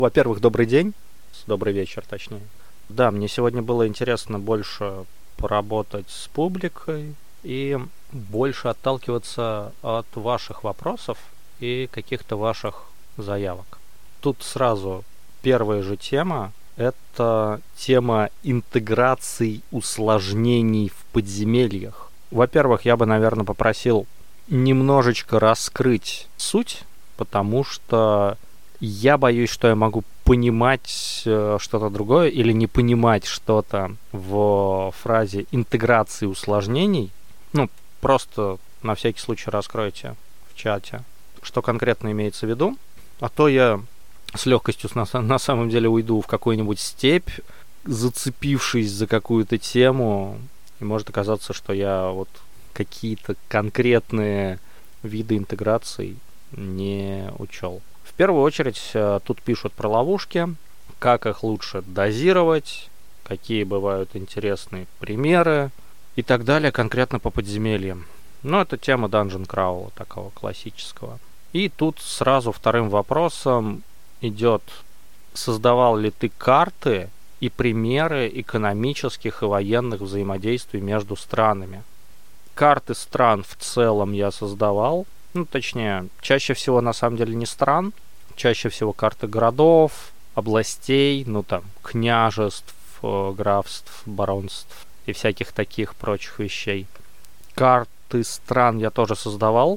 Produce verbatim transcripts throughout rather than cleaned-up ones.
Во-первых, добрый день, добрый вечер, точнее. Да, мне сегодня было интересно больше поработать с публикой и больше отталкиваться от ваших вопросов и каких-то ваших заявок. Тут сразу первая же тема – это тема интеграции усложнений в подземельях. Во-первых, я бы, наверное, попросил немножечко раскрыть суть, потому что я боюсь, что я могу понимать э, что-то другое или не понимать что-то в фразе интеграции усложнений. Ну, просто на всякий случай раскройте в чате, что конкретно имеется в виду. А то я с легкостью на, на самом деле уйду в какую-нибудь степь, зацепившись за какую-то тему, и может оказаться, что я вот какие-то конкретные виды интеграций не учел. В первую очередь тут пишут про ловушки, как их лучше дозировать, какие бывают интересные примеры и так далее, конкретно по подземельям. Но это тема Dungeon Crawl, такого классического. И тут сразу вторым вопросом идет: создавал ли ты карты и примеры экономических и военных взаимодействий между странами? Карты стран в целом я создавал. Ну, точнее, чаще всего на самом деле не стран, чаще всего карты городов, областей, ну там, княжеств, графств, баронств и всяких таких прочих вещей. Карты стран я тоже создавал,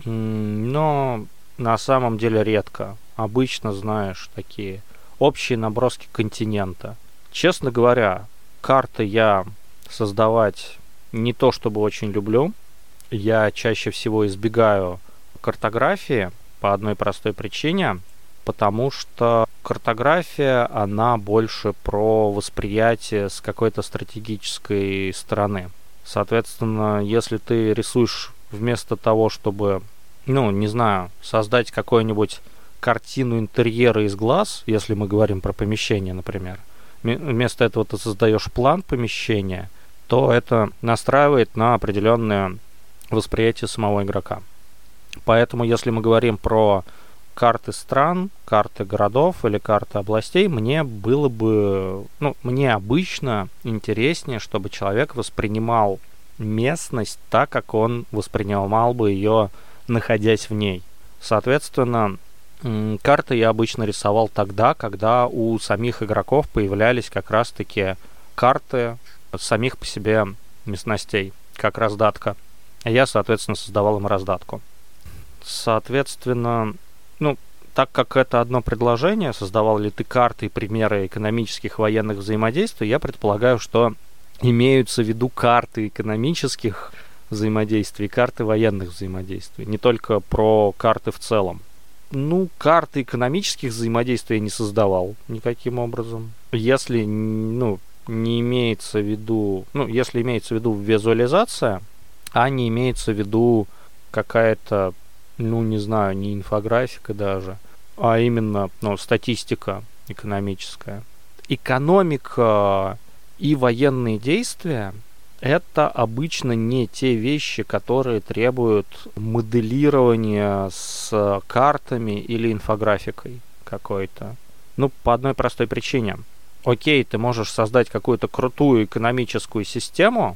но на самом деле редко. Обычно, знаешь, такие общие наброски континента. Честно говоря, карты я создавать не то чтобы очень люблю. Я чаще всего избегаю картографии по одной простой причине, потому что картография, она больше про восприятие с какой-то стратегической стороны. Соответственно, если ты рисуешь вместо того, чтобы, ну, не знаю, создать какую-нибудь картину интерьера из глаз, если мы говорим про помещение, например, вместо этого ты создаешь план помещения, то это настраивает на определенное восприятие самого игрока. Поэтому, если мы говорим про карты стран, карты городов или карты областей, мне было бы, ну, мне обычно интереснее, чтобы человек воспринимал местность так, как он воспринимал бы ее, находясь в ней. Соответственно, карты я обычно рисовал тогда, когда у самих игроков появлялись как раз-таки карты самих по себе местностей, как раздатка. Я, соответственно, создавал им раздатку. Соответственно, ну, так как это одно предложение, создавал ли ты карты и примеры экономических военных взаимодействий, я предполагаю, что имеются в виду карты экономических взаимодействий и карты военных взаимодействий, не только про карты в целом. Ну, карты экономических взаимодействий я не создавал никаким образом. Если, ну, не имеется в виду, ну, если имеется в виду визуализация, а не имеется в виду какая-то, ну, не знаю, не инфографика даже, а именно, ну, статистика экономическая. Экономика и военные действия — это обычно не те вещи, которые требуют моделирования с картами или инфографикой какой-то. Ну, по одной простой причине. Окей, ты можешь создать какую-то крутую экономическую систему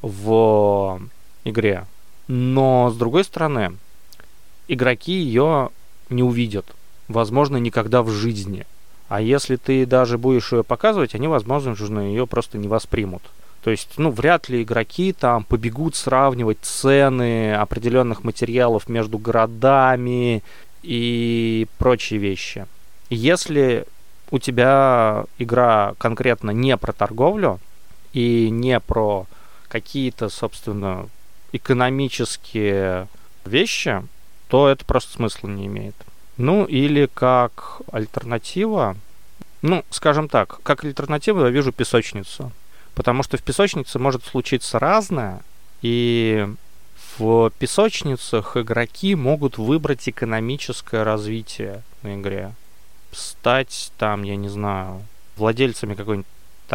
в игре, но, с другой стороны, игроки ее не увидят. Возможно, никогда в жизни. А если ты даже будешь ее показывать, они, возможно, ее просто не воспримут. То есть, ну, вряд ли игроки там побегут сравнивать цены определенных материалов между городами и прочие вещи. Если у тебя игра конкретно не про торговлю и не про какие-то, собственно, экономические вещи, то это просто смысла не имеет. Ну, или как альтернатива, ну, скажем так, как альтернативу я вижу песочницу. Потому что в песочнице может случиться разное, и в песочницах игроки могут выбрать экономическое развитие на игре. Стать там, я не знаю, владельцами какой-нибудь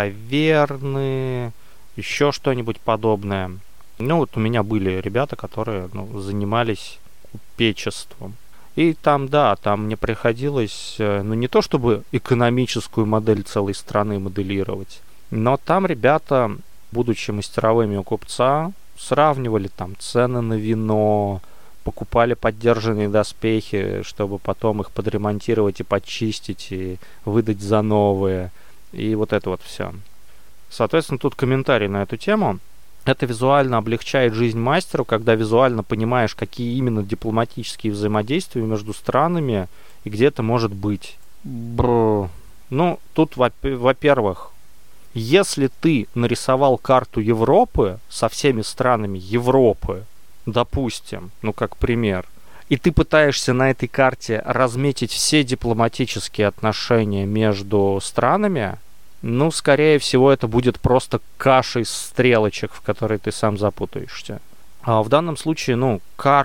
таверны, еще что-нибудь подобное. Ну, вот у меня были ребята, которые, ну, занимались купечеством. И там, да, там мне приходилось, ну не то чтобы экономическую модель целой страны моделировать, но там ребята, будучи мастеровыми у купца, сравнивали там цены на вино, покупали поддержанные доспехи, чтобы потом их подремонтировать и подчистить, и выдать за новые, и вот это вот все. Соответственно, тут комментарий на эту тему. Это визуально облегчает жизнь мастеру, когда визуально понимаешь, какие именно дипломатические взаимодействия между странами и где это может быть. Бррр. Ну, тут, во-первых, если ты нарисовал карту Европы со всеми странами Европы, допустим, ну как пример, и ты пытаешься на этой карте разметить все дипломатические отношения между странами, ну, скорее всего, это будет просто каша из стрелочек, в которой ты сам запутаешься. А в данном случае, ну,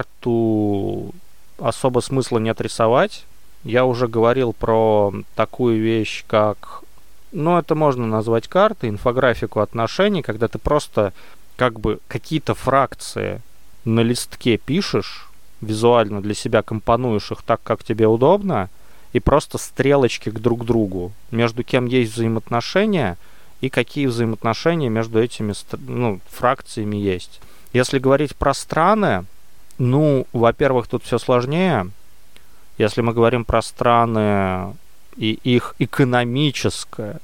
карту особо смысла нет рисовать. Я уже говорил про такую вещь, как... Ну, это можно назвать картой, инфографику отношений, когда ты просто как бы какие-то фракции на листке пишешь, визуально для себя компонуешь их так, как тебе удобно, и просто стрелочки к друг другу, между кем есть взаимоотношения и какие взаимоотношения между этими, ну, фракциями есть. Если говорить про страны, ну, во-первых, тут все сложнее. Если мы говорим про страны и их экономическое,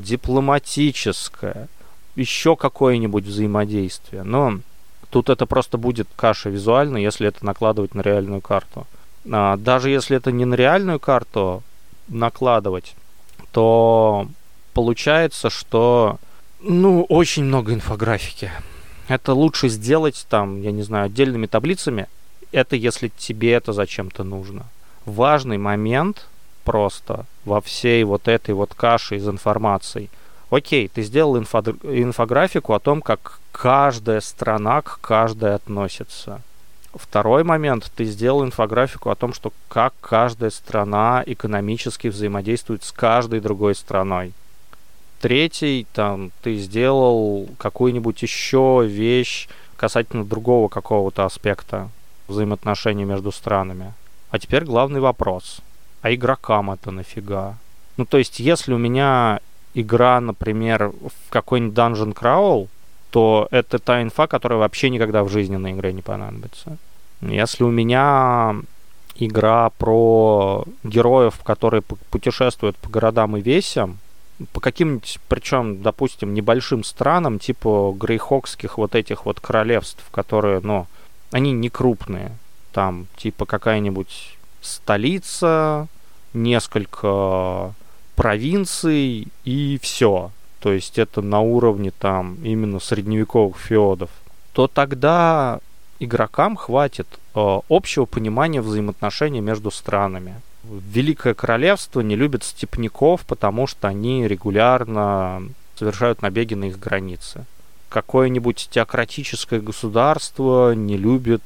дипломатическое, еще какое-нибудь взаимодействие, но тут это просто будет каша визуально, если это накладывать на реальную карту. Даже если это не на реальную карту накладывать, то получается, что, ну, очень много инфографики. Это лучше сделать там, я не знаю, отдельными таблицами. Это если тебе это зачем-то нужно. Важный момент просто во всей вот этой вот каше из информации. Окей, ты сделал инфо- инфографику о том, как каждая страна к каждой относится. Второй момент, ты сделал инфографику о том, что как каждая страна экономически взаимодействует с каждой другой страной. Третий, там, ты сделал какую-нибудь еще вещь касательно другого какого-то аспекта взаимоотношений между странами. А теперь главный вопрос. А игрокам это нафига? Ну, то есть, если у меня игра, например, в какой-нибудь Dungeon Crawl, то это та инфа, которая вообще никогда в жизни на игре не понадобится. Если у меня игра про героев, которые путешествуют по городам и весям, по каким-нибудь, причем, допустим, небольшим странам, типа грейхокских вот этих вот королевств, которые, ну, они не крупные. Там, типа, какая-нибудь столица, несколько провинций и все. То есть это на уровне там именно средневековых феодов. То тогда игрокам хватит э, общего понимания взаимоотношений между странами. Великое Королевство не любит степняков, потому что они регулярно совершают набеги на их границы. Какое-нибудь теократическое государство не любит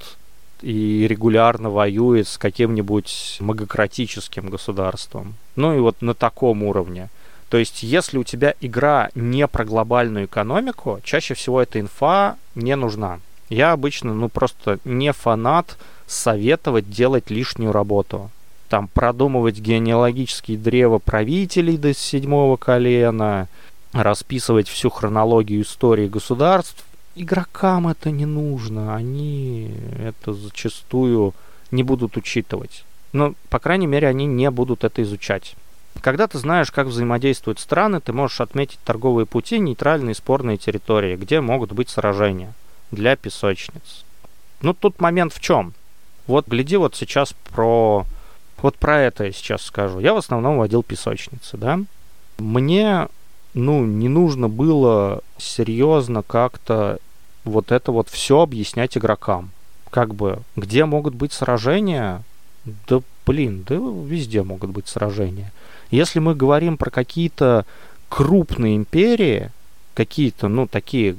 и регулярно воюет с каким-нибудь магократическим государством. Ну и вот на таком уровне. То есть, если у тебя игра не про глобальную экономику, чаще всего эта инфа не нужна. Я обычно, ну, просто не фанат советовать делать лишнюю работу. Там, продумывать генеалогические древа правителей до седьмого колена, расписывать всю хронологию истории государств. Игрокам это не нужно. Они это зачастую не будут учитывать. Ну, по крайней мере, они не будут это изучать. Когда ты знаешь, как взаимодействуют страны, ты можешь отметить торговые пути, нейтральные спорные территории, где могут быть сражения для песочниц. Ну, тут момент в чем? Вот, гляди, вот сейчас про... Вот про это я сейчас скажу. Я в основном водил песочницы, да? Мне, ну, не нужно было серьезно как-то вот это вот все объяснять игрокам. Как бы, где могут быть сражения? Да, блин, да везде могут быть сражения. Если мы говорим про какие-то крупные империи, какие-то, ну, такие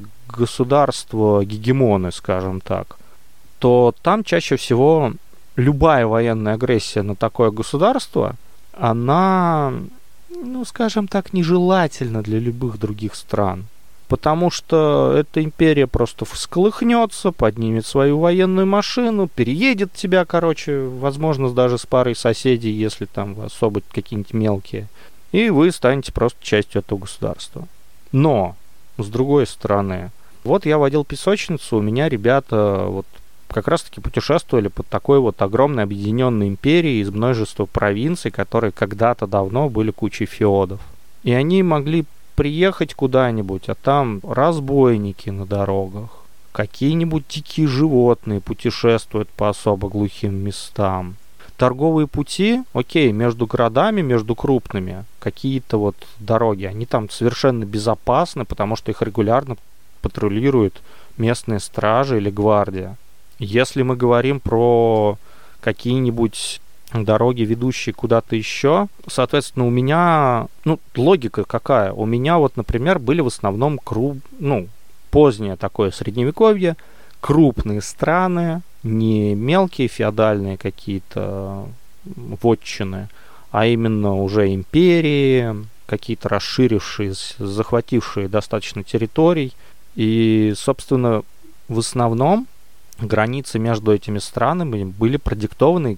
государства-гегемоны, скажем так, то там чаще всего любая военная агрессия на такое государство, она, ну, скажем так, нежелательна для любых других стран. Потому что эта империя просто всколыхнется, поднимет свою военную машину, переедет тебя, короче, возможно, даже с парой соседей, если там особо какие-нибудь мелкие. И вы станете просто частью этого государства. Но, с другой стороны, вот я водил песочницу, у меня ребята вот как раз-таки путешествовали под такой вот огромной объединенной империей из множества провинций, которые когда-то давно были кучей феодов. И они могли приехать куда-нибудь, а там разбойники на дорогах, какие-нибудь дикие животные путешествуют по особо глухим местам. Торговые пути, окей, между городами, между крупными, какие-то вот дороги, они там совершенно безопасны, потому что их регулярно патрулируют местные стражи или гвардия. Если мы говорим про какие-нибудь дороги, ведущие куда-то еще, соответственно, у меня, ну, логика какая? У меня вот, например, были в основном круп, ну, позднее такое средневековье, крупные страны, не мелкие феодальные какие-то вотчины, а именно уже империи, какие-то расширившиеся, захватившие достаточно территорий. И, собственно, в основном границы между этими странами были продиктованы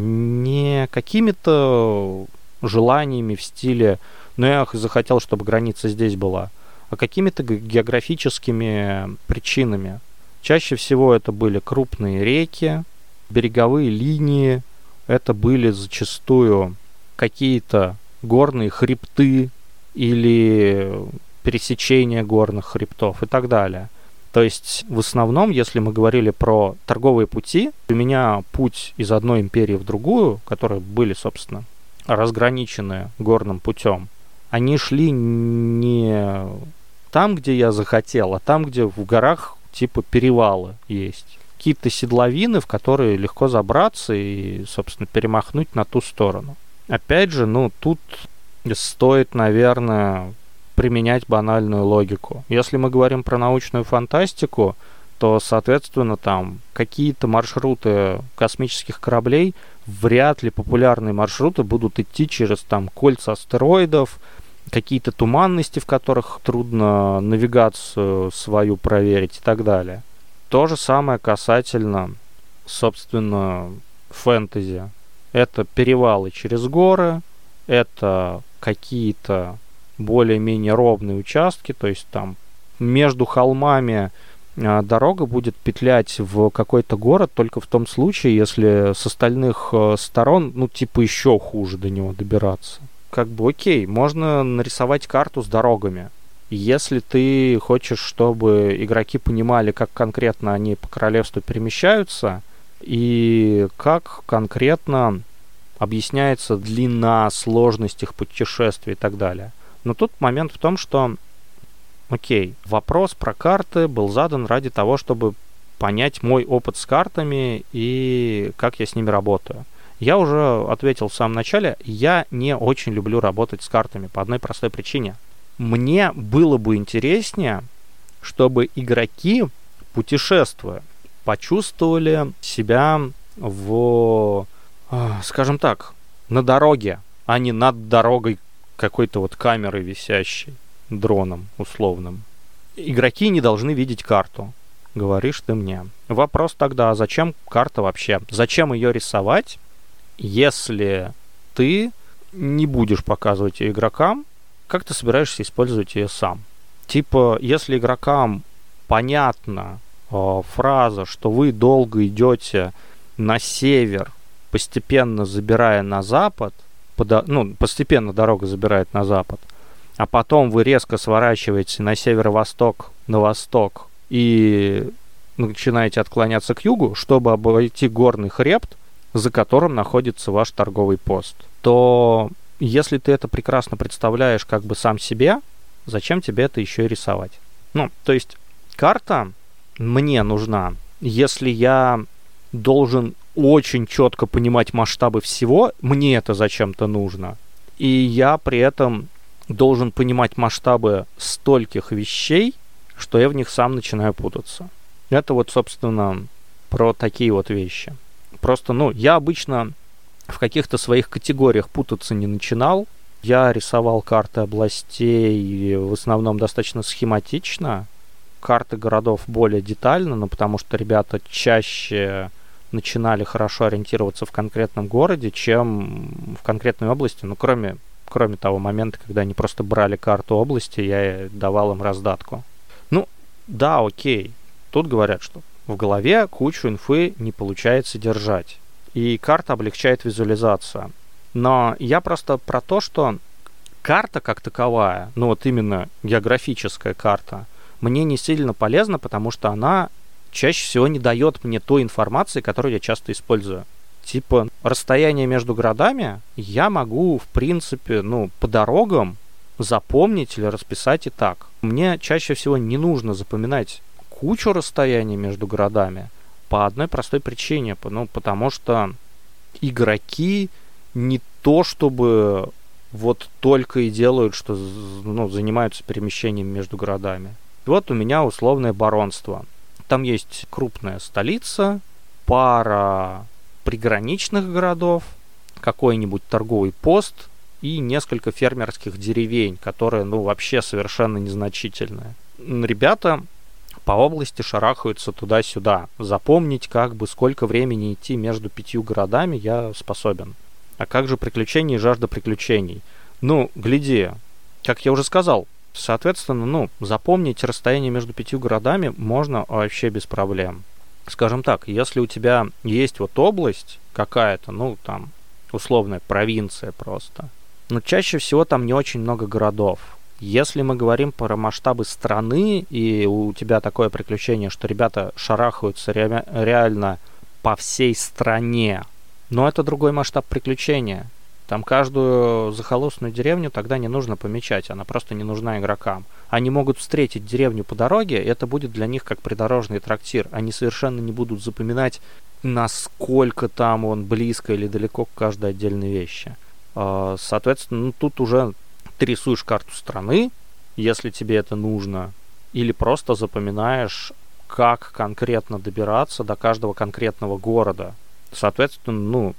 не какими-то желаниями в стиле «ну я захотел, чтобы граница здесь была», а какими-то географическими причинами. Чаще всего это были крупные реки, береговые линии, это были зачастую какие-то горные хребты или пересечения горных хребтов и так далее. То есть, в основном, если мы говорили про торговые пути, у меня путь из одной империи в другую, которые были, собственно, разграничены горным путем, они шли не там, где я захотел, а там, где в горах типа перевалы есть. Какие-то седловины, в которые легко забраться и, собственно, перемахнуть на ту сторону. Опять же, ну, тут стоит, наверное, применять банальную логику. Если мы говорим про научную фантастику, то, соответственно, там какие-то маршруты космических кораблей, вряд ли популярные маршруты будут идти через там кольца астероидов, какие-то туманности, в которых трудно навигацию свою проверить и так далее. То же самое касательно, собственно, фэнтези. Это перевалы через горы, это какие-то более-менее ровные участки, то есть там между холмами а, дорога будет петлять в какой-то город только в том случае, если с остальных а, сторон, ну, типа, еще хуже до него добираться. Как бы окей, можно нарисовать карту с дорогами. Если ты хочешь, чтобы игроки понимали, как конкретно они по королевству перемещаются и как конкретно объясняется длина, сложность их путешествий и так далее. Но тут момент в том, что, окей, вопрос про карты был задан ради того, чтобы понять мой опыт с картами и как я с ними работаю. Я уже ответил в самом начале, я не очень люблю работать с картами по одной простой причине. Мне было бы интереснее, чтобы игроки, путешествуя, почувствовали себя в, скажем так, на дороге, а не над дорогой какой-то вот камерой висящей, дроном условным. Игроки не должны видеть карту, говоришь ты мне. Вопрос тогда, а зачем карта вообще? Зачем ее рисовать, если ты не будешь показывать ее игрокам, как ты собираешься использовать ее сам? Типа, если игрокам понятна э, фраза, что вы долго идете на север, постепенно забирая на запад, пода- ну, постепенно дорога забирает на запад, а потом вы резко сворачиваете на северо-восток, на восток и начинаете отклоняться к югу, чтобы обойти горный хребт, за которым находится ваш торговый пост, то если ты это прекрасно представляешь как бы сам себе, зачем тебе это еще и рисовать? Ну, то есть карта мне нужна, если я должен очень четко понимать масштабы всего, мне это зачем-то нужно. И я при этом должен понимать масштабы стольких вещей, что я в них сам начинаю путаться. Это вот, собственно, про такие вот вещи. Просто, ну, я обычно в каких-то своих категориях путаться не начинал. Я рисовал карты областей в основном достаточно схематично. Карты городов более детально, но потому что ребята чаще начинали хорошо ориентироваться в конкретном городе, чем в конкретной области. Ну, кроме, кроме того момента, когда они просто брали карту области, я давал им раздатку. Ну, да, окей. Тут говорят, что в голове кучу инфы не получается держать. И карта облегчает визуализацию. Но я просто про то, что карта как таковая, ну вот именно географическая карта, мне не сильно полезна, потому что она чаще всего не дает мне той информации, которую я часто использую. Типа, расстояние между городами я могу, в принципе, ну, по дорогам запомнить или расписать и так. Мне чаще всего не нужно запоминать кучу расстояний между городами по одной простой причине. Ну, потому что игроки не то чтобы вот только и делают, что ну, занимаются перемещением между городами. Вот у меня условное баронство. Там есть крупная столица, пара приграничных городов, какой-нибудь торговый пост и несколько фермерских деревень, которые, ну, вообще совершенно незначительные. Ребята по области шарахаются туда-сюда. Запомнить, как бы, сколько времени идти между пятью городами я способен. А как же приключения и жажда приключений? Ну, гляди, как я уже сказал, соответственно, ну, запомнить расстояние между пятью городами можно вообще без проблем. Скажем так, если у тебя есть вот область какая-то, ну, там, условная провинция просто, но чаще всего там не очень много городов. Если мы говорим про масштабы страны, и у тебя такое приключение, что ребята шарахаются ре- реально по всей стране, но это другой масштаб приключения. Там каждую захолустную деревню тогда не нужно помечать, она просто не нужна игрокам. Они могут встретить деревню по дороге, и это будет для них как придорожный трактир. Они совершенно не будут запоминать, насколько там он близко или далеко к каждой отдельной вещи. Соответственно, ну, тут уже ты рисуешь карту страны, если тебе это нужно, или просто запоминаешь, как конкретно добираться до каждого конкретного города. Соответственно, ну,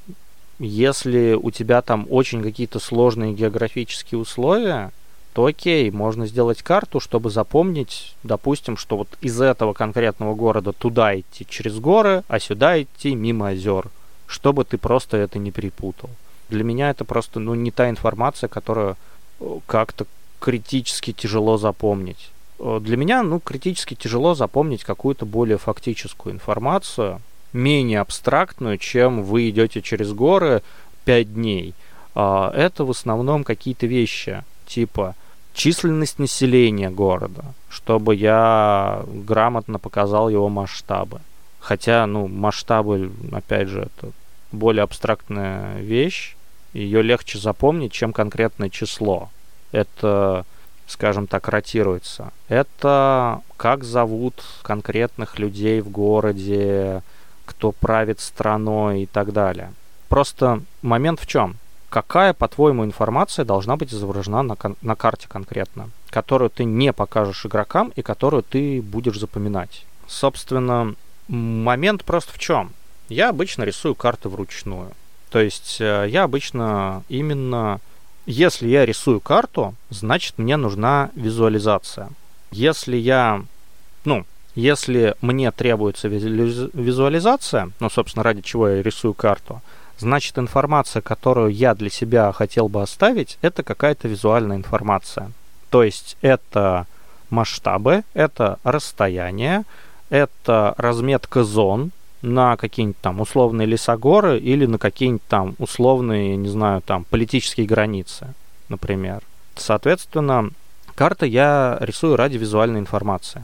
если у тебя там очень какие-то сложные географические условия, то окей, можно сделать карту, чтобы запомнить, допустим, что вот из этого конкретного города туда идти через горы, а сюда идти мимо озер, чтобы ты просто это не перепутал. Для меня это просто, ну, не та информация, которую как-то критически тяжело запомнить. Для меня, ну, критически тяжело запомнить какую-то более фактическую информацию, менее абстрактную, чем вы идете через горы пять дней. Это в основном какие-то вещи, типа численность населения города, чтобы я грамотно показал его масштабы. Хотя, ну, масштабы, опять же, это более абстрактная вещь, ее легче запомнить, чем конкретное число. Это, скажем так, ротируется. Это как зовут конкретных людей в городе, кто правит страной и так далее. Просто момент в чем? Какая, по-твоему, информация должна быть изображена на, кон- на карте конкретно, которую ты не покажешь игрокам и которую ты будешь запоминать? Собственно, момент просто в чем? Я обычно рисую карты вручную. То есть я обычно именно... Если я рисую карту, значит, мне нужна визуализация. Если я... Ну, если мне требуется визуализация, ну, собственно, ради чего я рисую карту, значит, информация, которую я для себя хотел бы оставить, это какая-то визуальная информация. То есть это масштабы, это расстояние, это разметка зон на какие-нибудь там условные лесогоры или на какие-нибудь там условные, не знаю, там политические границы, например. Соответственно, карты я рисую ради визуальной информации.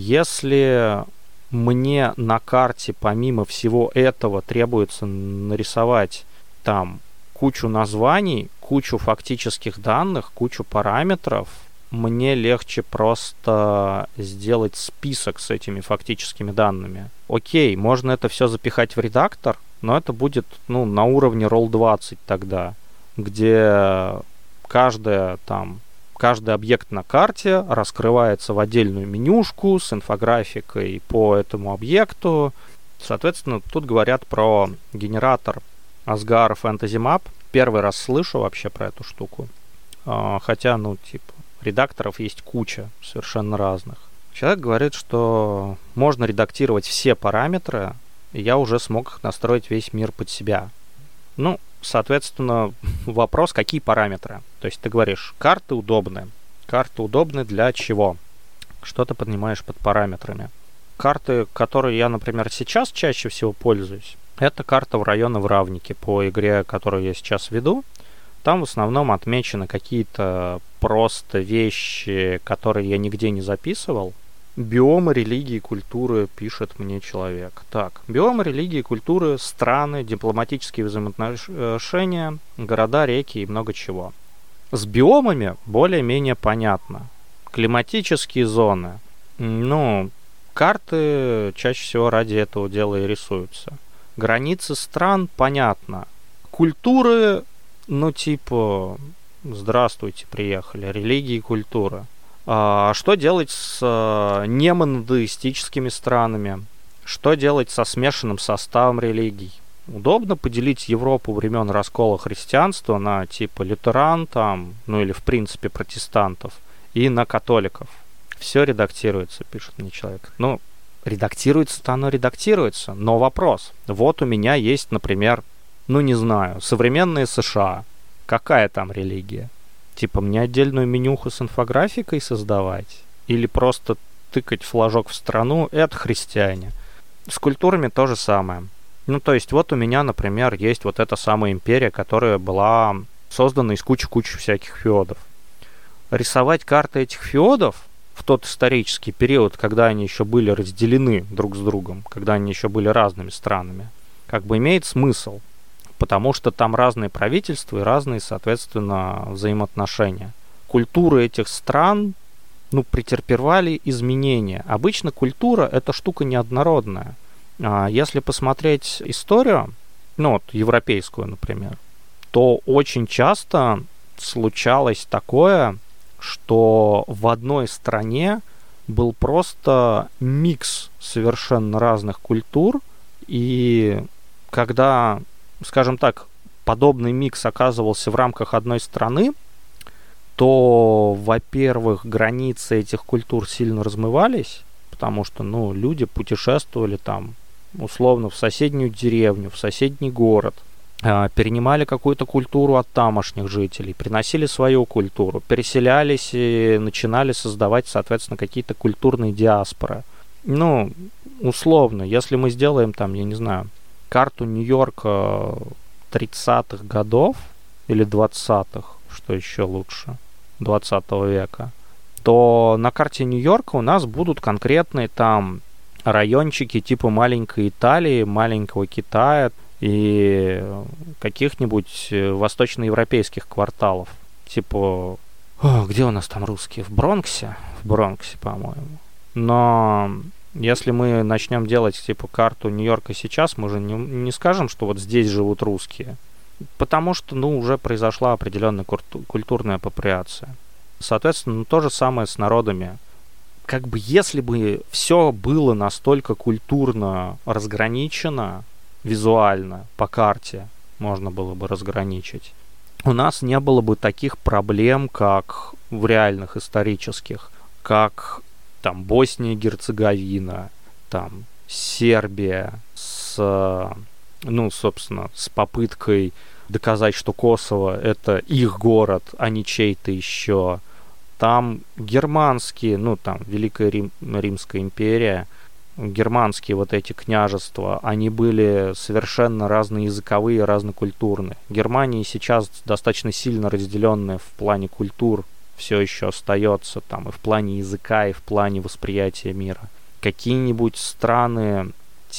Если мне на карте помимо всего этого требуется нарисовать там кучу названий, кучу фактических данных, кучу параметров, мне легче просто сделать список с этими фактическими данными. Окей, можно это все запихать в редактор, но это будет, ну, на уровне ролл двадцать тогда, где каждая там Каждый объект на карте раскрывается в отдельную менюшку с инфографикой по этому объекту. Соответственно, тут говорят про генератор Asgard Fantasy Map. Первый раз слышу вообще про эту штуку. а, хотя, ну, типа, редакторов есть куча совершенно разных. Человек говорит, что можно редактировать все параметры, и я уже смог настроить весь мир под себя. Ну, соответственно, вопрос, какие параметры? То есть ты говоришь, карты удобны. Карты удобны для чего? Что ты поднимаешь под параметрами? Карты, которые я, например, сейчас чаще всего пользуюсь, это карта в районе в Равнике по игре, которую я сейчас веду. Там в основном отмечены какие-то просто вещи, которые я нигде не записывал. Биомы, религии, культуры, пишет мне человек. Так, биомы, религии, культуры, страны, дипломатические взаимоотношения, города, реки и много чего. С биомами более-менее понятно. Климатические зоны. Ну, карты чаще всего ради этого дела и рисуются. Границы стран, понятно. Культуры, ну, типа, здравствуйте, приехали. Религии и культура. А что делать с а, немонотеистическими странами? Что делать со смешанным составом религий? Удобно поделить Европу времен раскола христианства на типа лютеран, там, ну или в принципе протестантов, и на католиков. Все редактируется, пишет мне человек. Ну, редактируется-то оно редактируется, но вопрос. Вот у меня есть, например, ну не знаю, современные США. Какая там религия? Типа мне отдельную менюху с инфографикой создавать? Или просто тыкать флажок в страну? Это христиане. С культурами то же самое. Ну, то есть, вот у меня, например, есть вот эта самая империя, которая была создана из кучи-кучи всяких феодов. Рисовать карты этих феодов в тот исторический период, когда они еще были разделены друг с другом, когда они еще были разными странами, как бы имеет смысл, потому что там разные правительства и разные, соответственно, взаимоотношения. Культуры этих стран, ну, претерпевали изменения. Обычно культура — это штука неоднородная. Если посмотреть историю, ну вот европейскую, например, то очень часто случалось такое, что в одной стране был просто микс совершенно разных культур, и когда, скажем так, подобный микс оказывался в рамках одной страны, то, во-первых, границы этих культур сильно размывались, потому что, ну, люди путешествовали там условно в соседнюю деревню, в соседний город, перенимали какую-то культуру от тамошних жителей, приносили свою культуру, переселялись и начинали создавать, соответственно, какие-то культурные диаспоры. Ну, условно, если мы сделаем там, я не знаю, карту Нью-Йорка тридцатых годов или двадцатых, что еще лучше, двадцатого века, то на карте Нью-Йорка у нас будут конкретные там райончики типа маленькой Италии, маленького Китая и каких-нибудь восточноевропейских кварталов. Типа, о, где у нас там русские? В Бронксе? В Бронксе, по-моему. Но если мы начнем делать типа карту Нью-Йорка сейчас, мы же не, не скажем, что вот здесь живут русские. Потому что, ну, уже произошла определенная культурная апроприация. Соответственно, ну, то же самое с народами. Как бы если бы все было настолько культурно разграничено, визуально, по карте можно было бы разграничить, у нас не было бы таких проблем, как в реальных исторических, как там Босния и Герцеговина, там Сербия с, ну, собственно, с попыткой доказать, что Косово — это их город, а не чей-то еще. Там германские, ну, там, Великая Рим, Римская империя, германские вот эти княжества, они были совершенно разноязыковые, разнокультурные. Германия сейчас достаточно сильно разделенная в плане культур, все еще остается там и в плане языка, и в плане восприятия мира. Какие-нибудь страны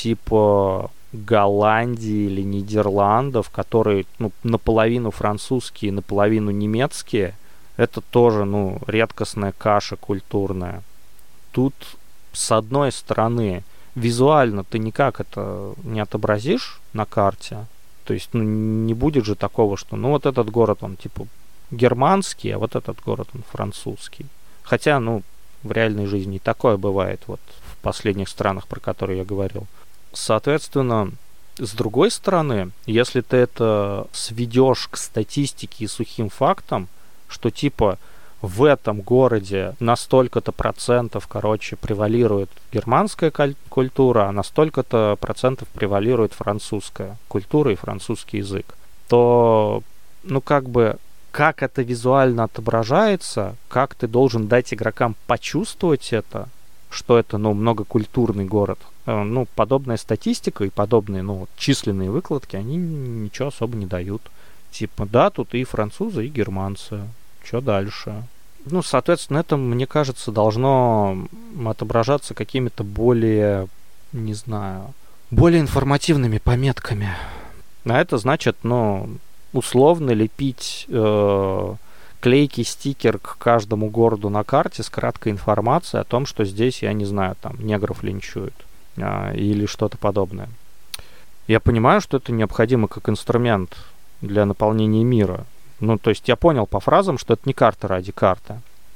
типа Голландии или Нидерландов, которые, ну, наполовину французские, наполовину немецкие, это тоже, ну, редкостная каша культурная. Тут, с одной стороны, визуально ты никак это не отобразишь на карте. То есть, ну, не будет же такого, что, ну, вот этот город, он, типа, германский, а вот этот город, он французский. Хотя, ну, в реальной жизни такое бывает, вот, в последних странах, про которые я говорил. Соответственно, с другой стороны, если ты это сведешь к статистике и сухим фактам, что типа в этом городе на столько-то процентов, короче, превалирует германская культура, а на столько-то процентов превалирует французская культура и французский язык, то, ну, как бы, как это визуально отображается, как ты должен дать игрокам почувствовать это, что это, ну, многокультурный город, ну, подобная статистика и подобные, ну, численные выкладки, они ничего особо не дают. Типа, да, тут и французы, и германцы. Что дальше? Ну, соответственно, это, мне кажется, должно отображаться какими-то более, не знаю, более информативными пометками. А это значит, ну, условно лепить э, клейкий стикер к каждому городу на карте с краткой информацией о том, что здесь, я не знаю, там, негров линчуют э, или что-то подобное. Я понимаю, что это необходимо как инструмент для наполнения мира. Ну, то есть я понял по фразам, что это не карта ради карты.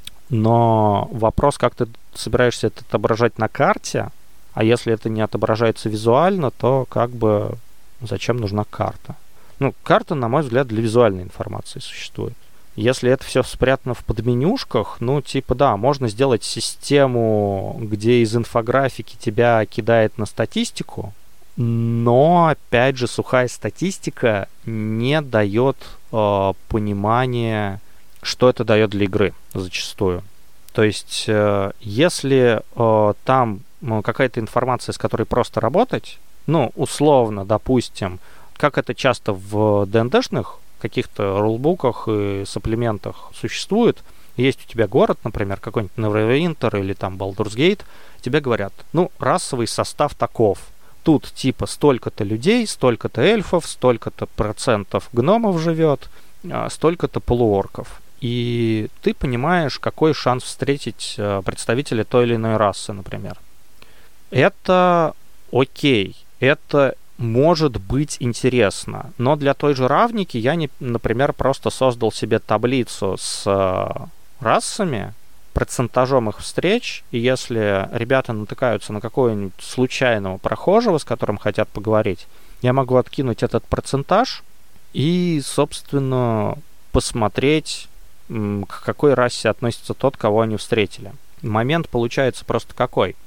Но вопрос, как ты собираешься это отображать на карте, а если это не отображается визуально, то как бы зачем нужна карта? Ну, карта, на мой взгляд, для визуальной информации существует. Если это все спрятано в подменюшках, ну, типа, да, можно сделать систему, где из инфографики тебя кидает на статистику, но, опять же, сухая статистика не дает э, понимания, что это дает для игры зачастую. То есть, э, если э, там э, какая-то информация, с которой просто работать, ну, условно, допустим, как это часто в ди энд ди-шных каких-то рулбуках и сапплиментах существует, есть у тебя город, например, какой-нибудь Neverwinter или там Baldur's Gate, тебе говорят, ну, расовый состав таков. Тут типа столько-то людей, столько-то эльфов, столько-то процентов гномов живет, столько-то полуорков. И ты понимаешь, какой шанс встретить представителя той или иной расы, например. Это окей, это может быть интересно. Но для той же равники я, не, например, просто создал себе таблицу с расами, процентажом их встреч, и если ребята натыкаются на какого-нибудь случайного прохожего, с которым хотят поговорить, я могу откинуть этот процентаж и, собственно, посмотреть, к какой расе относится тот, кого они встретили. Момент получается просто какой.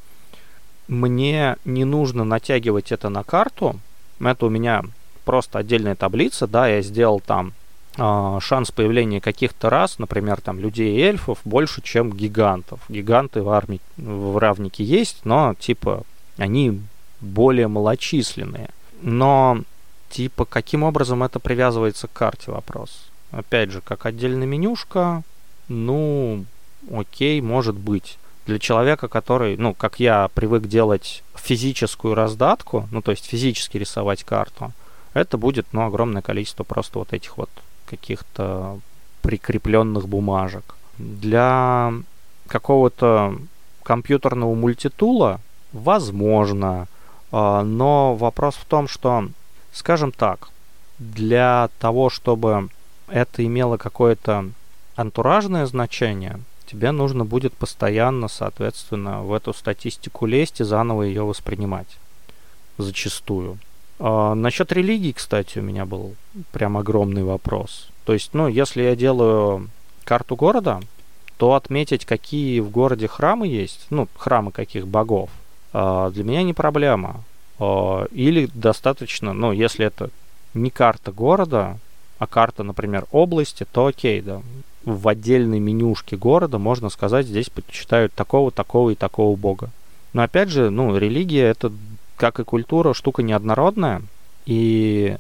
Мне не нужно натягивать это на карту, это у меня просто отдельная таблица, да, я сделал там шанс появления каких-то рас, например, там людей и эльфов, больше, чем гигантов. Гиганты в, армии, в равнике есть, но, типа, они более малочисленные. Но, типа, каким образом это привязывается к карте, вопрос. Опять же, как отдельная менюшка, ну, окей, может быть. Для человека, который, ну, как я привык делать физическую раздатку, ну, то есть физически рисовать карту, это будет, ну, огромное количество просто вот этих вот каких-то прикрепленных бумажек. Для какого-то компьютерного мультитула возможно, но вопрос в том, что, скажем так, для того, чтобы это имело какое-то антуражное значение, тебе нужно будет постоянно, соответственно, в эту статистику лезть и заново ее воспринимать. Зачастую. А, насчет религии, кстати, у меня был прям огромный вопрос. То есть, ну, если я делаю карту города, то отметить, какие в городе храмы есть, ну, храмы каких богов, а, для меня не проблема. А, или достаточно, ну, если это не карта города, а карта, например, области, то окей, да. В отдельной менюшке города можно сказать, здесь почитают такого, такого и такого бога. Но опять же, ну, религия это, как и культура, штука неоднородная, и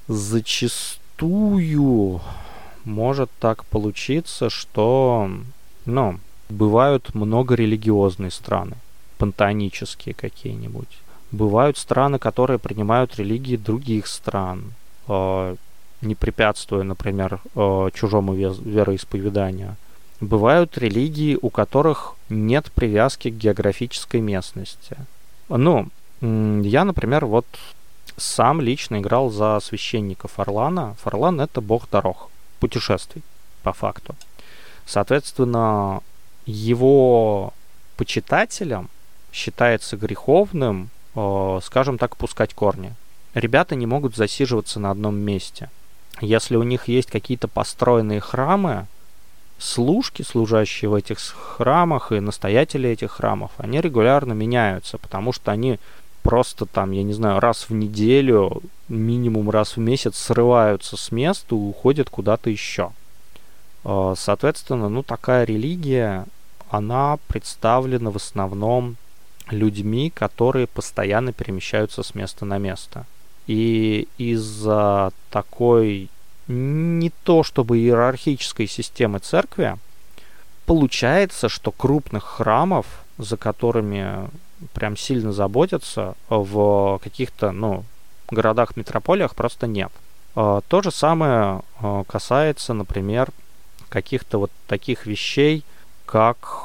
зачастую может так получиться, что, ну, бывают многорелигиозные страны, пантеонические какие-нибудь. Бывают страны, которые принимают религии других стран, не препятствуя, например, чужому вероисповеданию. Бывают религии, у которых нет привязки к географической местности. Ну, я, например, вот сам лично играл за священника Фарлана. Фарлан — это бог дорог, путешествий, по факту. Соответственно, его почитателям считается греховным, скажем так, пускать корни. Ребята не могут засиживаться на одном месте. Если у них есть какие-то построенные храмы, служки, служащие в этих храмах, и настоятели этих храмов, они регулярно меняются, потому что они просто там, я не знаю, раз в неделю, минимум раз в месяц срываются с места и уходят куда-то еще. Соответственно, ну такая религия, она представлена в основном людьми, которые постоянно перемещаются с места на место. И из-за такой не то чтобы иерархической системы церкви, получается, что крупных храмов, за которыми прям сильно заботятся, в каких-то, ну, городах-метрополиях просто нет. То же самое касается, например, каких-то вот таких вещей, как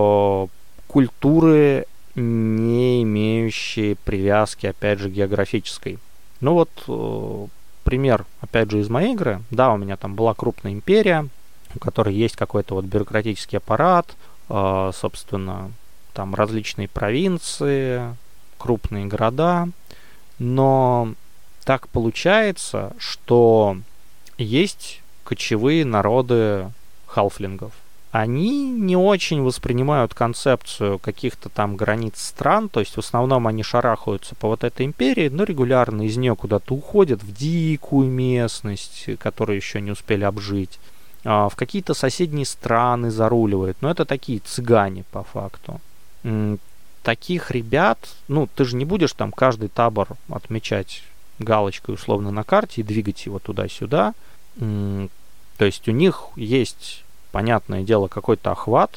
культуры, не имеющие привязки, опять же, географической. Ну вот, пример, опять же, из моей игры. Да, у меня там была крупная империя, у которой есть какой-то вот бюрократический аппарат, собственно, там различные провинции, крупные города, но так получается, что есть кочевые народы халфлингов. Они не очень воспринимают концепцию каких-то там границ стран, то есть в основном они шарахаются по вот этой империи, но регулярно из нее куда-то уходят в дикую местность, которую еще не успели обжить, в какие-то соседние страны заруливают, но это такие цыгане по факту. Таких ребят, ну ты же не будешь там каждый табор отмечать галочкой условно на карте и двигать его туда-сюда, то есть у них есть, понятное дело, какой-то охват,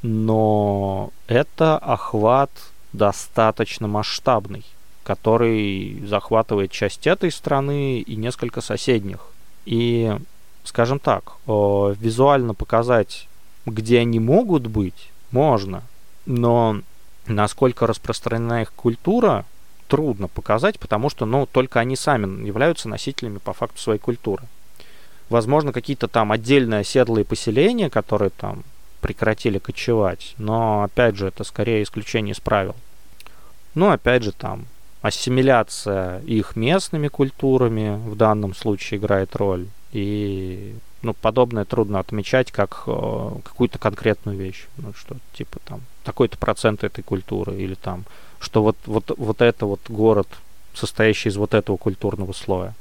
но это охват достаточно масштабный, который захватывает часть этой страны и несколько соседних. И, скажем так, визуально показать, где они могут быть, можно, но насколько распространена их культура, трудно показать, потому что, ну, только они сами являются носителями по факту своей культуры. Возможно, какие-то там отдельные оседлые поселения, которые там прекратили кочевать, но, опять же, это скорее исключение из правил. Ну, опять же, там ассимиляция их местными культурами в данном случае играет роль, и, ну, подобное трудно отмечать как э, какую-то конкретную вещь, ну, что, типа, там, такой-то процент этой культуры, или там, что вот, вот, вот это вот город, состоящий из вот этого культурного слоя.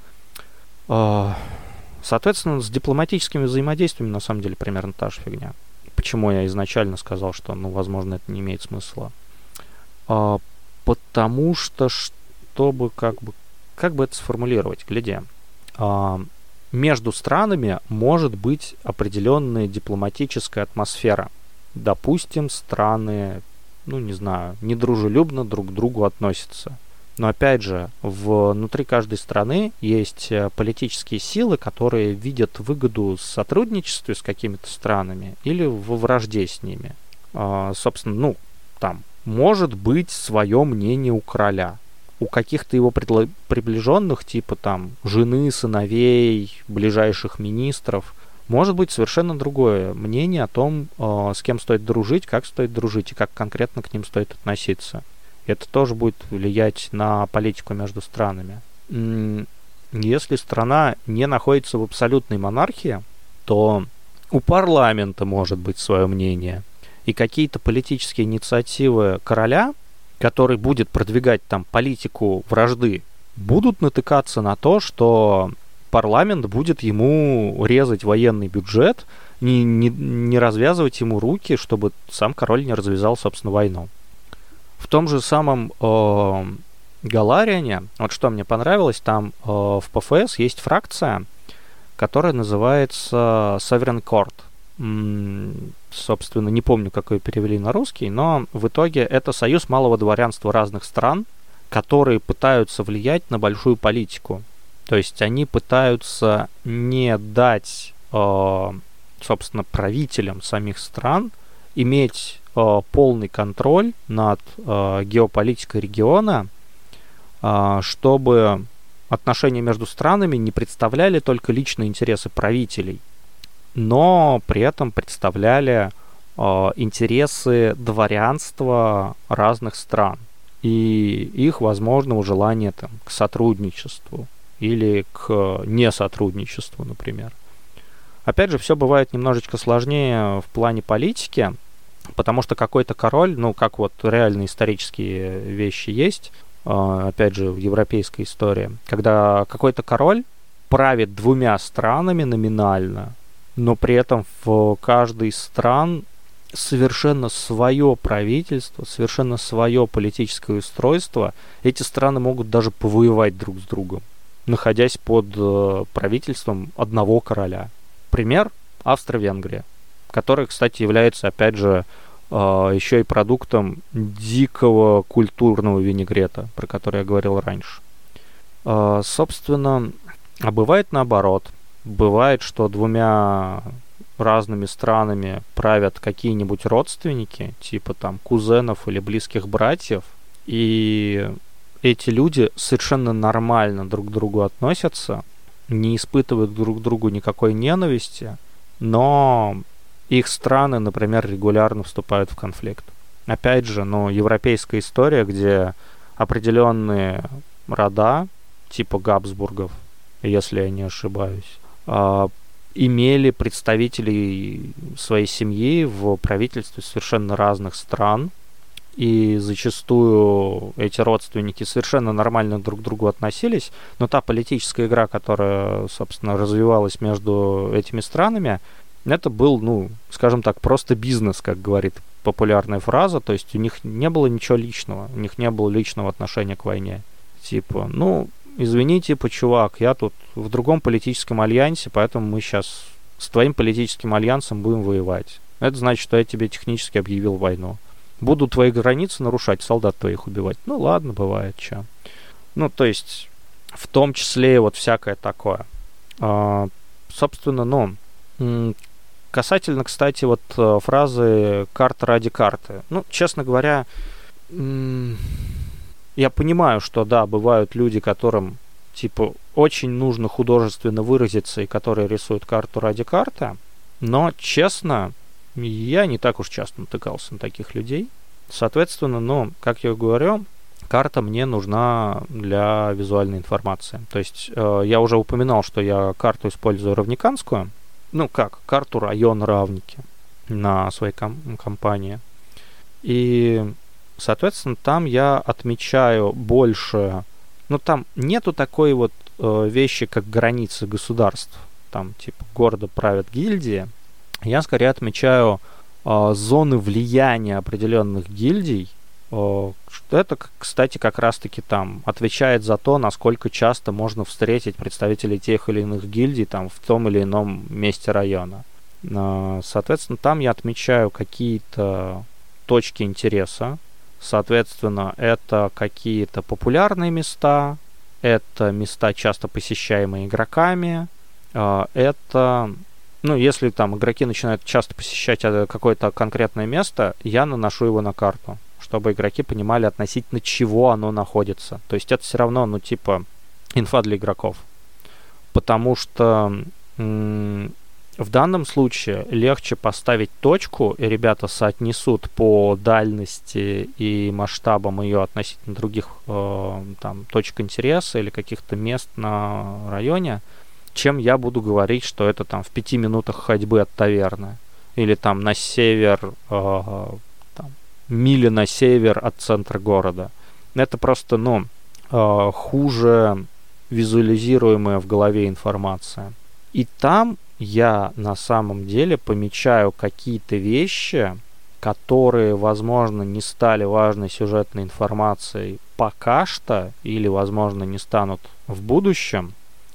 Соответственно, с дипломатическими взаимодействиями на самом деле примерно та же фигня. Почему я изначально сказал, что, ну, возможно, это не имеет смысла? А, потому что, чтобы как бы, как бы это сформулировать, гляди, а, между странами может быть определенная дипломатическая атмосфера. Допустим, страны, ну, не знаю, недружелюбно друг к другу относятся. Но опять же, внутри каждой страны есть политические силы, которые видят выгоду в сотрудничестве с какими-то странами или во вражде с ними. А, собственно, ну, там может быть свое мнение у короля. У каких-то его предло- приближенных, типа там жены, сыновей, ближайших министров, может быть совершенно другое мнение о том, э, с кем стоит дружить, как стоит дружить и как конкретно к ним стоит относиться. Это тоже будет влиять на политику между странами. Если страна не находится в абсолютной монархии, то у парламента может быть свое мнение. И какие-то политические инициативы короля, который будет продвигать там политику вражды, будут натыкаться на то, что парламент будет ему резать военный бюджет, не, не, не развязывать ему руки, чтобы сам король не развязал, собственно, войну. В том же самом э, Галариане, вот что мне понравилось, там э, в ПФС есть фракция, которая называется Sovereign Court. М-м, собственно, не помню, как ее перевели на русский, но в итоге это союз малого дворянства разных стран, которые пытаются влиять на большую политику. То есть они пытаются не дать, э, собственно, правителям самих стран иметь полный контроль над э, геополитикой региона, э, чтобы отношения между странами не представляли только личные интересы правителей, но при этом представляли э, интересы дворянства разных стран и их возможного желания там, к сотрудничеству или к несотрудничеству, например. Опять же, все бывает немножечко сложнее в плане политики, потому что какой-то король, ну, как вот реальные исторические вещи есть, э, опять же, в европейской истории, когда какой-то король правит двумя странами номинально, но при этом в каждой из стран совершенно свое правительство, совершенно свое политическое устройство. Эти страны могут даже повоевать друг с другом, находясь под э, правительством одного короля. Пример — Австро-Венгрия, которая, кстати, является, опять же, э, еще и продуктом дикого культурного винегрета, про который я говорил раньше. Э, собственно, а бывает наоборот. Бывает, что двумя разными странами правят какие-нибудь родственники, типа там кузенов или близких братьев, и эти люди совершенно нормально друг к другу относятся, не испытывают друг к другу никакой ненависти, но их страны, например, регулярно вступают в конфликт. Опять же, ну, европейская история, где определенные рода, типа Габсбургов, если я не ошибаюсь, имели представителей своей семьи в правительстве совершенно разных стран, и зачастую эти родственники совершенно нормально друг к другу относились, но та политическая игра, которая, собственно, развивалась между этими странами, это был, ну, скажем так, просто бизнес, как говорит популярная фраза, то есть у них не было ничего личного, у них не было личного отношения к войне. Типа, ну, извини, типа, чувак, я тут в другом политическом альянсе, поэтому мы сейчас с твоим политическим альянсом будем воевать. Это значит, что я тебе технически объявил войну. Буду твои границы нарушать, солдат твоих убивать. Ну ладно, бывает, чё. Ну, то есть, в том числе вот всякое такое. А, собственно, ну, касательно, кстати, вот фразы «карта ради карты». Ну, честно говоря, я понимаю, что, да, бывают люди, которым, типа, очень нужно художественно выразиться, и которые рисуют карту ради карты, но, честно, я не так уж часто натыкался на таких людей. Соответственно, ну, как я говорю, карта мне нужна для визуальной информации. То есть, э, я уже упоминал, что я карту использую равниканскую, ну, как, карту района Равники на своей ком- компании. И... Соответственно, там я отмечаю больше... Ну, там нету такой вот э, вещи, как границы государств. Там, типа, города правят гильдии. Я скорее отмечаю э, зоны влияния определенных гильдий. Э, это, кстати, как раз-таки там отвечает за то, насколько часто можно встретить представителей тех или иных гильдий там, в том или ином месте района. Э, соответственно, там я отмечаю какие-то точки интереса. Соответственно, это какие-то популярные места, это места, часто посещаемые игроками, это, ну, если там игроки начинают часто посещать какое-то конкретное место, я наношу его на карту, чтобы игроки понимали, относительно чего оно находится. То есть это все равно, ну, типа, инфа для игроков. Потому что м- в данном случае легче поставить точку, и ребята соотнесут по дальности и масштабам ее относительно других э, там, точек интереса или каких-то мест на районе, чем я буду говорить, что это там в пяти минутах ходьбы от таверны. Или там на север, э, там, мили на север от центра города. Это просто, ну, э, хуже визуализируемая в голове информация. И там я на самом деле помечаю какие-то вещи, которые, возможно, не стали важной сюжетной информацией пока что, или, возможно, не станут в будущем,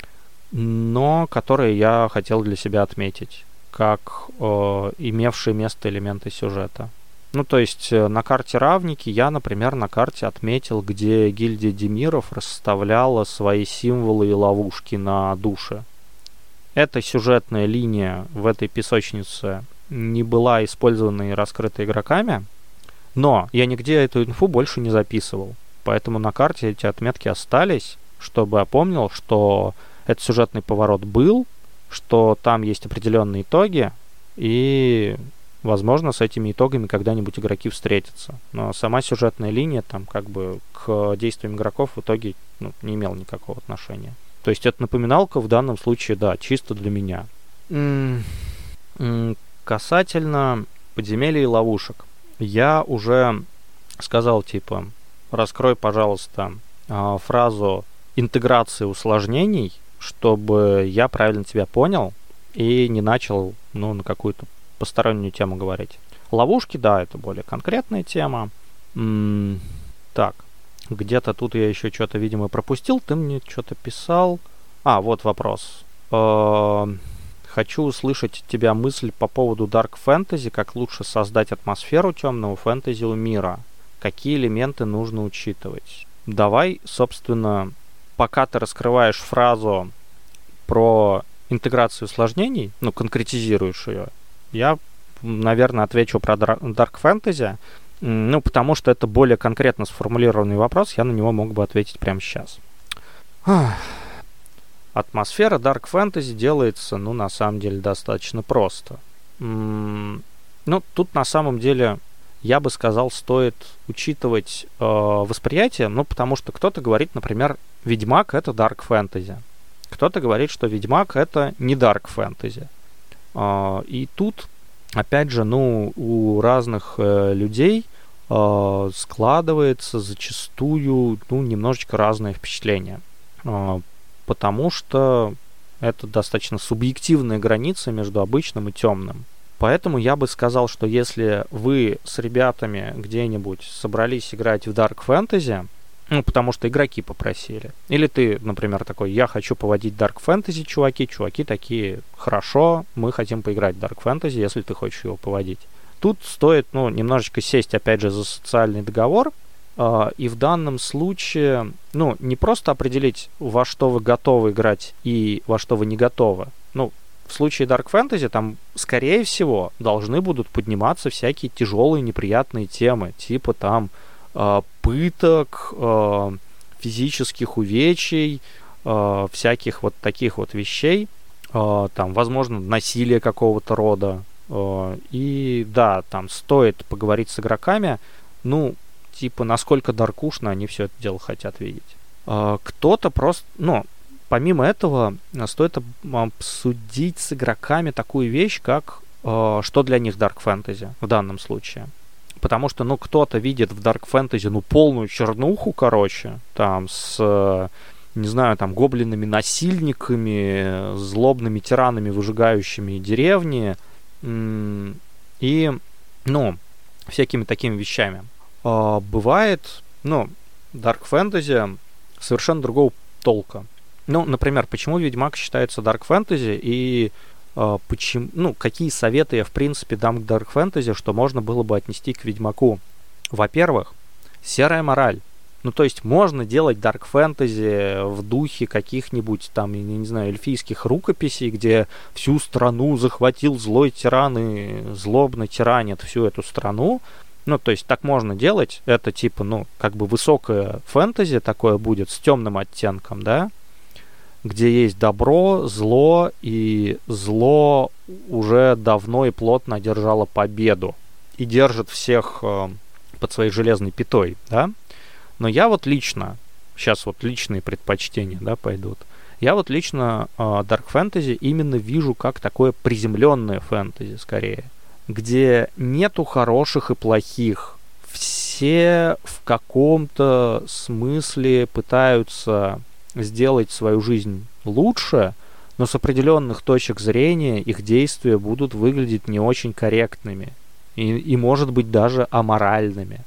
но которые я хотел для себя отметить, как э, имевшие место элементы сюжета. Ну, то есть э, на карте Равники я, например, на карте отметил, где гильдия Демиров расставляла свои символы и ловушки на душе. Эта сюжетная линия в этой песочнице не была использована и раскрыта игроками, но я нигде эту инфу больше не записывал. Поэтому на карте эти отметки остались, чтобы я помнил, что этот сюжетный поворот был, что там есть определенные итоги, и, возможно, с этими итогами когда-нибудь игроки встретятся. Но сама сюжетная линия там как бы к действиям игроков в итоге, ну, не имела никакого отношения. То есть это напоминалка в данном случае, да, чисто для меня. М, м, Касательно подземелий и ловушек. Я уже сказал, типа, раскрой, пожалуйста, а, фразу интеграции усложнений, чтобы я правильно тебя понял и не начал, ну, на какую-то постороннюю тему говорить. Ловушки, да, это более конкретная тема. М, Так, где-то тут я еще что-то, видимо, пропустил. Ты мне что-то писал. А, вот вопрос. Э, Хочу услышать от тебя мысль по поводу Dark Fantasy, как лучше создать атмосферу темного фэнтези у мира. Какие элементы нужно учитывать? Давай, собственно, пока ты раскрываешь фразу про интеграцию усложнений, ну, конкретизируешь ее, я, наверное, отвечу про Dark Fantasy, ну, потому что это более конкретно сформулированный вопрос, я на него мог бы ответить прямо сейчас. Атмосфера Dark Fantasy делается, ну, на самом деле, достаточно просто. М, Ну, тут на самом деле, я бы сказал, стоит учитывать э, восприятие, ну, потому что кто-то говорит, например, Ведьмак — это Dark Fantasy. Кто-то говорит, что Ведьмак — это не Dark Fantasy. Э, и тут, опять же, ну, у разных э, людей э, складывается зачастую, ну, немножечко разное впечатление. Э, потому что это достаточно субъективная граница между обычным и темным. Поэтому я бы сказал, что если вы с ребятами где-нибудь собрались играть в Dark Fantasy, ну, потому что игроки попросили, или ты, например, такой, я хочу поводить Dark Fantasy, чуваки, чуваки такие, хорошо, мы хотим поиграть в Dark Fantasy, если ты хочешь его поводить. Тут стоит, ну, немножечко сесть, опять же, за социальный договор, Uh, и в данном случае, ну, не просто определить, во что вы готовы играть и во что вы не готовы. Ну, в случае Dark Fantasy там, скорее всего, должны будут подниматься всякие тяжелые, неприятные темы, типа там uh, пыток, uh, физических увечий, uh, всяких вот таких вот вещей, uh, там, возможно, насилие какого-то рода. Uh, и да, там стоит поговорить с игроками, ну, типа, насколько даркушно они все это дело хотят видеть. А, кто-то просто, ну, помимо этого, стоит обсудить с игроками такую вещь, как а, что для них Dark Fantasy в данном случае. Потому что, ну, кто-то видит в Dark Fantasy, ну, полную чернуху, короче, там, с, не знаю, там, гоблинами-насильниками, злобными тиранами, выжигающими деревни, и, ну, всякими такими вещами. Бывает, ну, Dark Fantasy совершенно другого толка. Ну, например, почему Ведьмак считается Dark Fantasy и э, почему, ну, какие советы я, в принципе, дам к Dark Fantasy, что можно было бы отнести к Ведьмаку. Во-первых, серая мораль. Ну, то есть можно делать Dark Fantasy в духе каких-нибудь там, я не знаю, эльфийских рукописей, где всю страну захватил злой тиран и злобно тиранит всю эту страну. Ну, то есть так можно делать. Это типа, ну, как бы высокое фэнтези такое будет с темным оттенком, да, где есть добро, зло, и зло уже давно и плотно одержало победу и держит всех э, под своей железной пятой, да. Но я вот лично, сейчас вот личные предпочтения, да, пойдут. Я вот лично э, Dark Fantasy именно вижу как такое приземленное фэнтези скорее, где нету хороших и плохих. Все в каком-то смысле пытаются сделать свою жизнь лучше, но с определенных точек зрения их действия будут выглядеть не очень корректными и, и может быть, даже аморальными.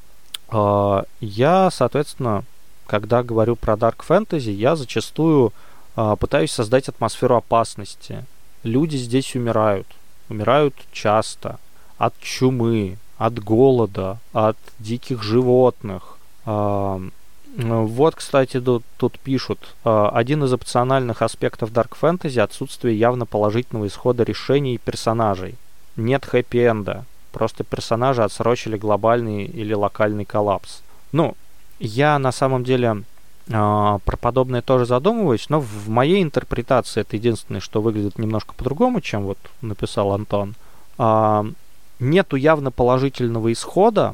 Я, соответственно, когда говорю про Dark Fantasy, я зачастую пытаюсь создать атмосферу опасности. Люди здесь умирают. Умирают часто. От чумы, от голода, от диких животных. Вот, кстати, тут, тут пишут. Один из опциональных аспектов Dark Fantasy — отсутствие явно положительного исхода решений персонажей. Нет хэппи-энда. Просто персонажи отсрочили глобальный или локальный коллапс. Ну, я на самом деле про подобное тоже задумываюсь, но в моей интерпретации это единственное, что выглядит немножко по-другому, чем вот написал Антон. Нету явно положительного исхода,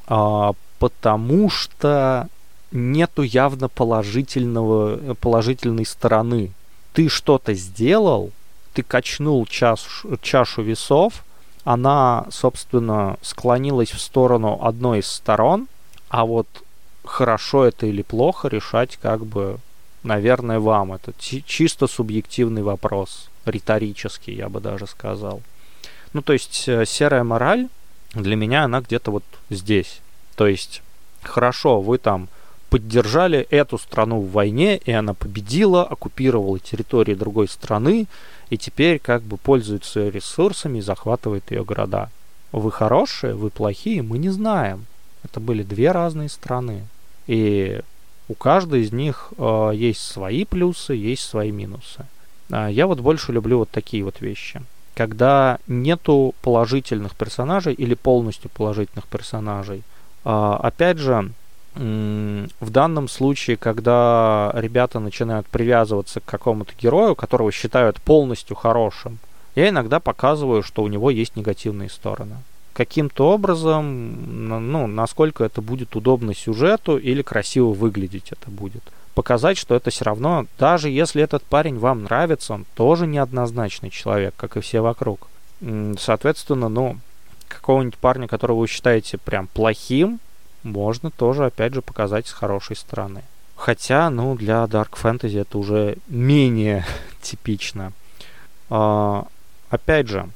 потому что нету явно положительного, положительной стороны. Ты что-то сделал, ты качнул час, чашу весов, она, собственно, склонилась в сторону одной из сторон, а вот хорошо это или плохо решать, как бы, наверное, вам. Это чисто субъективный вопрос, риторический, я бы даже сказал. Ну, то есть серая мораль для меня, она где-то вот здесь. То есть, хорошо, вы там поддержали эту страну в войне, и она победила, оккупировала территории другой страны, и теперь как бы пользуется ее ресурсами и захватывает ее города. Вы хорошие, вы плохие, мы не знаем. Это были две разные страны. И у каждой из них э, есть свои плюсы, есть свои минусы. А я вот больше люблю вот такие вот вещи. Когда нету положительных персонажей или полностью положительных персонажей. А, опять же, м- в данном случае, когда ребята начинают привязываться к какому-то герою, которого считают полностью хорошим, я иногда показываю, что у него есть негативные стороны. Каким-то образом, ну, насколько это будет удобно сюжету или красиво выглядеть это будет. Показать, что это все равно, даже если этот парень вам нравится, он тоже неоднозначный человек, как и все вокруг. Соответственно, ну, какого-нибудь парня, которого вы считаете прям плохим, можно тоже, опять же, показать с хорошей стороны. Хотя, ну, для Dark Fantasy это уже менее типично. А, опять же,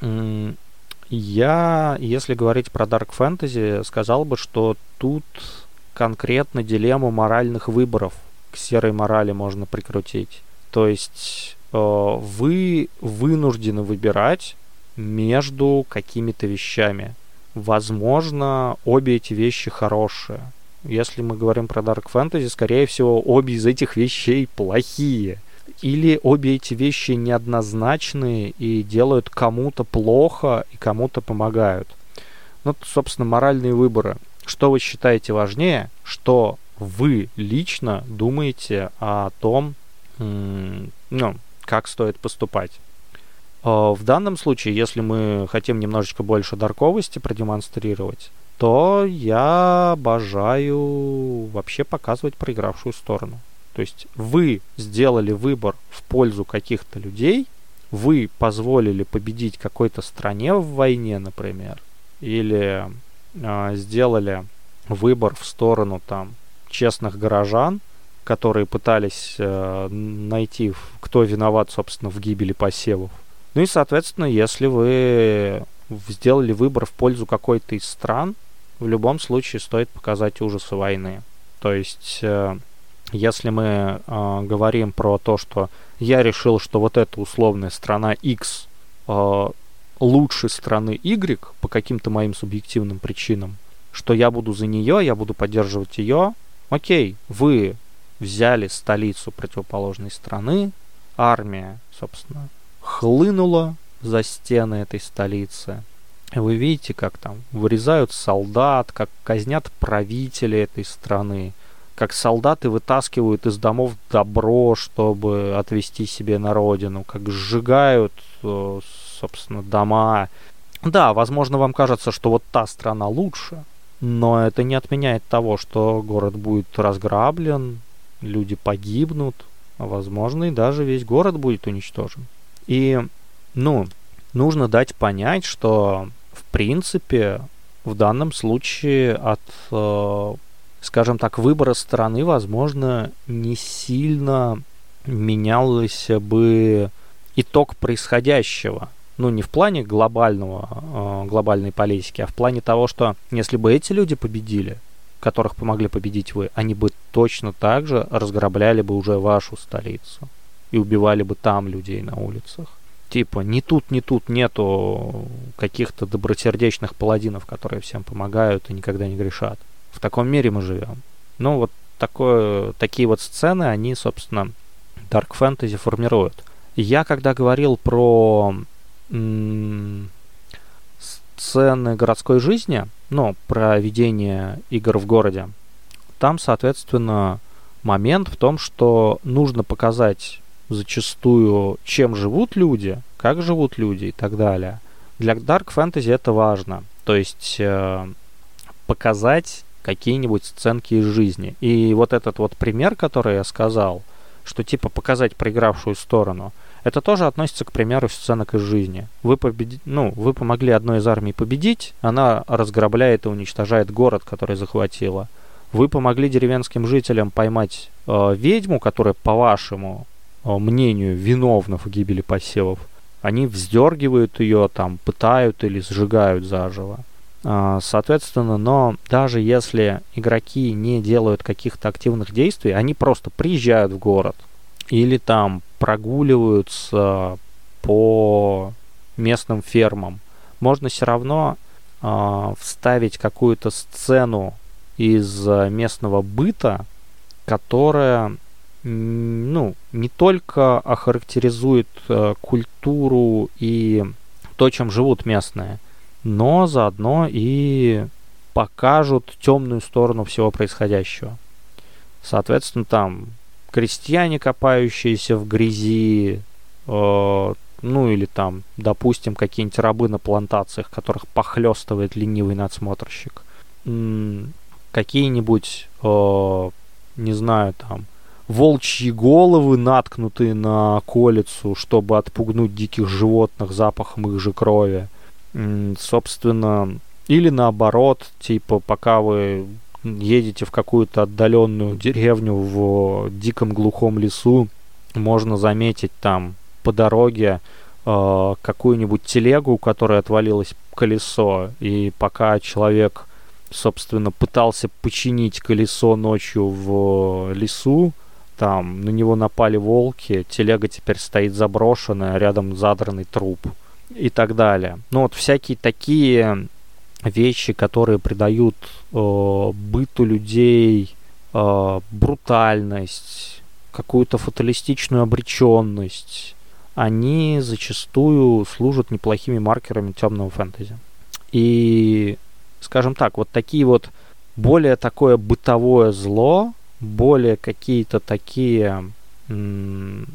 я, если говорить про Dark Fantasy, сказал бы, что тут конкретно дилемму моральных выборов к серой морали можно прикрутить. То есть э, вы вынуждены выбирать между какими-то вещами. Возможно, обе эти вещи хорошие. Если мы говорим про Dark Fantasy, скорее всего, обе из этих вещей плохие. Или обе эти вещи неоднозначные и делают кому-то плохо и кому-то помогают. Ну, собственно, моральные выборы. Что вы считаете важнее? Что вы лично думаете о том, ну, как стоит поступать? В данном случае, если мы хотим немножечко больше дарковости продемонстрировать, то я обожаю вообще показывать проигравшую сторону. То есть вы сделали выбор в пользу каких-то людей, вы позволили победить какой-то стране в войне, например, или э, сделали выбор в сторону там честных горожан, которые пытались э, найти, кто виноват, собственно, в гибели посевов. Ну и, соответственно, если вы сделали выбор в пользу какой-то из стран, в любом случае стоит показать ужасы войны. То есть... Э, Если мы э, говорим про то, что я решил, что вот эта условная страна X э, лучше страны Y по каким-то моим субъективным причинам, что я буду за нее, я буду поддерживать ее, окей, вы взяли столицу противоположной страны, армия, собственно, хлынула за стены этой столицы. Вы видите, как там вырезают солдат, как казнят правителей этой страны, как солдаты вытаскивают из домов добро, чтобы отвезти себе на родину, как сжигают, собственно, дома. Да, возможно, вам кажется, что вот та страна лучше, но это не отменяет того, что город будет разграблен, люди погибнут, а возможно, и даже весь город будет уничтожен. И, ну, нужно дать понять, что, в принципе, в данном случае от... скажем так, выбора стороны, возможно, не сильно менялся бы итог происходящего. Ну, не в плане глобального, э, глобальной политики, а в плане того, что если бы эти люди победили, которых помогли победить вы, они бы точно так же разграбляли бы уже вашу столицу и убивали бы там людей на улицах. Типа, ни тут, ни тут нету каких-то добросердечных паладинов, которые всем помогают и никогда не грешат. В таком мире мы живем. Ну, вот такое, такие вот сцены, они, собственно, Dark Fantasy формируют. И я, когда говорил про м- сцены городской жизни, ну, про ведение игр в городе, там, соответственно, момент в том, что нужно показать зачастую, чем живут люди, как живут люди и так далее. Для Dark Fantasy это важно. То есть э- показать какие-нибудь сценки из жизни. И вот этот вот пример, который я сказал, что типа показать проигравшую сторону, Это тоже относится, к примеру, сценок из жизни. Вы, победи... ну, вы помогли одной из армий победить, она разграбляет и уничтожает город, который захватила. Вы помогли деревенским жителям поймать э, ведьму, которая, по вашему э, мнению, виновна в гибели посевов. Они вздергивают ее, там, пытают или сжигают заживо. Э, соответственно, но даже если игроки не делают каких-то активных действий, они просто приезжают в город или там прогуливаются по местным фермам. Можно все равно э, вставить какую-то сцену из местного быта, которая, ну, не только охарактеризует э, культуру и то, чем живут местные, но заодно и покажут темную сторону всего происходящего. Соответственно, там крестьяне, копающиеся в грязи, э, ну или там, допустим, какие-нибудь рабы на плантациях, которых похлестывает ленивый надсмотрщик. М- какие-нибудь, э, не знаю, там, волчьи головы, наткнутые на околицу, чтобы отпугнуть диких животных запахом их же крови. М- собственно, или наоборот, типа, пока вы едете в какую-то отдаленную деревню в диком глухом лесу, можно заметить там по дороге э, какую-нибудь телегу, у которой отвалилось колесо, и пока человек, собственно, пытался починить колесо ночью в лесу, там на него напали волки, телега теперь стоит заброшенная, рядом задранный труп и так далее. Ну вот всякие такие вещи, которые придают э, быту людей э, брутальность, какую-то фаталистичную обреченность, они зачастую служат неплохими маркерами темного фэнтези. И, скажем так, вот такие вот более такое бытовое зло, более какие-то такие м-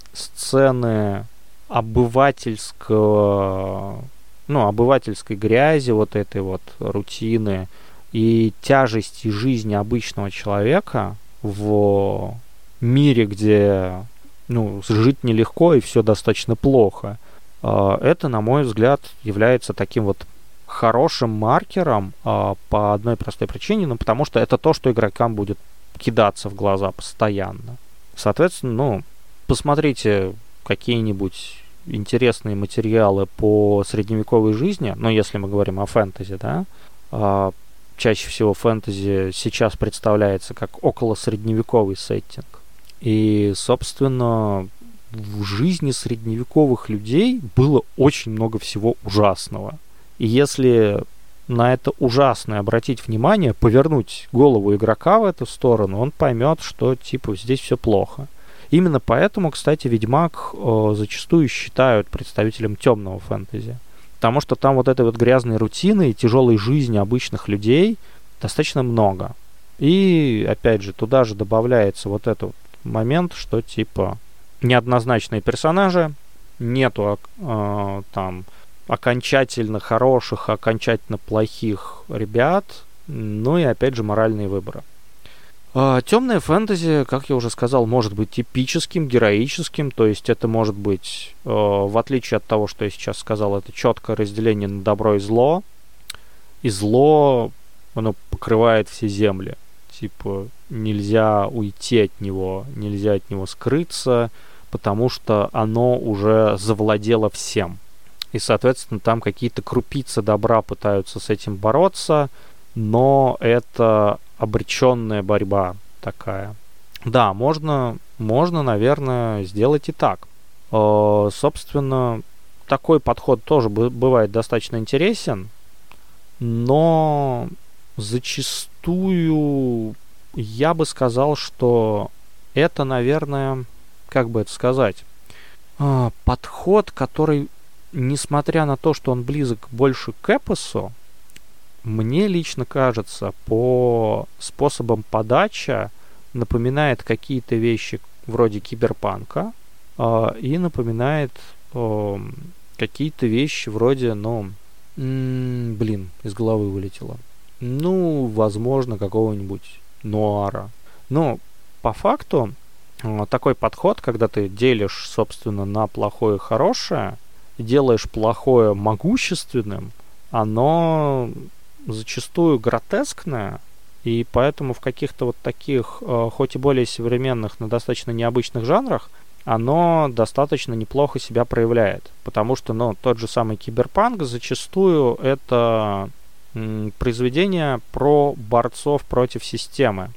сцены обывательского, ну, обывательской грязи, вот этой вот рутины и тяжести жизни обычного человека в мире, где, ну, жить нелегко и все достаточно плохо, это, на мой взгляд, является таким вот хорошим маркером по одной простой причине, ну, потому что это то, что игрокам будет кидаться в глаза постоянно. Соответственно, ну, посмотрите какие-нибудь интересные материалы по средневековой жизни, ну, если мы говорим о фэнтези, да, а, чаще всего фэнтези сейчас представляется как около средневековый сеттинг. И, собственно, в жизни средневековых людей было очень много всего ужасного. И если на это ужасное обратить внимание, повернуть голову игрока в эту сторону, он поймет, что, типа, здесь все плохо. Именно поэтому, кстати, Ведьмак э, зачастую считают представителем темного фэнтези. Потому что там вот этой вот грязной рутины и тяжелой жизни обычных людей достаточно много. И, опять же, туда же добавляется вот этот момент, что, типа, неоднозначные персонажи, нету э, там окончательно хороших, окончательно плохих ребят, ну и, опять же, моральные выборы. Темное фэнтези, как я уже сказал, может быть типическим, героическим, то есть это может быть, э, в отличие от того, что я сейчас сказал, это четкое разделение на добро и зло, и зло, оно покрывает все земли, типа нельзя уйти от него, нельзя от него скрыться, потому что оно уже завладело всем, и, соответственно, там какие-то крупицы добра пытаются с этим бороться, но это обреченная борьба такая. Да, можно, можно, наверное, сделать и так. Э, собственно, такой подход тоже бывает достаточно интересен, но зачастую я бы сказал, что это, наверное, как бы это сказать, э, подход, который, несмотря на то, что он близок больше к эпосу, мне лично кажется, по способам подачи напоминает какие-то вещи вроде киберпанка э, и напоминает э, какие-то вещи вроде, ну, м- блин, из головы вылетело. Ну, возможно, какого-нибудь нуара. Но по факту э, такой подход, когда ты делишь, собственно, на плохое и хорошее, делаешь плохое могущественным, оно зачастую гротескное, и поэтому в каких-то вот таких, э, хоть и более современных, но достаточно необычных жанрах, оно достаточно неплохо себя проявляет. Потому что, ну, тот же самый киберпанк зачастую это м, произведение про борцов против системы.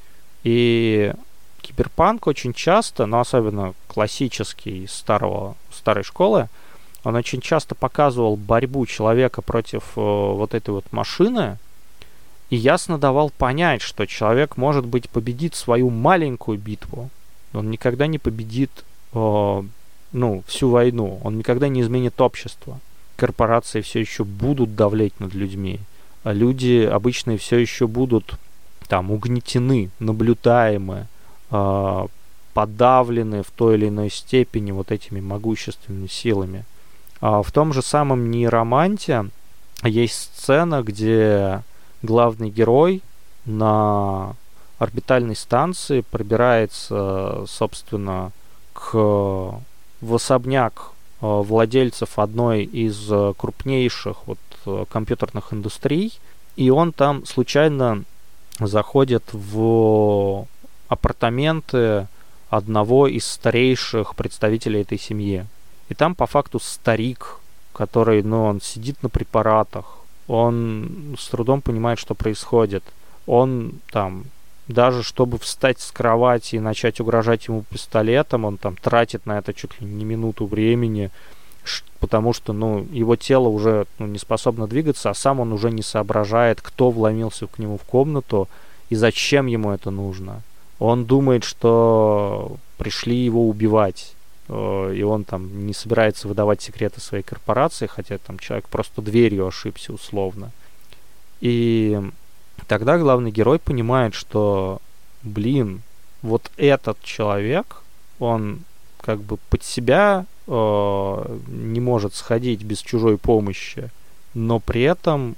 И киберпанк очень часто, но особенно классический из старого, старой школы, он очень часто показывал борьбу человека против э, вот этой вот машины и ясно давал понять, что человек, может быть, победит свою маленькую битву, но он никогда не победит э, ну, всю войну, он никогда не изменит общество. Корпорации все еще будут давлеть над людьми, а люди обычные все еще будут там угнетены, наблюдаемы, э, подавлены в той или иной степени вот этими могущественными силами. А в том же самом Нейроманте есть сцена, где главный герой на орбитальной станции пробирается, собственно, к, в особняк владельцев одной из крупнейших вот, компьютерных индустрий, и он там случайно заходит в апартаменты одного из старейших представителей этой семьи. И там по факту старик, который, ну, он сидит на препаратах, он с трудом понимает, что происходит. Он там, даже чтобы встать с кровати и начать угрожать ему пистолетом, он там тратит на это чуть ли не минуту времени, потому что, ну, его тело уже ну, не способно двигаться, а сам он уже не соображает, кто вломился к нему в комнату и зачем ему это нужно. Он думает, что пришли его убивать. И он там не собирается выдавать секреты своей корпорации, хотя там человек просто дверью ошибся условно. И тогда главный герой понимает, что, блин, вот этот человек, он как бы под себя э, не может сходить без чужой помощи, но при этом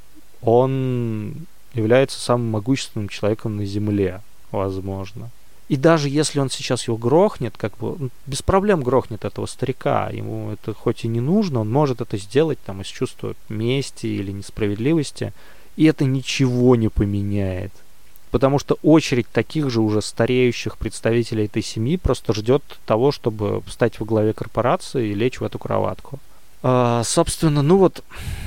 он является самым могущественным человеком на Земле, возможно. И даже если он сейчас его грохнет, как бы без проблем грохнет этого старика, ему это хоть и не нужно, он может это сделать там из чувства мести или несправедливости, и это ничего не поменяет. Потому что очередь таких же уже стареющих представителей этой семьи просто ждет того, чтобы встать во главе корпорации и лечь в эту кроватку. А, собственно, ну вот,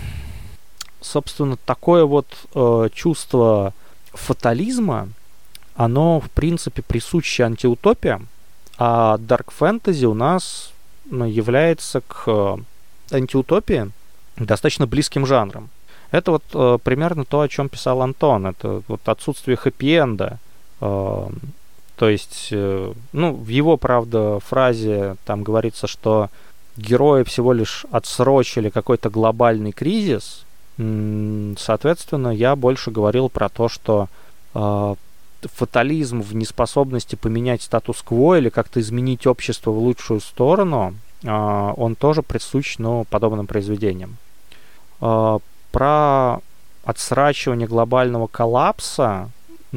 собственно, такое вот э, чувство фатализма, оно, в принципе, присуще антиутопиям, а Dark Fantasy у нас ну, является к антиутопии достаточно близким жанром. Это вот э, примерно то, о чем писал Антон. Это вот отсутствие хэппи-энда. Э, то есть, э, ну, в его, правда, фразе там говорится, что герои всего лишь отсрочили какой-то глобальный кризис. М-м, соответственно, я больше говорил про то, что э, фатализм в неспособности поменять статус-кво или как-то изменить общество в лучшую сторону, э, он тоже присущ, ну, подобным произведениям. Э, про отсрачивание глобального коллапса,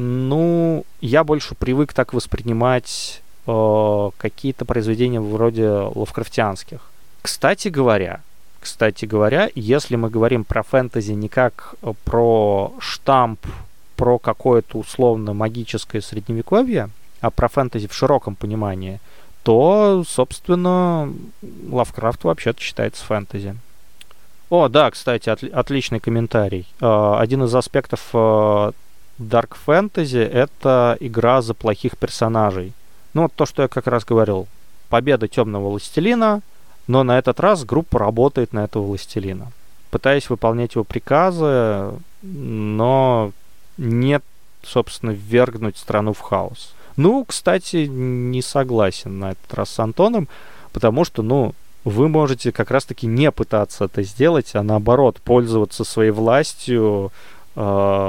ну, я больше привык так воспринимать э, какие-то произведения вроде лавкрафтианских. Кстати говоря, кстати говоря, если мы говорим про фэнтези не как про штамп, про какое-то условно магическое средневековье, а про фэнтези в широком понимании, то, собственно, Лавкрафт вообще-то считается фэнтези. О, да, кстати, отли- отличный комментарий. Э, один из аспектов э, Dark Fantasy — это игра за плохих персонажей. Ну, вот то, что я как раз говорил. Победа темного властелина, но на этот раз группа работает на этого властелина, пытаясь выполнять его приказы, но не, собственно, ввергнуть страну в хаос. Ну, кстати, не согласен на этот раз с Антоном, потому что, ну, вы можете как раз-таки не пытаться это сделать, а наоборот, пользоваться своей властью э,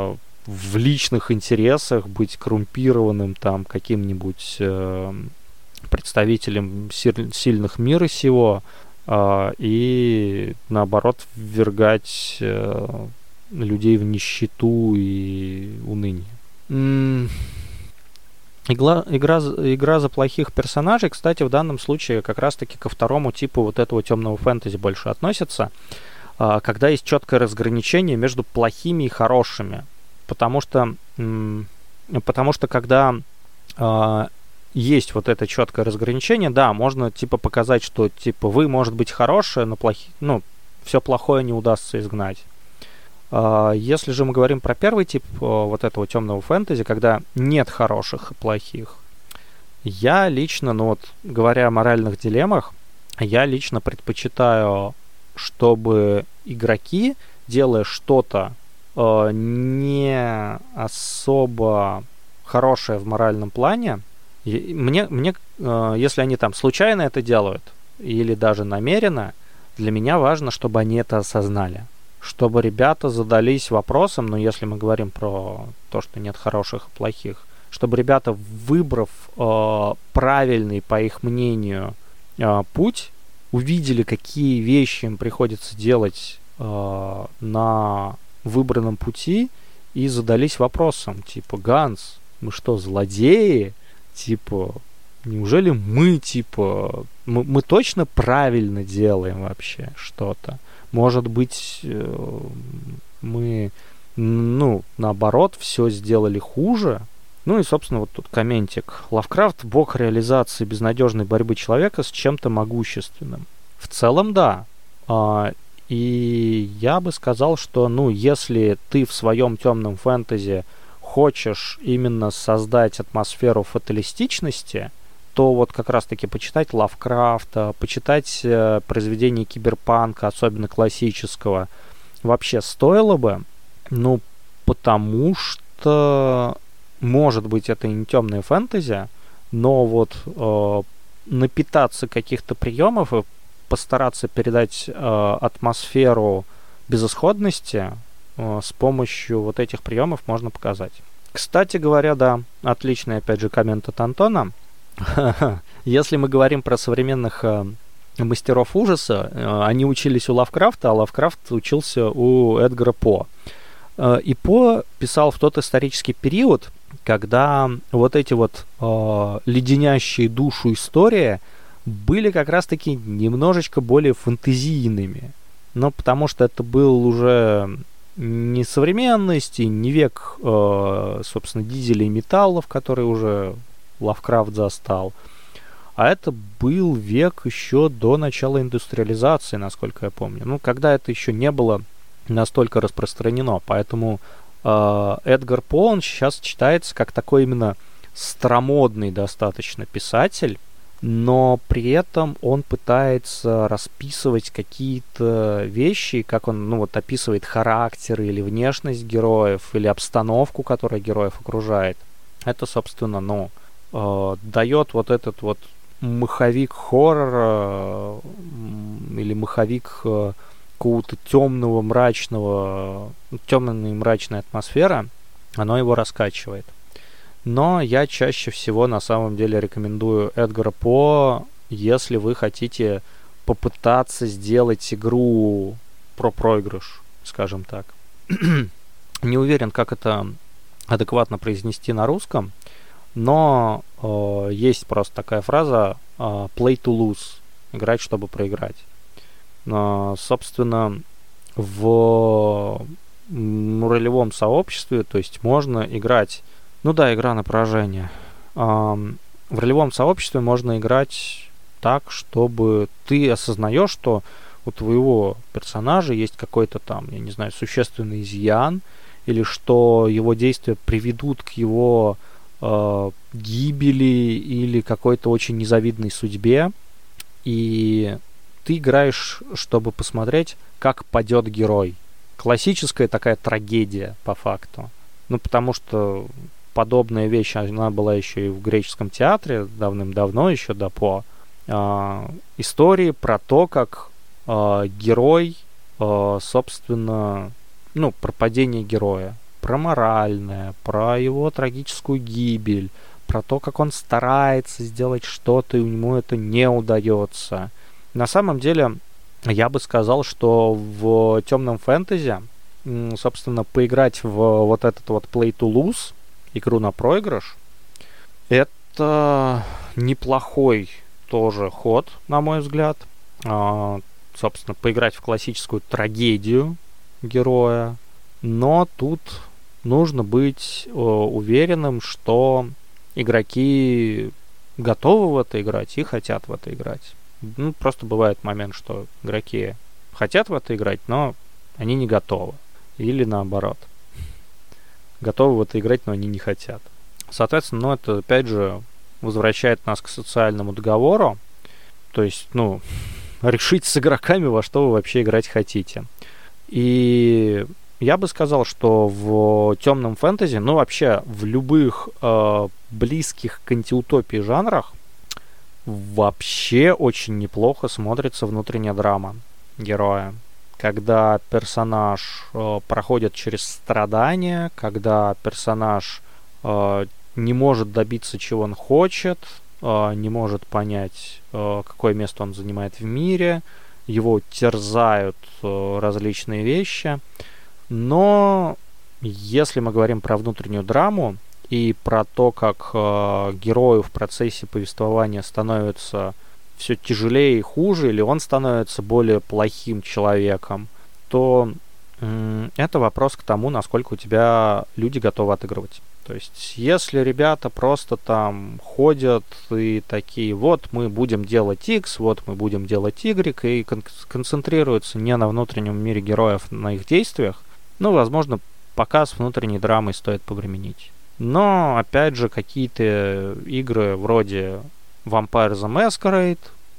в личных интересах, быть коррумпированным там каким-нибудь э, представителем силь- сильных мира сего э, и, наоборот, ввергать э, людей в нищету и уныние. М- Игла, игра, игра за плохих персонажей, кстати, в данном случае как раз-таки ко второму типу вот этого темного фэнтези больше относится, а, когда есть четкое разграничение между плохими и хорошими. Потому что, м, потому что когда а, есть вот это четкое разграничение, да, можно типа показать, что типа вы, может быть, хорошие, но плохие, ну, все плохое не удастся изгнать. Если же мы говорим про первый тип вот этого темного фэнтези, когда нет хороших и плохих, я лично, ну вот, говоря о моральных дилеммах, я лично предпочитаю, чтобы игроки, делая что-то э, не особо хорошее в моральном плане, мне, мне э, если они там случайно это делают или даже намеренно, для меня важно, чтобы они это осознали. Чтобы ребята задались вопросом, ну, если мы говорим про то, что нет хороших и плохих, чтобы ребята, выбрав э, правильный, по их мнению, э, путь, увидели, какие вещи им приходится делать э, на выбранном пути, и задались вопросом, типа, Ганс, мы что, злодеи? Типа, неужели мы, типа, мы, мы точно правильно делаем вообще что-то? Может быть, мы, ну, наоборот, все сделали хуже. Ну и, собственно, вот тут комментик. Лавкрафт — бог реализации безнадежной борьбы человека с чем-то могущественным. В целом, да. И я бы сказал, что, ну, если ты в своем темном фэнтези хочешь именно создать атмосферу фаталистичности, то вот как раз-таки почитать Лавкрафта, почитать э, произведения киберпанка, особенно классического, вообще стоило бы. Ну, потому что, может быть, это и не темная фэнтези, но вот э, напитаться каких-то приемов и постараться передать э, атмосферу безысходности э, с помощью вот этих приемов можно показать. Кстати говоря, да, отличный, опять же, коммент от Антона. Если мы говорим про современных э, мастеров ужаса, э, они учились у Лавкрафта, а Лавкрафт учился у Эдгара По. Э, и По писал в тот исторический период, когда вот эти вот э, леденящие душу истории были как раз-таки немножечко более фэнтезийными. Ну, потому что это был уже не современность и не век, э, собственно, дизелей и металлов, которые уже Лавкрафт застал. А это был век еще до начала индустриализации, насколько я помню. Ну, когда это еще не было настолько распространено. Поэтому э, Эдгар По, он сейчас читается как такой именно старомодный достаточно писатель, но при этом он пытается расписывать какие-то вещи, как он, ну, вот, описывает характер или внешность героев, или обстановку, которая героев окружает. Это, собственно, ну, э, дает вот этот вот маховик хоррора э, или маховик э, какого-то темного, мрачного, темной и мрачной атмосферы, оно его раскачивает. Но я чаще всего на самом деле рекомендую Эдгара По, если вы хотите попытаться сделать игру про проигрыш, скажем так. Не уверен, как это адекватно произнести на русском, но э, есть просто такая фраза э, play to lose, играть, чтобы проиграть. Но, собственно, в ролевом сообществе, то есть можно играть. Ну да, игра на поражение. В ролевом сообществе можно играть так, чтобы ты осознаешь, что у твоего персонажа есть какой-то там, я не знаю, существенный изъян, или что его действия приведут к его э, гибели или какой-то очень незавидной судьбе. И ты играешь, чтобы посмотреть, как падет герой. Классическая такая трагедия, по факту. Ну, потому что подобная вещь, она была еще и в греческом театре давным-давно, еще до По. Э, истории про то, как э, герой, э, собственно, ну, про падение героя, про моральное, про его трагическую гибель, про то, как он старается сделать что-то, и у него это не удается. На самом деле, я бы сказал, что в темном фэнтези, собственно, поиграть в вот этот вот play to lose, игру на проигрыш, Это неплохой тоже ход, на мой взгляд. А, собственно, поиграть в классическую трагедию героя. Но тут нужно быть о, уверенным, что игроки готовы в это играть и хотят в это играть. Ну, просто бывает момент, что игроки хотят в это играть, но они не готовы. Или наоборот. Готовы в это играть, но они не хотят. Соответственно, ну, это, опять же, возвращает нас к социальному договору. То есть, ну, решить с игроками, во что вы вообще играть хотите. И я бы сказал, что в темном фэнтези, ну, вообще, в любых э, близких к антиутопии жанрах вообще очень неплохо смотрится внутренняя драма героя. Когда персонаж э, проходит через страдания, когда персонаж э, не может добиться, чего он хочет, э, не может понять, э, какое место он занимает в мире, его терзают э, различные вещи. Но если мы говорим про внутреннюю драму и про то, как э, герою в процессе повествования становится все тяжелее и хуже, или он становится более плохим человеком, то м- это вопрос к тому, насколько у тебя люди готовы отыгрывать. То есть, если ребята просто там ходят и такие, вот мы будем делать X, вот мы будем делать Y, и кон- концентрируются не на внутреннем мире героев, на их действиях, ну, возможно, пока с внутренней драмой стоит повременить. Но, опять же, какие-то игры вроде Vampire the Masquerade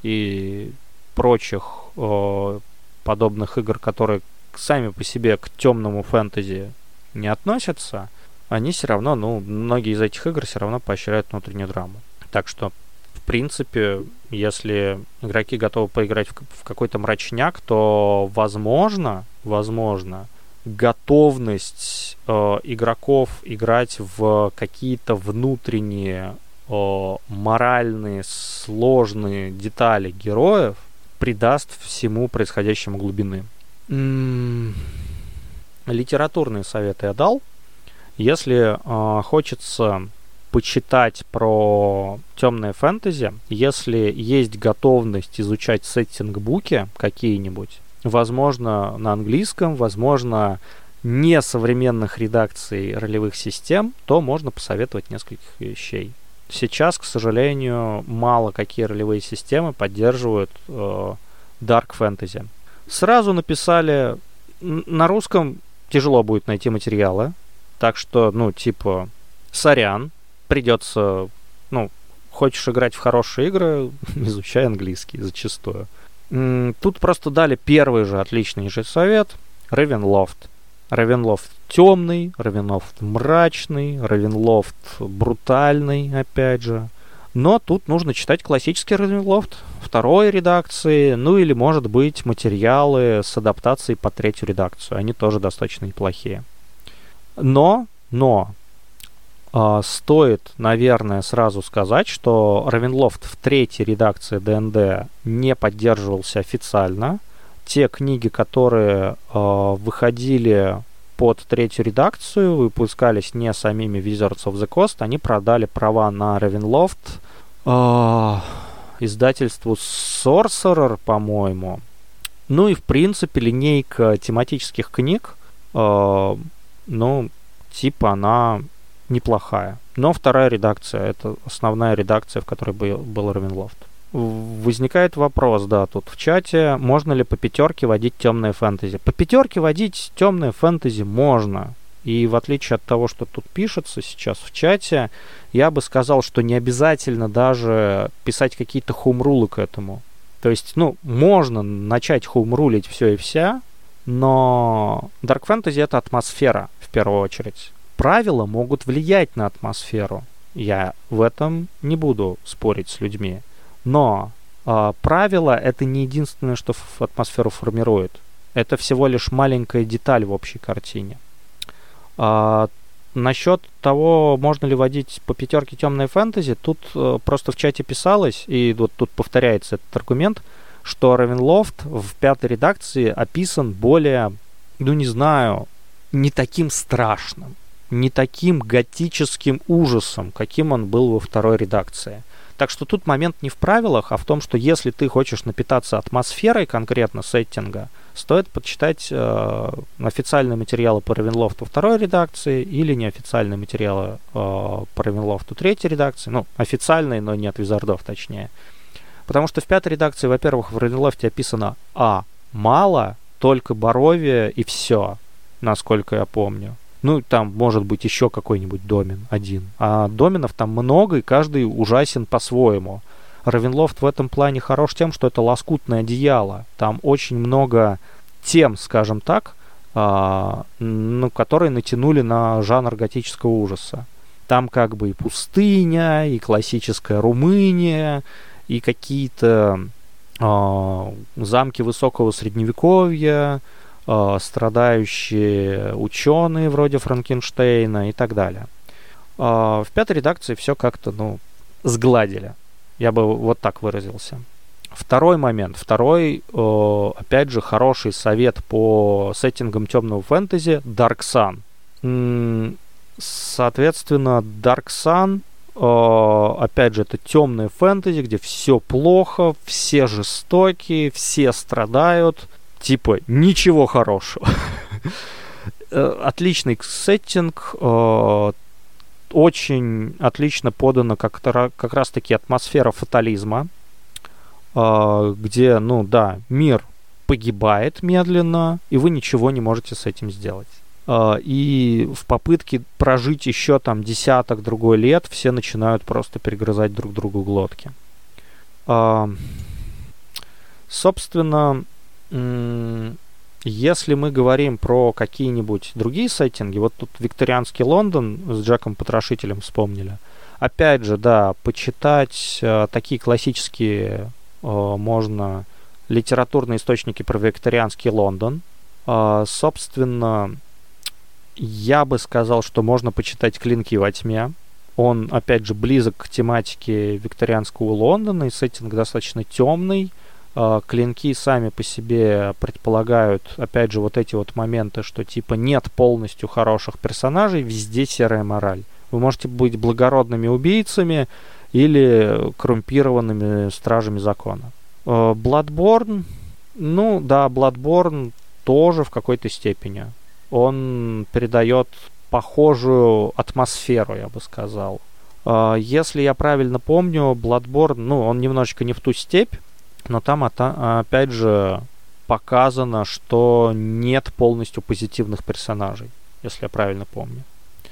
и прочих э, подобных игр, которые сами по себе к темному фэнтези не относятся, они все равно, ну, многие из этих игр все равно поощряют внутреннюю драму. Так что, в принципе, если игроки готовы поиграть в, в какой-то мрачняк, то, возможно, возможно, готовность э, игроков играть в какие-то внутренние э, моральные сложные детали героев придаст всему происходящему глубины. М-м- литературные советы я дал. Если э, хочется почитать про темное фэнтези, если есть готовность изучать сеттинг-буки какие-нибудь, возможно, на английском, возможно, не современных редакций ролевых систем, то можно посоветовать нескольких вещей. Сейчас, к сожалению, мало какие ролевые системы поддерживают э, Dark Fantasy. Сразу написали, на русском тяжело будет найти материалы, так что, ну, типа, сорян, придется, ну, хочешь играть в хорошие игры, изучай английский зачастую. Тут просто дали первый же отличный же совет. Ravenloft. Ravenloft темный, Ravenloft мрачный, Ravenloft брутальный, опять же. Но тут нужно читать классический Ravenloft второй редакции, ну или, может быть, материалы с адаптацией под третью редакцию. Они тоже достаточно неплохие. Но, но, э, стоит, наверное, сразу сказать, что Ravenloft в третьей редакции ди энд ди не поддерживался официально. Те книги, которые э, выходили под третью редакцию, выпускались не самими Wizards of the Coast, они продали права на Ravenloft э, издательству Sorcerer, по-моему. Ну и, в принципе, линейка тематических книг, э, ну, типа она неплохая. Но вторая редакция — это основная редакция, в которой был, был Ravenloft. Возникает вопрос, да, тут в чате, можно ли по пятерке водить темное фэнтези. По пятерке водить темное фэнтези можно. И в отличие от того, что тут пишется сейчас в чате, я бы сказал, что не обязательно даже писать какие-то хоумрулы к этому. То есть, ну, можно начать хоумрулить все и вся, но Dark Fantasy — это атмосфера, в первую очередь. Правила могут влиять на атмосферу. Я в этом не буду спорить с людьми. Но э, правила — это не единственное, что в атмосферу формирует. Это всего лишь маленькая деталь в общей картине. А, насчет того, можно ли водить по пятерке темное фэнтези, тут э, просто в чате писалось, и вот тут повторяется этот аргумент, что Ravenloft в пятой редакции описан более, ну не знаю, не таким страшным. не таким готическим ужасом, каким он был во второй редакции. Так что тут момент не в правилах, а в том, что если ты хочешь напитаться атмосферой конкретно сеттинга, стоит почитать э, официальные материалы по Ravenloft второй редакции или неофициальные материалы э, по Ravenloft третьей редакции. Ну, официальные, но не от Визардов, точнее. Потому что в пятой редакции, во-первых, в Ravenloft описано а. мало, только Боровия и все, насколько я помню. Ну, там может быть еще какой-нибудь домен один. А доменов там много, и каждый ужасен по-своему. Ravenloft в этом плане хорош тем, что это лоскутное одеяло. Там очень много тем, скажем так, а, ну, которые натянули на жанр готического ужаса. Там как бы и пустыня, и классическая Румыния, и какие-то а, замки высокого средневековья, Uh, страдающие ученые вроде Франкенштейна и так далее. Uh, в пятой редакции все как-то, ну, сгладили. Я бы вот так выразился. Второй момент. Второй, uh, опять же, хороший совет по сеттингам темного фэнтези — Dark Sun. Mm, соответственно, Dark Sun, uh, опять же, это темное фэнтези, где все плохо, все жестокие, все страдают. Типа, ничего хорошего. Отличный сеттинг, очень отлично подана как, как раз-таки атмосфера фатализма, где, ну да, мир погибает медленно, и вы ничего не можете с этим сделать. И в попытке прожить еще там десяток другой лет все начинают просто перегрызать друг другу глотки. Собственно, если мы говорим про какие-нибудь другие сеттинги, вот тут викторианский Лондон с Джеком Потрошителем вспомнили. Опять же, да, почитать э, такие классические э, можно литературные источники про викторианский Лондон. Э, собственно, я бы сказал, что можно почитать «Клинки во тьме». Он, опять же, близок к тематике викторианского Лондона, и сеттинг достаточно темный. Клинки сами по себе предполагают, опять же, вот эти вот моменты, что типа нет полностью хороших персонажей, везде серая мораль. Вы можете быть благородными убийцами или коррумпированными стражами закона. Bloodborne, ну да, Bloodborne тоже в какой-то степени. Он передает похожую атмосферу, я бы сказал. Если я правильно помню, Bloodborne, ну, он немножечко не в ту степь, но там, опять же, показано, что нет полностью позитивных персонажей, если я правильно помню.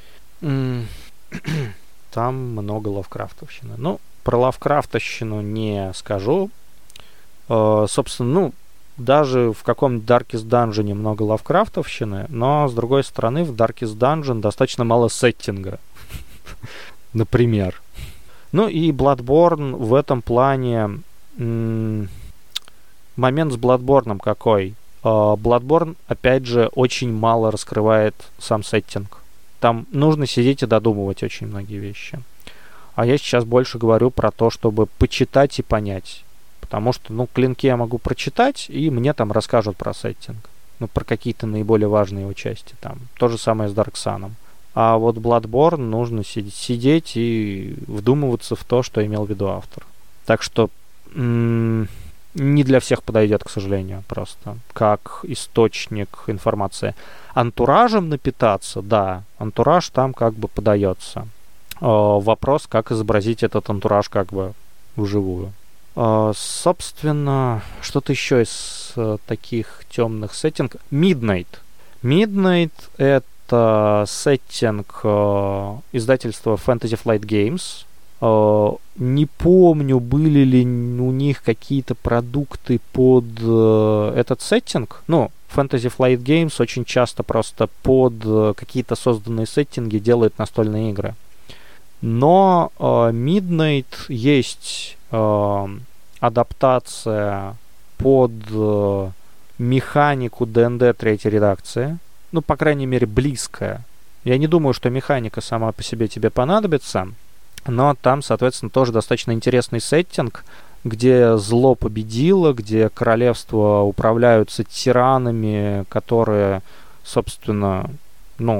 Там много лавкрафтовщины. Ну, про лавкрафтовщину не скажу. Собственно, ну, даже в каком-нибудь Darkest Dungeon много лавкрафтовщины, но, с другой стороны, в Darkest Dungeon достаточно мало сеттинга. Например. Ну и Bloodborne в этом плане... Момент с Bloodborne какой? Bloodborne, опять же, очень мало раскрывает сам сеттинг. Там нужно сидеть и додумывать очень многие вещи. А я сейчас больше говорю про то, чтобы почитать и понять. Потому что, ну, клинки я могу прочитать, и мне там расскажут про сеттинг. Ну, про какие-то наиболее важные его части. Там. То же самое с Dark Sun'ом. А вот Bloodborne нужно сидеть, сидеть и вдумываться в то, что имел в виду автор. Так что м- не для всех подойдет, к сожалению, просто как источник информации. Антуражем напитаться, да, антураж там как бы подается. Э, вопрос, как изобразить этот антураж как бы вживую. Э, собственно, что-то еще из э, таких темных сеттингов. Midnight. Midnight — это сеттинг э, издательства Fantasy Flight Games. Uh, не помню, были ли у них какие-то продукты под uh, этот сеттинг. Ну, Fantasy Flight Games очень часто просто под uh, какие-то созданные сеттинги делают настольные игры. Но uh, Midnight есть uh, адаптация под uh, механику ди энд ди третьей редакции. Ну, по крайней мере, близкая. Я не думаю, что механика сама по себе тебе понадобится. Но там, соответственно, тоже достаточно интересный сеттинг, где зло победило, где королевства управляются тиранами, которые, собственно, ну,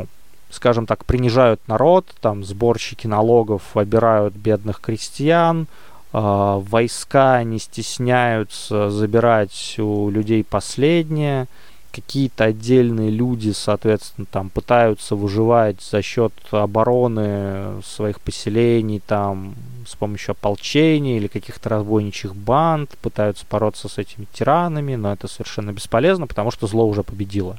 скажем так, принижают народ, там сборщики налогов обирают бедных крестьян, э, войска не стесняются забирать у людей последнее, какие-то отдельные люди, соответственно, там пытаются выживать за счет обороны своих поселений, там, с помощью ополчения или каких-то разбойничьих банд, пытаются бороться с этими тиранами, но это совершенно бесполезно, потому что зло уже победило.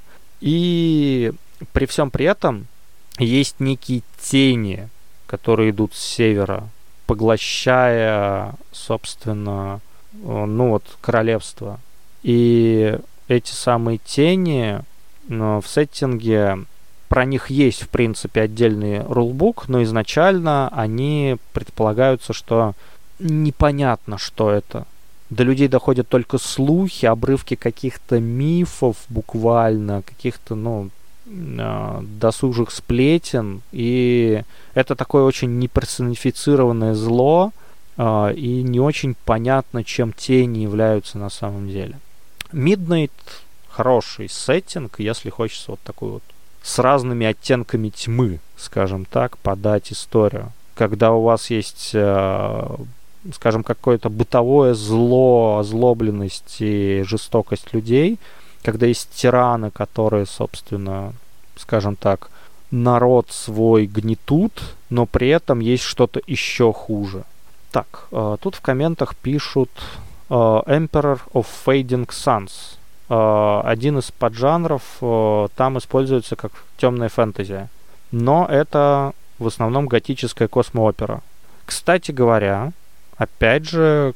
И при всем при этом есть некие тени, которые идут с севера, поглощая, собственно, ну вот, королевство. И эти самые тени, но в сеттинге про них есть, в принципе, отдельный рулбук, но изначально они предполагаются, что непонятно, что это. До людей доходят только слухи, обрывки каких-то мифов буквально, каких-то, ну, досужих сплетен, и это такое очень неперсонифицированное зло, и не очень понятно, чем тени являются на самом деле. Midnight хороший сеттинг, если хочется вот такой вот с разными оттенками тьмы, скажем так, подать историю. Когда у вас есть, скажем, какое-то бытовое зло, озлобленность и жестокость людей, когда есть тираны, которые, собственно, скажем так, народ свой гнетут, но при этом есть что-то еще хуже. Так, тут в комментах пишут Uh, Emperor of Fading Suns. Uh, один из поджанров uh, там используется как темная фэнтези. Но это в основном готическая космоопера. Кстати говоря, опять же,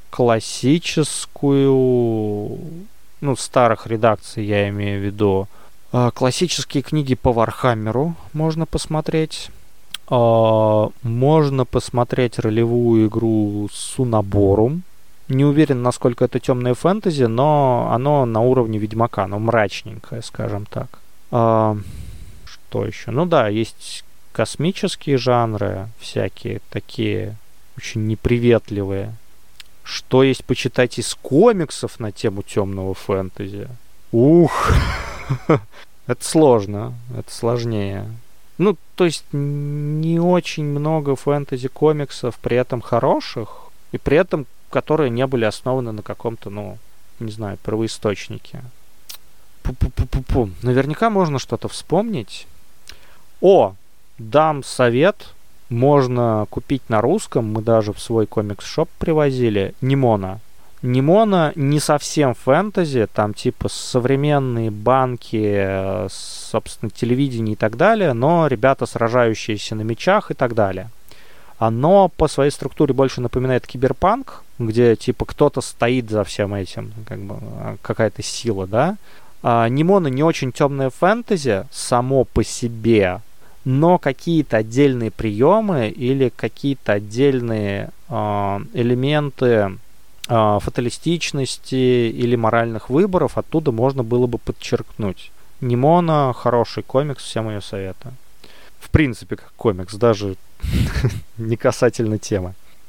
классическую, ну, старых редакций я имею в виду, uh, классические книги по Вархаммеру можно посмотреть. Uh, можно посмотреть ролевую игру Сунаборум. Не уверен, насколько это темное фэнтези, но оно на уровне Ведьмака, оно мрачненькое, скажем так. А, что еще? Ну да, есть космические жанры, всякие такие, очень неприветливые. Что есть почитать из комиксов на тему темного фэнтези? Ух! Это сложно, это сложнее. Ну, то есть не очень много фэнтези-комиксов, при этом хороших, и при этом которые не были основаны на каком-то, ну, не знаю, первоисточнике. Пу-пу-пу-пу-пу. Наверняка можно что-то вспомнить. О, дам совет. Можно купить на русском. Мы даже в свой комикс-шоп привозили. Нимона. Нимона не совсем фэнтези. Там типа современные банки, собственно, телевидение и так далее. Но ребята, сражающиеся на мечах и так далее. Оно по своей структуре больше напоминает киберпанк, где типа кто-то стоит за всем этим, как бы какая-то сила, да. А, Нимона не очень темное фэнтези само по себе, но какие-то отдельные приемы или какие-то отдельные а, элементы а, фаталистичности или моральных выборов оттуда можно было бы подчеркнуть. Нимона хороший комикс, всем ее советую. В принципе, как комикс, даже не касательно темы.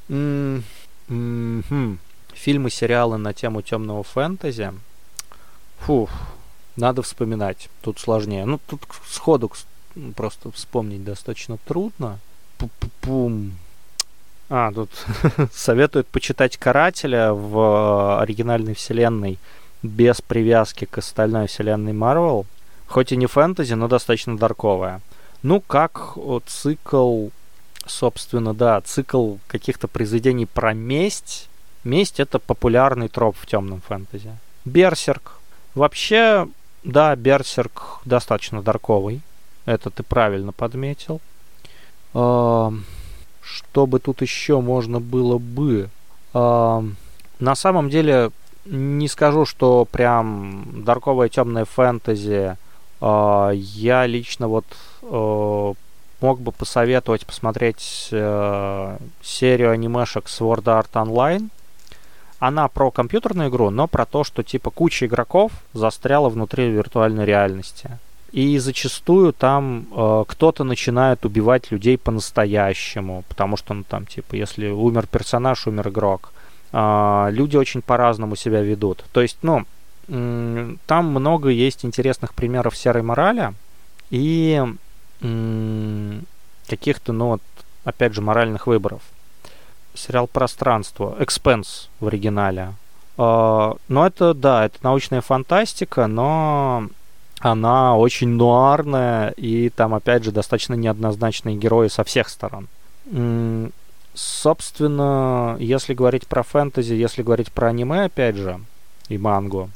Mm-hmm. Фильмы, сериалы на тему темного фэнтези. Фух, надо вспоминать. Тут сложнее. Ну, тут сходу просто вспомнить достаточно трудно. Пу-пу-пум. А, тут советуют почитать «Карателя» в оригинальной вселенной без привязки к остальной вселенной Marvel. Хоть и не фэнтези, но достаточно дарковая. Ну, как о, цикл, собственно, да, цикл каких-то произведений про месть. Месть — это популярный троп в темном фэнтези. Берсерк. Вообще, да, Берсерк достаточно дарковый. Это ты правильно подметил. Что бы тут еще можно было бы? На самом деле, не скажу, что прям дарковое темное фэнтези. Я лично вот мог бы посоветовать посмотреть серию анимешек Sword Art Online. Она про компьютерную игру, но про то, что типа куча игроков застряла внутри виртуальной реальности. И зачастую там э, кто-то начинает убивать людей по-настоящему, потому что, ну, там, типа, если умер персонаж, умер игрок. Э, люди очень по-разному себя ведут. То есть, ну, э, там много есть интересных примеров серой морали. И м- каких-то, ну вот, опять же, моральных выборов. Сериал «Пространство», «Экспенс» в оригинале. Э, ну, это, да, это научная фантастика, но она очень нуарная, и там, опять же, достаточно неоднозначные герои со всех сторон. М- собственно, если говорить про фэнтези, если говорить про аниме, опять же, и мангу,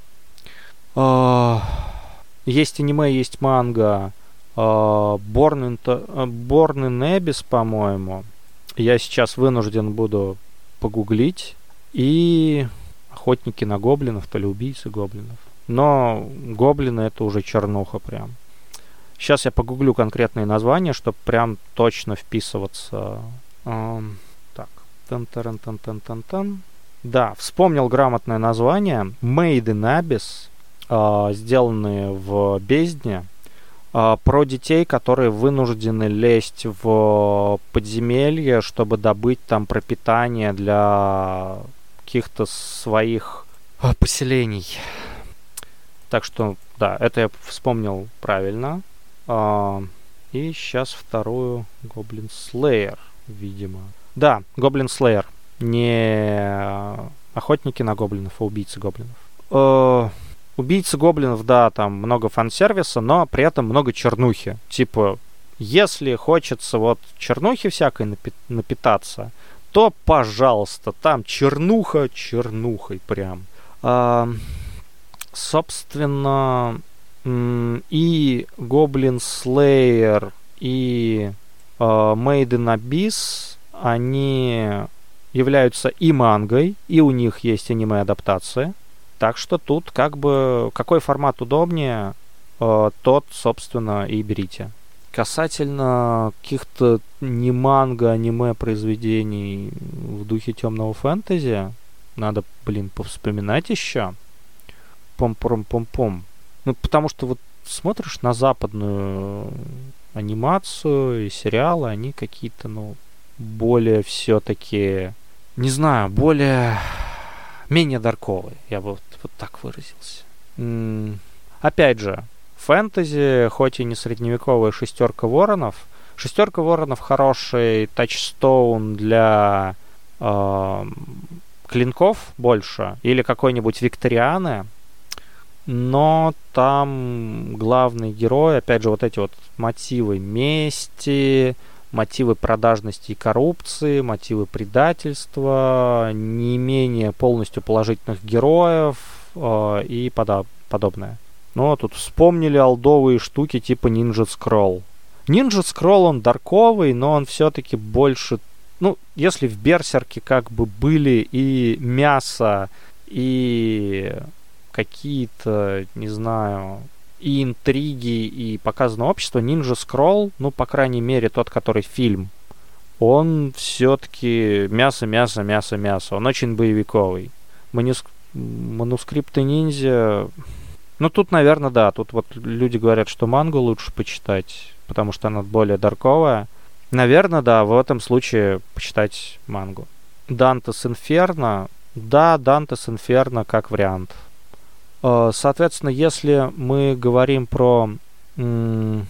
э, есть аниме, есть манга. э, Born in, To- э, Born in Abyss, по-моему. Я сейчас вынужден буду погуглить. И охотники на гоблинов, то ли убийцы гоблинов. Но гоблины это уже чернуха прям. Сейчас я погуглю конкретные названия, чтобы прям точно вписываться. Эм, так. Тан-таран-тан-тан-тан-тан. Да, вспомнил грамотное название. Made in Abyss. э, сделанные в бездне. э, про детей, которые вынуждены лезть в подземелье, чтобы добыть там пропитание для каких-то своих э, поселений. Так что, да, это я вспомнил правильно. А, и сейчас вторую Goblin Slayer, видимо. Да, Goblin Slayer. Не охотники на гоблинов, а убийцы гоблинов. Э, убийцы гоблинов, да, там много фан-сервиса, но при этом много чернухи. Типа, если хочется вот чернухи всякой напи- напитаться, то, пожалуйста, там чернуха чернухой прям. А, собственно, м, и Goblin Slayer, и э, Made in Abyss, они являются и мангой, и у них есть аниме-адаптация. Так что тут как бы какой формат удобнее, э, тот, собственно, и берите. Касательно каких-то не манго, аниме произведений в духе темного фэнтези, надо, блин, повспоминать еще. Пом-пом-пом-пом. Ну, потому что вот смотришь на западную анимацию и сериалы, они какие-то, ну, более все-таки, не знаю, более, менее дарковые, я бы вот, вот так выразился. М- опять же, фэнтези, хоть и не средневековая шестерка воронов, шестерка воронов хороший тачстоун для э, клинков больше, или какой-нибудь викторианы, но там главный герой, опять же, вот эти вот мотивы мести, мотивы продажности и коррупции, мотивы предательства, не менее полностью положительных героев э, и подо- подобное. Ну, а тут вспомнили олдовые штуки типа Ninja Scroll. Ninja Scroll, он дарковый, но он все-таки больше... Ну, если в Берсерке как бы были и мясо, и какие-то, не знаю, и интриги, и показано общество, Ninja Scroll, ну, по крайней мере, тот, который фильм, он все-таки мясо, мясо, мясо, мясо. Он очень боевиковый. Манус... Манускрипты ниндзя... Ну, тут, наверное, да. Тут вот люди говорят, что мангу лучше почитать, потому что она более дарковая. Наверное, да, в этом случае почитать мангу. Дантес Инферно. Да, Дантес Инферно как вариант. Соответственно, если мы говорим про м-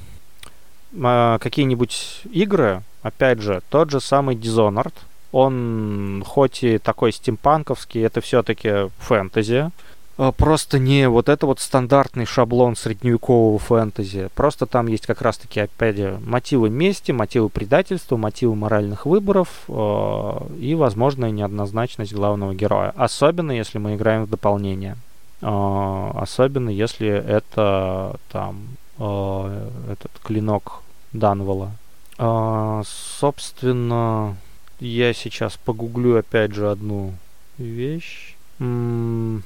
какие-нибудь игры, опять же, тот же самый Dishonored, он хоть и такой стимпанковский, это все-таки фэнтези. Просто не вот это вот стандартный шаблон средневекового фэнтези. Просто там есть как раз-таки, опять же, мотивы мести, мотивы предательства, мотивы моральных выборов э, и возможная неоднозначность главного героя. Особенно, если мы играем в дополнение. Э, особенно, если это там э, этот клинок Данвала. Э, собственно, я сейчас погуглю опять же одну вещь. М-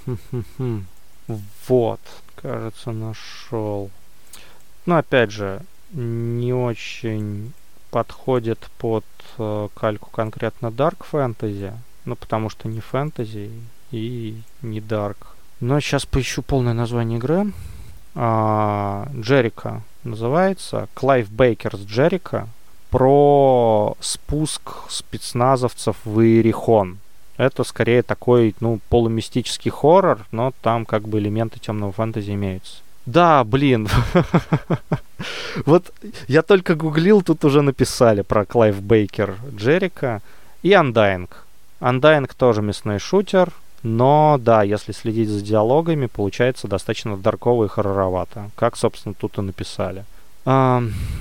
Вот, кажется, нашел. Но опять же, не очень подходит под э, кальку конкретно Dark Fantasy. Ну, потому что не фэнтези и не Dark. Но сейчас поищу полное название игры. А, Джерика называется. Клайв Бейкерс Джерика. Про спуск спецназовцев в Иерихон. Это скорее такой, ну, полумистический хоррор, но там как бы элементы темного фэнтези имеются. Да, блин. Вот я только гуглил, тут уже написали про Клайв Бейкер Джерика и Undying. Undying тоже мясной шутер, но да, если следить за диалогами, получается достаточно дарково и хорроровато, как, собственно, тут и написали. А,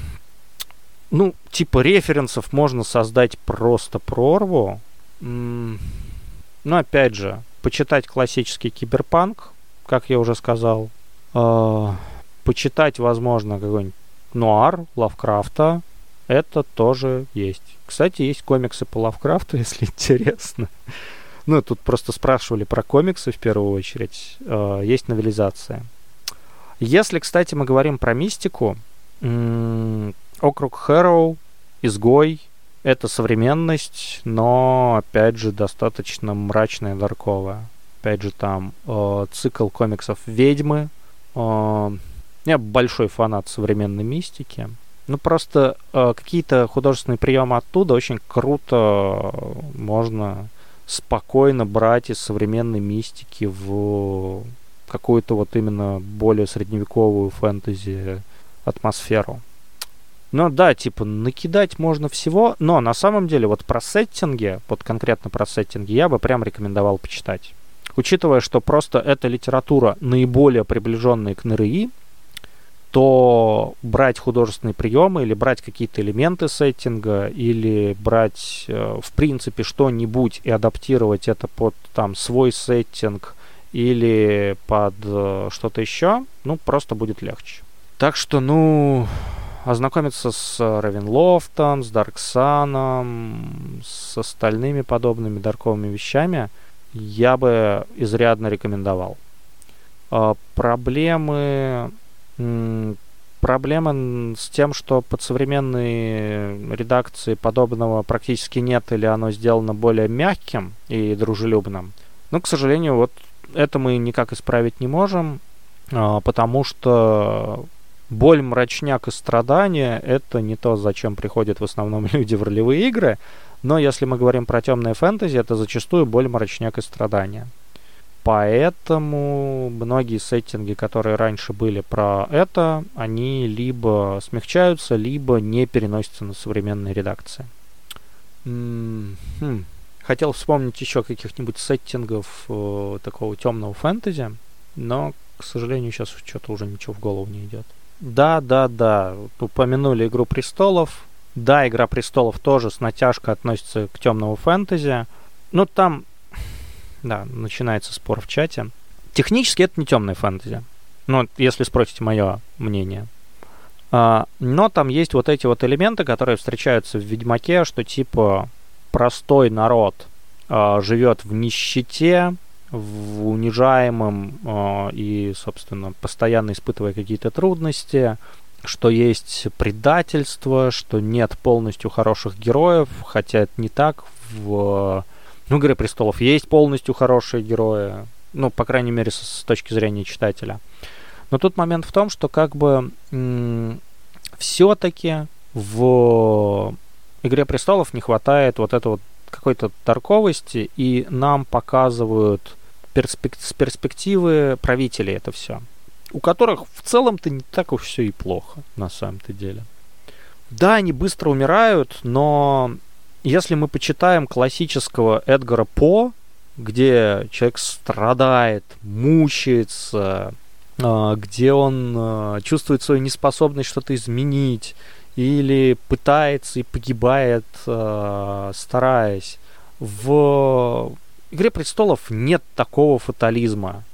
ну, типа референсов можно создать просто прорву. М- Но опять же, почитать классический киберпанк, как я уже сказал. А, почитать, возможно, какой-нибудь нуар Лавкрафта. Это тоже есть. Кстати, есть комиксы по Лавкрафту, если интересно. Ну, тут просто спрашивали про комиксы в первую очередь. Э, есть новелизация. Если, кстати, мы говорим про мистику, м- округ Хэроу, Изгой, это современность, но, опять же, достаточно мрачная и дарковая. Опять же, там э, цикл комиксов «Ведьмы». Э, я большой фанат современной мистики. Ну, просто э, какие-то художественные приемы оттуда очень круто э, можно спокойно брать из современной мистики в какую-то вот именно более средневековую фэнтези атмосферу. Ну да, типа, накидать можно всего, но на самом деле вот про сеттинги, вот конкретно про сеттинги, я бы прям рекомендовал почитать. Учитывая, что просто эта литература наиболее приближенная к эн эр и, то брать художественные приемы или брать какие-то элементы сеттинга или брать, э, в принципе, что-нибудь и адаптировать это под там свой сеттинг или под э, что-то еще, ну, просто будет легче. Так что, ну, ознакомиться с Ревенлофтом, с Дарксаном, с остальными подобными дарковыми вещами я бы изрядно рекомендовал. Э, проблемы... Проблема с тем, что под современные редакции подобного практически нет, или оно сделано более мягким и дружелюбным. Но, к сожалению, вот это мы никак исправить не можем, потому что боль, мрачняк и страдания — это не то, зачем приходят в основном люди в ролевые игры. Но если мы говорим про темное фэнтези, это зачастую боль, мрачняк и страдания. Поэтому многие сеттинги, которые раньше были про это, они либо смягчаются, либо не переносятся на современные редакции. М-м-м. Хотел вспомнить еще каких-нибудь сеттингов э, такого темного фэнтези, но, к сожалению, сейчас что-то уже ничего в голову не идет. Да, да, да. Упомянули «Игру престолов». Да, «Игра престолов» тоже с натяжкой относится к темному фэнтези. Но там... Да, начинается спор в чате. Технически это не темная фэнтези. Ну, если спросите мое мнение. А, но там есть вот эти вот элементы, которые встречаются в Ведьмаке, что типа простой народ а, живет в нищете, в унижаемом а, и, собственно, постоянно испытывая какие-то трудности, что есть предательство, что нет полностью хороших героев, хотя это не так. В Ну, «Игры престолов» есть полностью хорошие герои, ну, по крайней мере, с, с точки зрения читателя. Но тут момент в том, что как бы м- все-таки в «Игре престолов» не хватает вот этой вот какой-то дарковости, и нам показывают перспек- с перспективы правителей это все, у которых в целом-то не так уж все и плохо, на самом-то деле. Да, они быстро умирают, но... Если мы почитаем классического Эдгара По, где человек страдает, мучается, где он чувствует свою неспособность что-то изменить, или пытается и погибает, стараясь, в «Игре престолов» нет такого фатализма.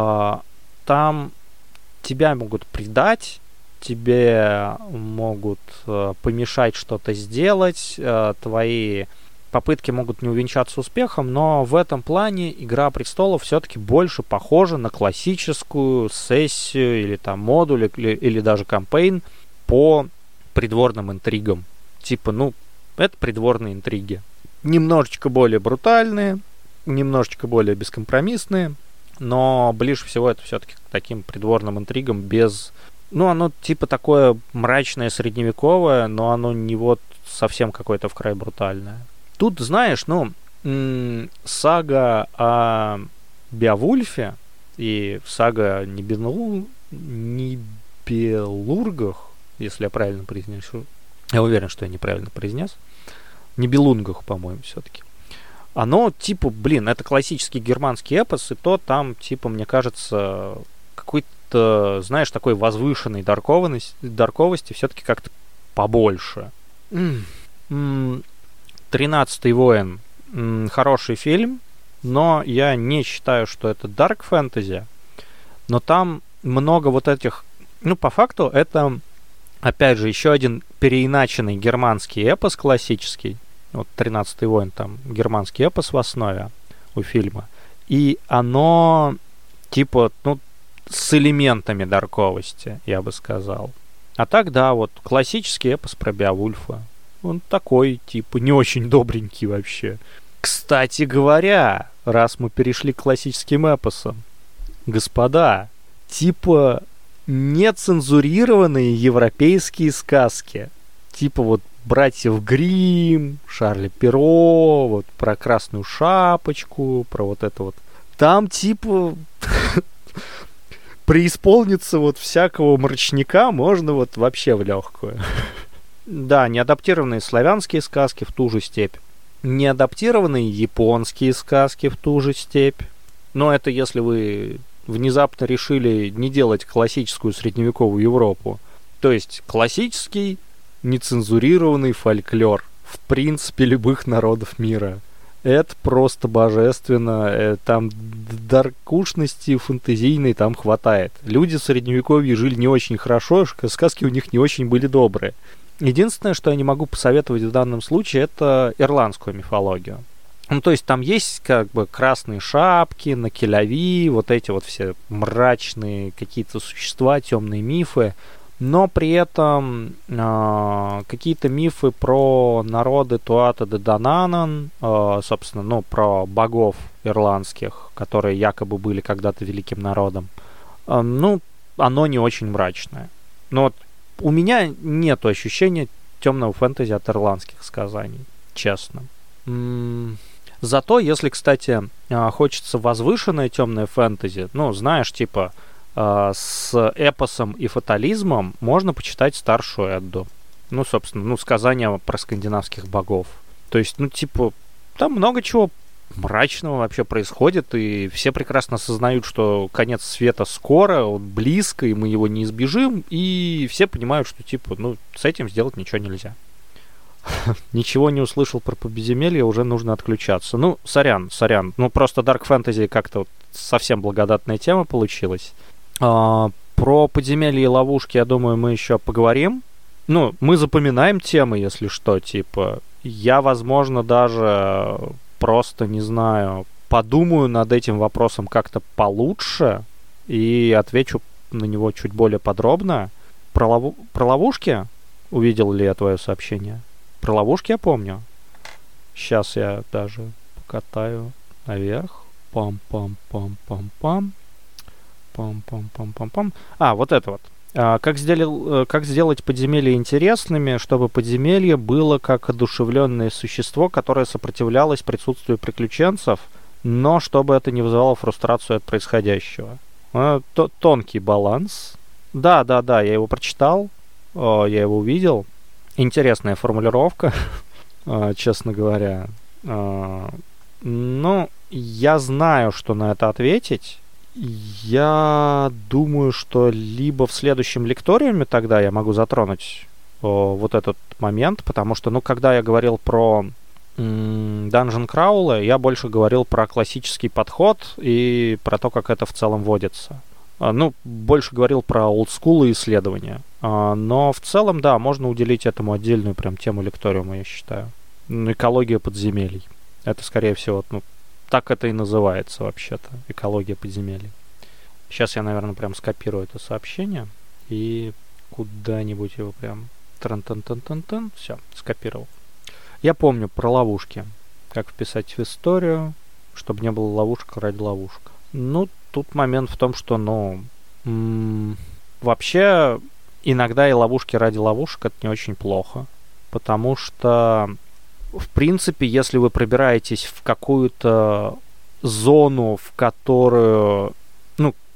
Там тебя могут предать, тебе могут э, помешать что-то сделать, э, твои попытки могут не увенчаться успехом, но в этом плане «Игра престолов» все-таки больше похожа на классическую сессию или там модуль, или, или даже кампейн по придворным интригам. Типа, ну, это придворные интриги. Немножечко более брутальные, немножечко более бескомпромиссные, но ближе всего это все-таки к таким придворным интригам без... Ну, оно типа такое мрачное, средневековое, но оно не вот совсем какое-то в край брутальное. Тут, знаешь, ну, м- сага о Беовульфе и сага Нибелунг, Нибелунгах, если я правильно произнесу. Я уверен, что я неправильно произнес. Нибелунгах, по-моему, все-таки. Оно, типа, блин, это классический германский эпос, и то там, типа, мне кажется, какой-то, знаешь, такой возвышенной дарковости, дарковости все-таки как-то побольше. «Тринадцатый воин» — хороший фильм, но я не считаю, что это дарк фэнтези. Но там много вот этих... Ну, по факту, это, опять же, еще один переиначенный германский эпос классический. Вот «Тринадцатый воин», там германский эпос в основе у фильма. И оно, типа, ну, с элементами дарковости, я бы сказал. А так, да, вот классический эпос про Беовульфа. Он такой, типа, не очень добренький вообще. Кстати говоря, раз мы перешли к классическим эпосам, господа, типа нецензурированные европейские сказки. Типа вот братьев Гримм, Шарля Перро, вот про Красную Шапочку, про вот это вот. Там типа преисполниться вот всякого мрачняка можно вот вообще в легкую. Да, неадаптированные славянские сказки в ту же степь. Неадаптированные японские сказки в ту же степь. Но это если вы внезапно решили не делать классическую средневековую Европу. То есть классический нецензурированный фольклор в принципе любых народов мира. Это просто божественно. Там даркушности фэнтезийной там хватает. Люди в средневековье жили не очень хорошо, сказки у них не очень были добрые. Единственное, что я не могу посоветовать в данном случае, это ирландскую мифологию. Ну, то есть там есть как бы красные шапки, накеляви, вот эти вот все мрачные какие-то существа, темные мифы, но при этом э, какие-то мифы про народы Туата де Дананан, э, собственно, ну, про богов ирландских, которые якобы были когда-то великим народом, э, ну, оно не очень мрачное. Но вот у меня нет ощущения темного фэнтези от ирландских сказаний, честно. М-м- Зато, если, кстати, хочется возвышенное темное фэнтези, ну, знаешь, типа с эпосом и фатализмом, можно почитать Старшую Эдду. Ну, собственно, ну, сказания про скандинавских богов. То есть, ну, типа, там много чего мрачного вообще происходит, и все прекрасно осознают, что конец света скоро, он близко, и мы его не избежим, и все понимают, что, типа, ну, с этим сделать ничего нельзя. Ничего не услышал про подземелье, уже нужно отключаться. Ну, сорян, сорян. Ну, просто Dark Fantasy как-то вот совсем благодатная тема получилась. А, про подземелье и ловушки, я думаю, мы еще поговорим. Ну, мы запоминаем темы, если что, типа. Я, возможно, даже просто, не знаю, подумаю над этим вопросом как-то получше и отвечу на него чуть более подробно. Про, лов... про ловушки? Увидел ли я твое сообщение? Про ловушки я помню. Сейчас я даже покатаю наверх. Пам-пам-пам-пам-пам. Пам-пам-пам-пам-пам. А, вот это вот. А, как, сделал, как сделать подземелья интересными, чтобы подземелье было как одушевленное существо, которое сопротивлялось присутствию приключенцев, но чтобы это не вызывало фрустрацию от происходящего. А, то, тонкий баланс. Да, да, да, я его прочитал. О, я его увидел. Интересная формулировка, честно говоря. Ну, я знаю, что на это ответить. Я думаю, что либо в следующем лекториуме тогда я могу затронуть о, вот этот момент, потому что, ну, когда я говорил про м- Dungeon Crawl, я больше говорил про классический подход и про то, как это в целом водится. Ну, больше говорил про олдскулы исследования. Но в целом, да, можно уделить этому отдельную прям тему лекториума, я считаю. Экология подземелий. Это, скорее всего, ну, так это и называется вообще-то. Экология подземелий. Сейчас я, наверное, прям скопирую это сообщение и куда-нибудь его прям... Тран-тан-тан-тан-тан. Все, скопировал. Я помню про ловушки. Как вписать в историю, чтобы не было ловушек ради ловушек. Ну, тут момент в том, что, ну, м- вообще иногда и ловушки ради ловушек это не очень плохо, потому что, в принципе, если вы пробираетесь в какую-то зону, в которую, ну,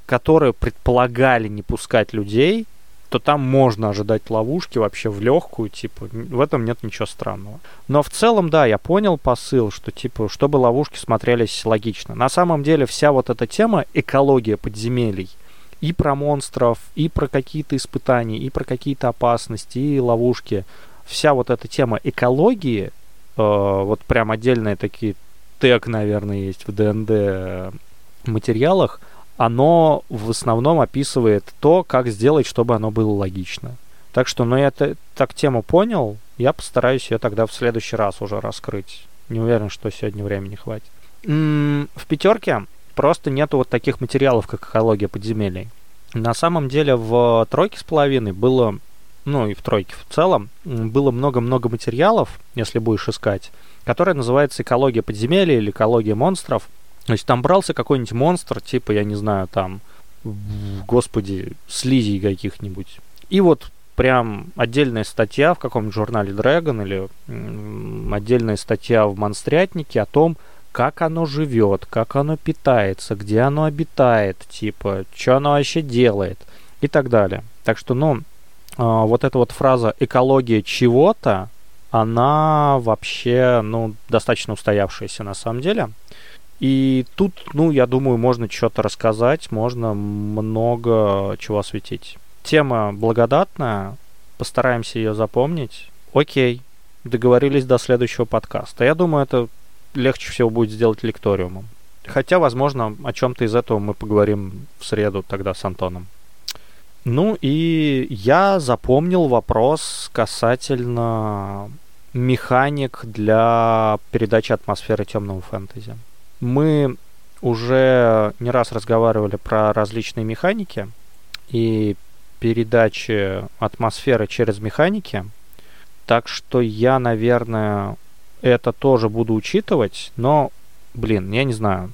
которые предполагали не пускать людей, то там можно ожидать ловушки вообще в легкую, типа, в этом нет ничего странного. Но в целом, да, я понял посыл, что, типа, чтобы ловушки смотрелись логично. На самом деле вся вот эта тема экология подземелий и про монстров, и про какие-то испытания, и про какие-то опасности, и ловушки. Вся вот эта тема экологии, э, вот прям отдельные такие тег, наверное, есть в ди энд ди материалах, оно в основном описывает то, как сделать, чтобы оно было логично. Так что, ну, я т- так тему понял, я постараюсь ее тогда в следующий раз уже раскрыть. Не уверен, что сегодня времени хватит. М-м, в пятерке просто нету вот таких материалов, как экология подземелий. На самом деле в тройке с половиной было, ну и в тройке в целом, было много-много материалов, если будешь искать, которые называются экология подземелий или экология монстров. То есть там брался какой-нибудь монстр, типа, я не знаю, там, господи, слизей каких-нибудь. И вот прям отдельная статья в каком-нибудь журнале Dragon или м, отдельная статья в Монстрятнике о том, как оно живет, как оно питается, где оно обитает, типа, что оно вообще делает и так далее. Так что, ну, э, вот эта вот фраза «экология чего-то», она вообще, ну, достаточно устоявшаяся на самом деле. И тут, ну, я думаю, можно что-то рассказать, можно много чего осветить. Тема благодатная, постараемся ее запомнить. Окей, договорились до следующего подкаста. Я думаю, это легче всего будет сделать лекториумом. Хотя, возможно, о чем-то из этого мы поговорим в среду тогда с Антоном. Ну и я запомнил вопрос касательно механик для передачи атмосферы темного фэнтези. Мы уже не раз разговаривали про различные механики и передачи атмосферы через механики, так что я, наверное, это тоже буду учитывать, но, блин, я не знаю.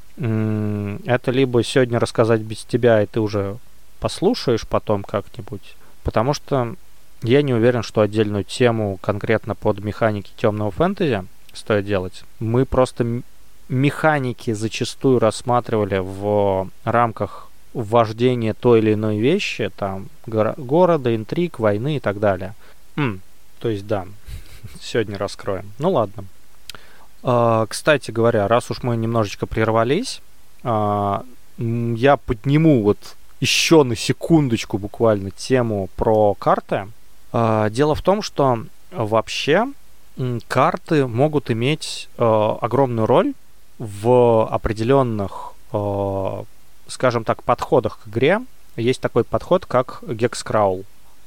Это либо сегодня рассказать без тебя, и ты уже послушаешь потом как-нибудь, потому что я не уверен, что отдельную тему конкретно под механики темного фэнтези стоит делать. Мы просто механики зачастую рассматривали в рамках вождения той или иной вещи, там, горо- города, интриг, войны и так далее. М, то есть, да, сегодня раскроем. Ну ладно. А, кстати говоря, раз уж мы немножечко прервались, а, я подниму вот еще на секундочку буквально тему про карты. А, дело в том, что вообще м, карты могут иметь а, огромную роль в определенных, э, скажем так, подходах к игре. Есть такой подход, как гекскраул.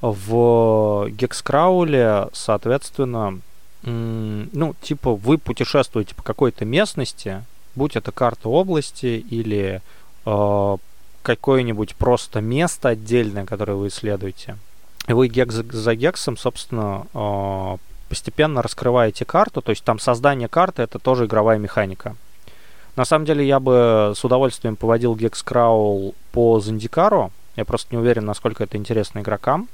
В гекскрауле, соответственно, м, ну, типа, вы путешествуете по какой-то местности, будь это карта области или э, какое-нибудь просто место отдельное, которое вы исследуете. И вы гекс за гексом, собственно, э, постепенно раскрываете карту, то есть там создание карты — это тоже игровая механика. На самом деле я бы с удовольствием поводил гекскраул по Зендикару. Я просто не уверен, насколько это интересно игрокам.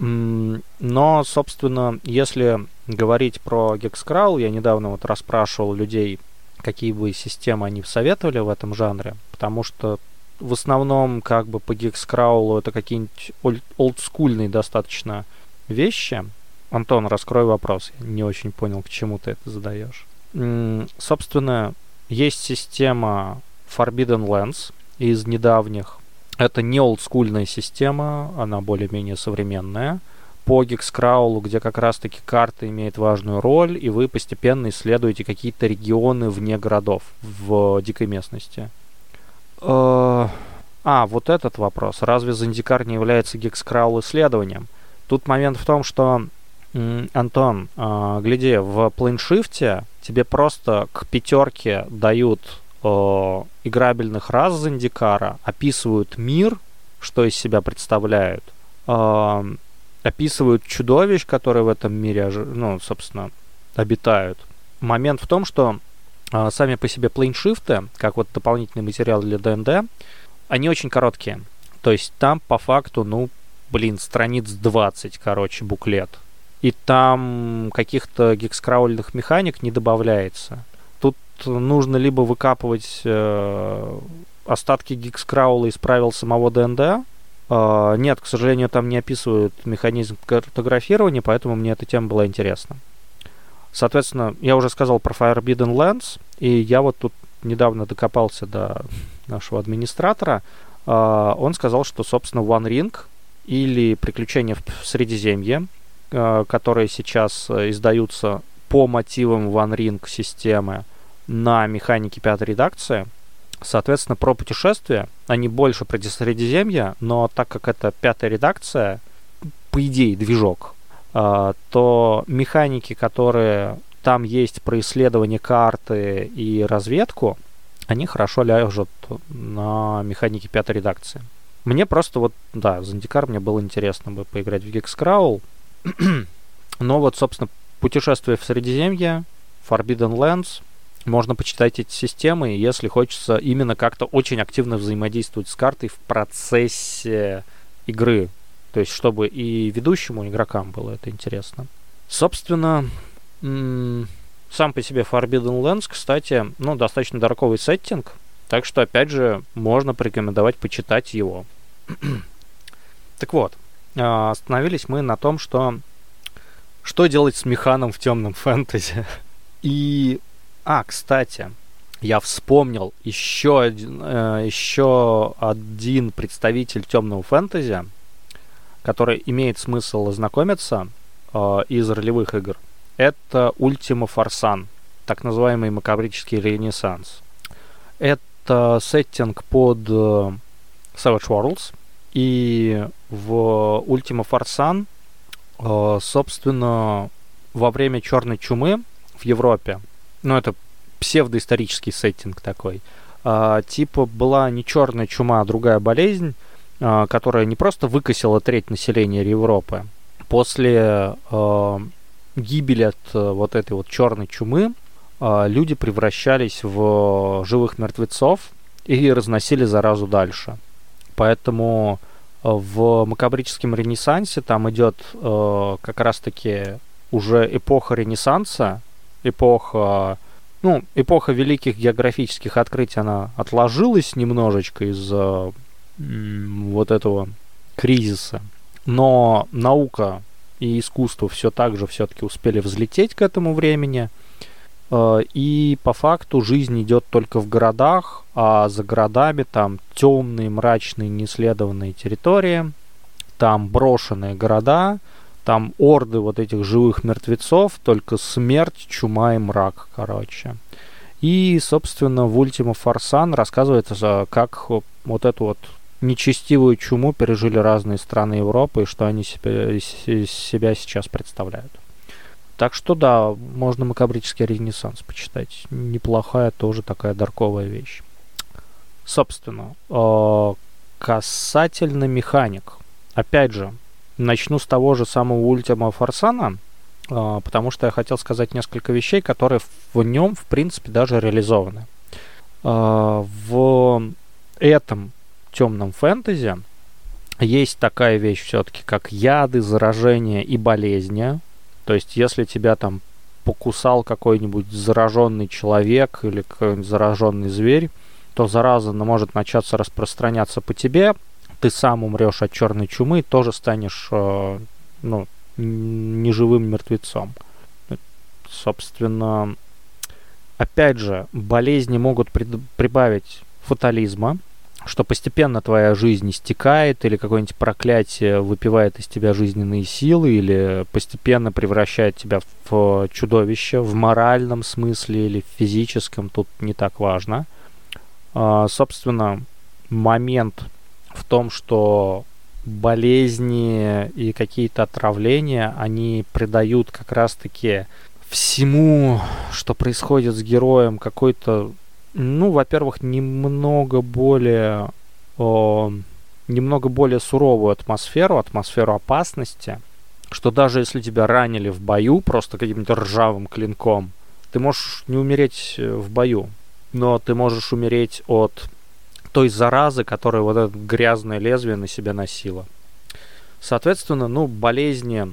Но, собственно, если говорить про гекскраул, я недавно вот расспрашивал людей, какие бы системы они советовали в этом жанре, потому что в основном как бы по гекскраулу это какие-нибудь олдскульные достаточно вещи. Антон, раскрой вопрос. Я не очень понял, к чему ты это задаешь. Собственно, есть система Forbidden Lands из недавних. Это не олдскульная система, она более-менее современная. По гекскраулу, где как раз-таки карта имеет важную роль, и вы постепенно исследуете какие-то регионы вне городов в дикой местности. А, вот этот вопрос. Разве Зендикар не является гекскраул исследованием? Тут момент в том, что Антон, э, гляди, в плейншифте тебе просто к пятерке дают э, играбельных рас Зендикара, описывают мир, что из себя представляют, э, описывают чудовищ, которые в этом мире, ну, собственно, обитают. Момент в том, что э, сами по себе плейншифты, как вот дополнительный материал для ди энд ди, они очень короткие. То есть там по факту, ну, блин, страниц двадцать, короче, буклет. И там каких-то гекскраульных механик не добавляется. Тут нужно либо выкапывать э, остатки Гикскраула исправил самого ди эн ди. Uh, нет, к сожалению, там не описывают механизм картографирования, поэтому мне эта тема была интересна. Соответственно, я уже сказал про Forbidden Lands, и я вот тут недавно докопался до нашего администратора. Uh, он сказал, что, собственно, One Ring или Приключения в Средиземье, uh, которые сейчас uh, издаются по мотивам One Ring системы на механике пятой редакции, соответственно, про путешествия, они больше про Средиземье, но так как это пятая редакция, по идее, движок, то механики, которые там есть про исследование карты и разведку, они хорошо ляжут на механике пятой редакции. Мне просто вот, да, Zendikar мне было интересно бы поиграть в Гикскраул. Но вот, собственно, путешествие в Средиземье, Forbidden Lands, можно почитать эти системы, если хочется именно как-то очень активно взаимодействовать с картой в процессе игры. То есть, чтобы и ведущему, и игрокам было это интересно. Собственно, м- сам по себе Forbidden Lands, кстати, ну, достаточно дорогой сеттинг, так что, опять же, можно порекомендовать почитать его. Так вот, остановились мы на том, что что делать с механом в темном фэнтези. И А, кстати, я вспомнил еще один, э, еще один представитель темного фэнтези, который имеет смысл ознакомиться э, из ролевых игр. Это Ultima Forsan, так называемый макабрический ренессанс. Это сеттинг под э, Savage Worlds, и в Ultima Forsan, э, собственно, во время Черной чумы в Европе, ну, это псевдоисторический сеттинг такой. А, типа была не черная чума, а другая болезнь, а, которая не просто выкосила треть населения Европы. После а, гибели от а, вот этой вот черной чумы а, люди превращались в живых мертвецов и разносили заразу дальше. Поэтому в макабрическом ренессансе там идет а, как раз-таки уже эпоха Ренессанса, эпоха, ну, эпоха великих географических открытий, она отложилась немножечко из-за м, вот этого кризиса. Но наука и искусство все так же все-таки успели взлететь к этому времени. Э, и по факту жизнь идет только в городах, а за городами там темные, мрачные, неисследованные территории, там брошенные города, там орды вот этих живых мертвецов, только смерть, чума и мрак, короче. И, собственно, в Ultima Forsan рассказывается, как вот эту вот нечестивую чуму пережили разные страны Европы и что они себя, из себя сейчас представляют. Так что да, можно макабрический ренессанс почитать. Неплохая тоже такая дарковая вещь. Собственно, касательно механик. Опять же, начну с того же самого Ultima Forsan, э, потому что я хотел сказать несколько вещей, которые в нем, в принципе, даже реализованы. Э, в этом темном фэнтези есть такая вещь все-таки, как яды, заражения и болезни. То есть, если тебя там покусал какой-нибудь зараженный человек или какой-нибудь зараженный зверь, то зараза может начаться распространяться по тебе, ты сам умрешь от черной чумы, тоже станешь э, ну, неживым мертвецом. Собственно, опять же, болезни могут прид- прибавить фатализма, что постепенно твоя жизнь истекает, или какое-нибудь проклятие выпивает из тебя жизненные силы, или постепенно превращает тебя в чудовище в моральном смысле или в физическом, тут не так важно. Э, собственно, момент в том, что болезни и какие-то отравления, они придают как раз-таки всему, что происходит с героем, какой-то, ну, во-первых, немного более, о, немного более суровую атмосферу, атмосферу опасности, что даже если тебя ранили в бою просто каким-нибудь ржавым клинком, ты можешь не умереть в бою, но ты можешь умереть от той заразы, которая вот это грязное лезвие на себя носила. Соответственно, ну, болезни,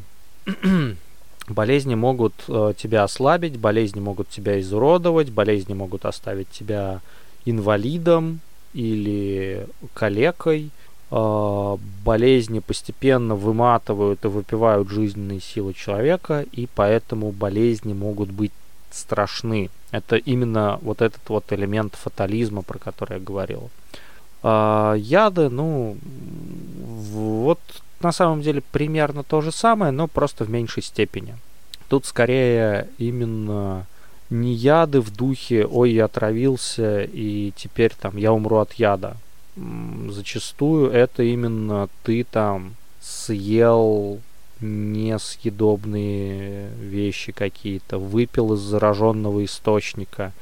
болезни могут э, тебя ослабить, болезни могут тебя изуродовать, болезни могут оставить тебя инвалидом, или калекой. Э, болезни постепенно выматывают и выпивают жизненные силы человека, и поэтому болезни могут быть страшны. Это именно вот этот вот элемент фатализма, про который я говорил. Э, яды, ну, вот на самом деле примерно то же самое, но просто в меньшей степени. Тут скорее именно не яды в духе «ой, я отравился, и теперь там я умру от яда». Зачастую это именно ты там съел несъедобные вещи какие-то, выпил из зараженного источника.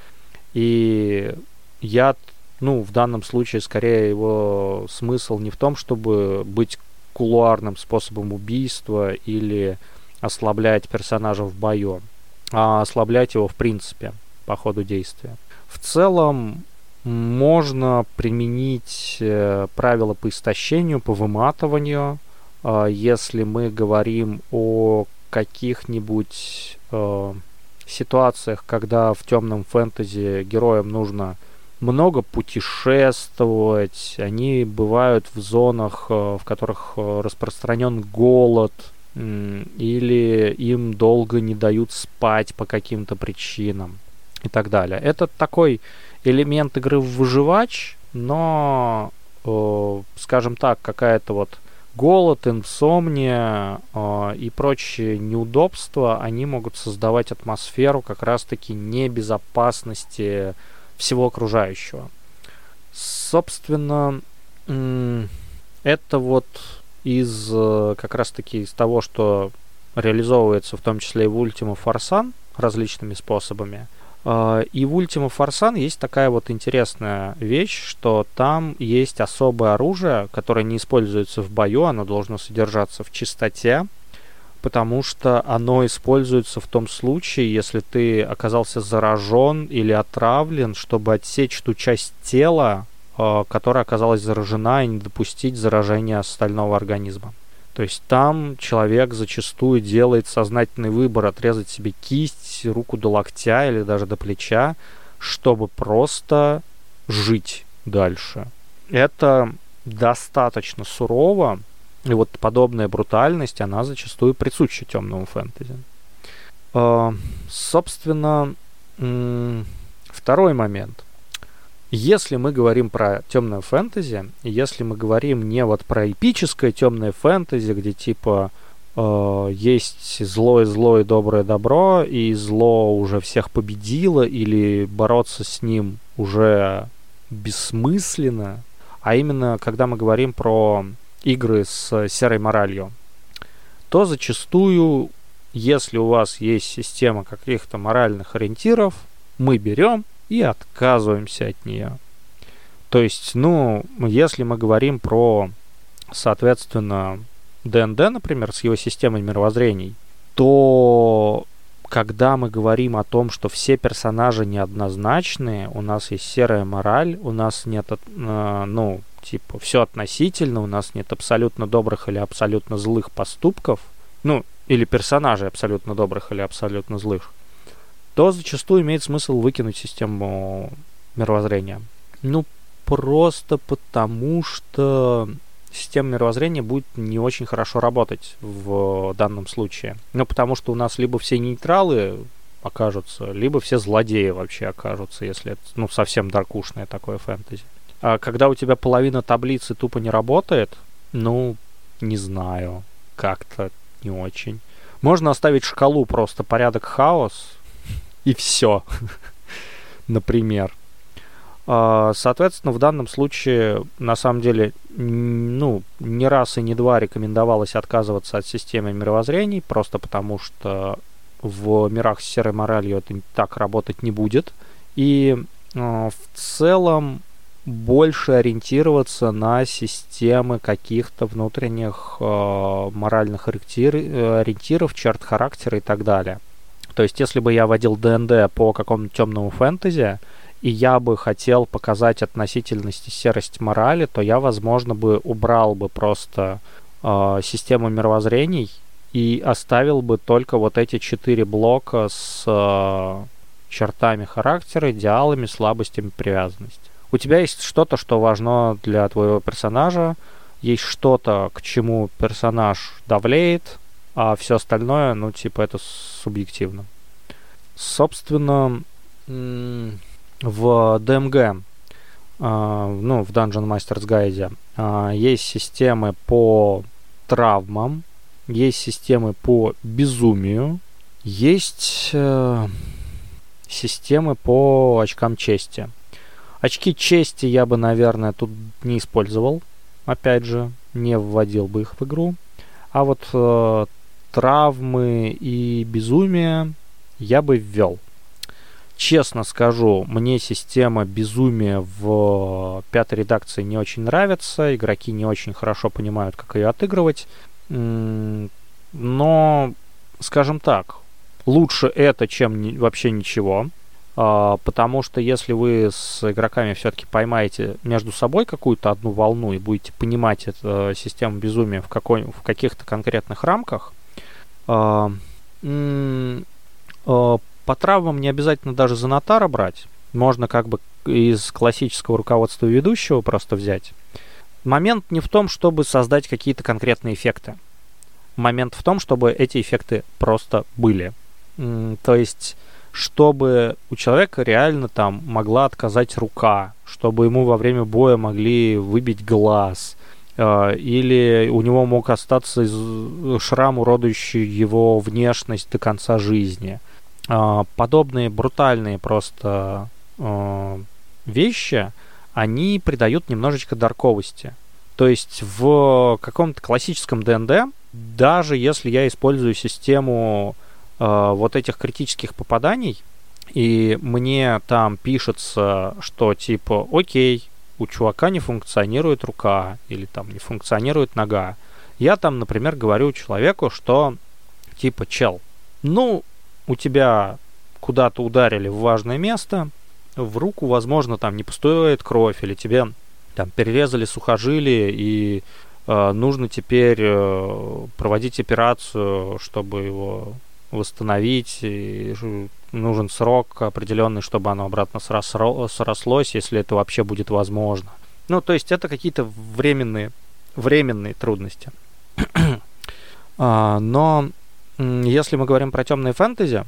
И яд, ну, в данном случае, скорее его смысл не в том, чтобы быть кулуарным способом убийства или ослаблять персонажа в бою, а ослаблять его в принципе по ходу действия. В целом можно применить э, правила по истощению, по выматыванию, э, если мы говорим о каких-нибудь э, ситуациях, когда в темном фэнтези героям нужно много путешествовать, они бывают в зонах, э, в которых э, распространен голод, или им долго не дают спать по каким-то причинам и так далее. Это такой элемент игры в выживач, но, э, скажем так, какая-то вот голод, инсомния э, и прочие неудобства, они могут создавать атмосферу как раз-таки небезопасности всего окружающего. Собственно, м- это вот из как раз-таки из того, что реализовывается в том числе и в Ultima Forsan различными способами. И в Ultima Forsan есть такая вот интересная вещь, что там есть особое оружие, которое не используется в бою, оно должно содержаться в чистоте, потому что оно используется в том случае, если ты оказался заражен или отравлен, чтобы отсечь ту часть тела, которая оказалась заражена, и не допустить заражения остального организма. То есть там человек зачастую делает сознательный выбор отрезать себе кисть, руку до локтя или даже до плеча, чтобы просто жить дальше. Это достаточно сурово, и вот подобная брутальность, она зачастую присуща темному фэнтези. Собственно, второй момент. Если мы говорим про темное фэнтези, если мы говорим не вот про эпическое темное фэнтези, где типа э, есть зло и зло и доброе добро, и зло уже всех победило, или бороться с ним уже бессмысленно, а именно когда мы говорим про игры с серой моралью, то зачастую, если у вас есть система каких-то моральных ориентиров, мы берем и отказываемся от нее. То есть, ну, если мы говорим про, соответственно, ди энд ди, например, с его системой мировоззрений, то когда мы говорим о том, что все персонажи неоднозначные, у нас есть серая мораль, у нас нет, э, ну, типа, все относительно, у нас нет абсолютно добрых или абсолютно злых поступков, ну, или персонажей абсолютно добрых или абсолютно злых, то зачастую имеет смысл выкинуть систему мировоззрения. Ну, просто потому, что система мировоззрения будет не очень хорошо работать в данном случае. Ну, потому что у нас либо все нейтралы окажутся, либо все злодеи вообще окажутся, если это, ну, совсем даркушное такое фэнтези. А когда у тебя половина таблицы тупо не работает, ну, не знаю, как-то не очень. Можно оставить шкалу просто порядок хаос, и все, например. Соответственно, в данном случае, на самом деле, ну, не раз и не два рекомендовалось отказываться от системы мировоззрений, просто потому что в мирах с серой моралью это так работать не будет. И в целом больше ориентироваться на системы каких-то внутренних моральных ориентиров, черт характера и так далее. То есть, если бы я водил ди энд ди по какому-то темному фэнтези, и я бы хотел показать относительность и серость морали, то я, возможно, бы убрал бы просто э, систему мировоззрений и оставил бы только вот эти четыре блока с э, чертами характера, идеалами, слабостями, привязанности. У тебя есть что-то, что важно для твоего персонажа, есть что-то, к чему персонаж давлеет, а все остальное, ну, типа, это субъективно. Собственно, в ди эм джи, ну, в Dungeon Master's Guide, есть системы по травмам, есть системы по безумию, есть системы по очкам чести. Очки чести я бы, наверное, тут не использовал. Опять же, не вводил бы их в игру. А вот э, травмы и безумие я бы ввел. Честно скажу, мне система безумия в пятой редакции не очень нравится. Игроки не очень хорошо понимают, как ее отыгрывать. Но, скажем так, лучше это, чем ни, вообще ничего. Потому что если вы с игроками все-таки поймаете между собой какую-то одну волну и будете понимать эту систему безумия в, какой, в каких-то конкретных рамках, по травмам не обязательно даже за нотара брать. Можно как бы из классического руководства ведущего просто взять. Момент не в том, чтобы создать какие-то конкретные эффекты. Момент в том, чтобы эти эффекты просто были. То есть чтобы у человека реально там могла отказать рука, чтобы ему во время боя могли выбить глаз, э, или у него мог остаться из- шрам, уродующий его внешность до конца жизни. Э, подобные брутальные просто э, вещи, они придают немножечко дарковости. То есть в каком-то классическом ди энд ди, даже если я использую систему вот этих критических попаданий, и мне там пишется, что типа, окей, у чувака не функционирует рука, или там не функционирует нога. Я там, например, говорю человеку, что типа, чел, ну, у тебя куда-то ударили в важное место, в руку, возможно, там не поступает кровь, или тебе там перерезали сухожилие, и э, нужно теперь э, проводить операцию, чтобы его восстановить, и нужен срок определенный, чтобы оно обратно сросло, срослось, если это вообще будет возможно. Ну, то есть это какие-то временные, временные трудности. а, но м, если мы говорим про темные фэнтези,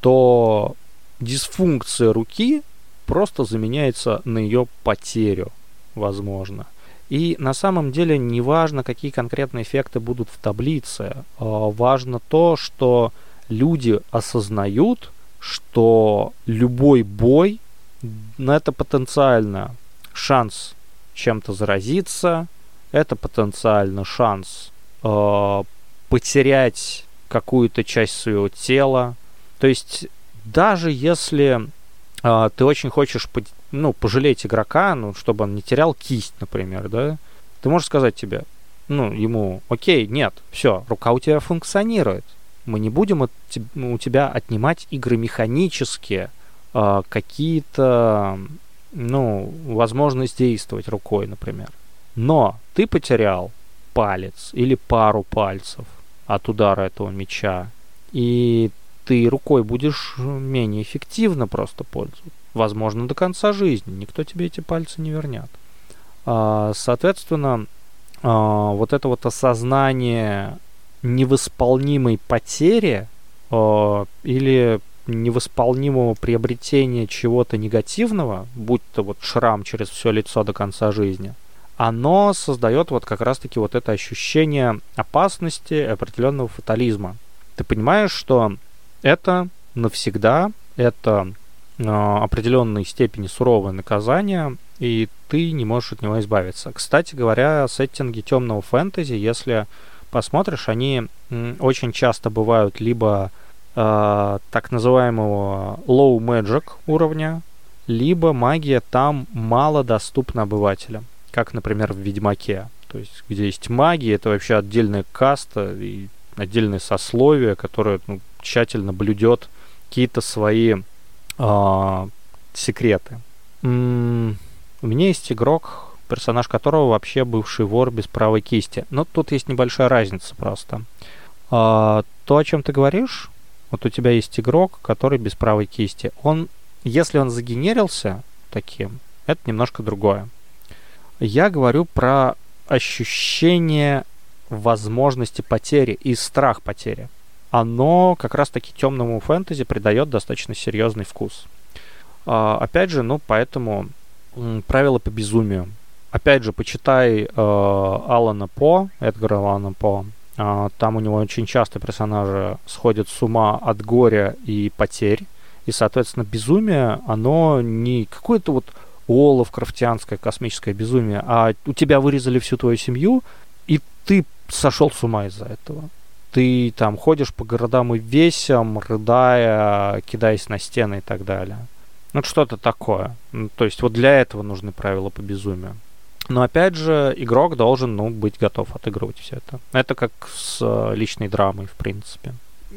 то дисфункция руки просто заменяется на ее потерю, возможно. И на самом деле не важно, какие конкретные эффекты будут в таблице. а, важно то, что люди осознают, что любой бой — это потенциально шанс чем-то заразиться, это потенциально шанс э, потерять какую-то часть своего тела. То есть даже если э, ты очень хочешь по, ну, пожалеть игрока, ну, чтобы он не терял кисть, например, да, ты можешь сказать тебе, ну, ему, окей, нет, все, рука у тебя функционирует. Мы не будем от, у тебя отнимать игры механические, э, какие-то, ну, возможность действовать рукой, например. Но ты потерял палец или пару пальцев от удара этого меча, и ты рукой будешь менее эффективно просто пользоваться. Возможно, до конца жизни. Никто тебе эти пальцы не вернет. А, соответственно, а, вот это вот осознание невосполнимой потери э, или невосполнимого приобретения чего-то негативного, будь то вот шрам через все лицо до конца жизни, оно создает вот как раз-таки вот это ощущение опасности и определенного фатализма. Ты понимаешь, что это навсегда, это э, определенной степени суровое наказание, и ты не можешь от него избавиться. Кстати говоря, сеттинги темного фэнтези, если посмотришь, они м, очень часто бывают либо э, так называемого low magic уровня, либо магия там мало доступна обывателям, как, например, в Ведьмаке. То есть, где есть магия, это вообще отдельная каста и отдельное сословие, которое ну, тщательно блюдет какие-то свои э, секреты. М-м, у меня есть игрок, персонаж которого вообще бывший вор без правой кисти. Но тут есть небольшая разница просто. А, то, о чем ты говоришь, вот у тебя есть игрок, который без правой кисти. Он, если он загенерился таким, Это немножко другое. Я говорю про ощущение возможности потери и страх потери. Оно как раз-таки темному фэнтези придает достаточно серьезный вкус. А, опять же, ну, поэтому м, правила по безумию. Опять же, почитай э, Алана По, Эдгара Алана По. Э, там у него очень часто персонажи сходят с ума от горя и потерь. И, соответственно, безумие, оно не какое-то вот лавкрафтианское космическое безумие, а у тебя вырезали всю твою семью, и ты сошел с ума из-за этого. Ты там ходишь по городам и весям, рыдая, кидаясь на стены и так далее. Ну, что-то такое. Ну, то есть вот для этого нужны правила по безумию. Но опять же, игрок должен, ну, быть готов отыгрывать все это. Это как с э, личной драмой, в принципе.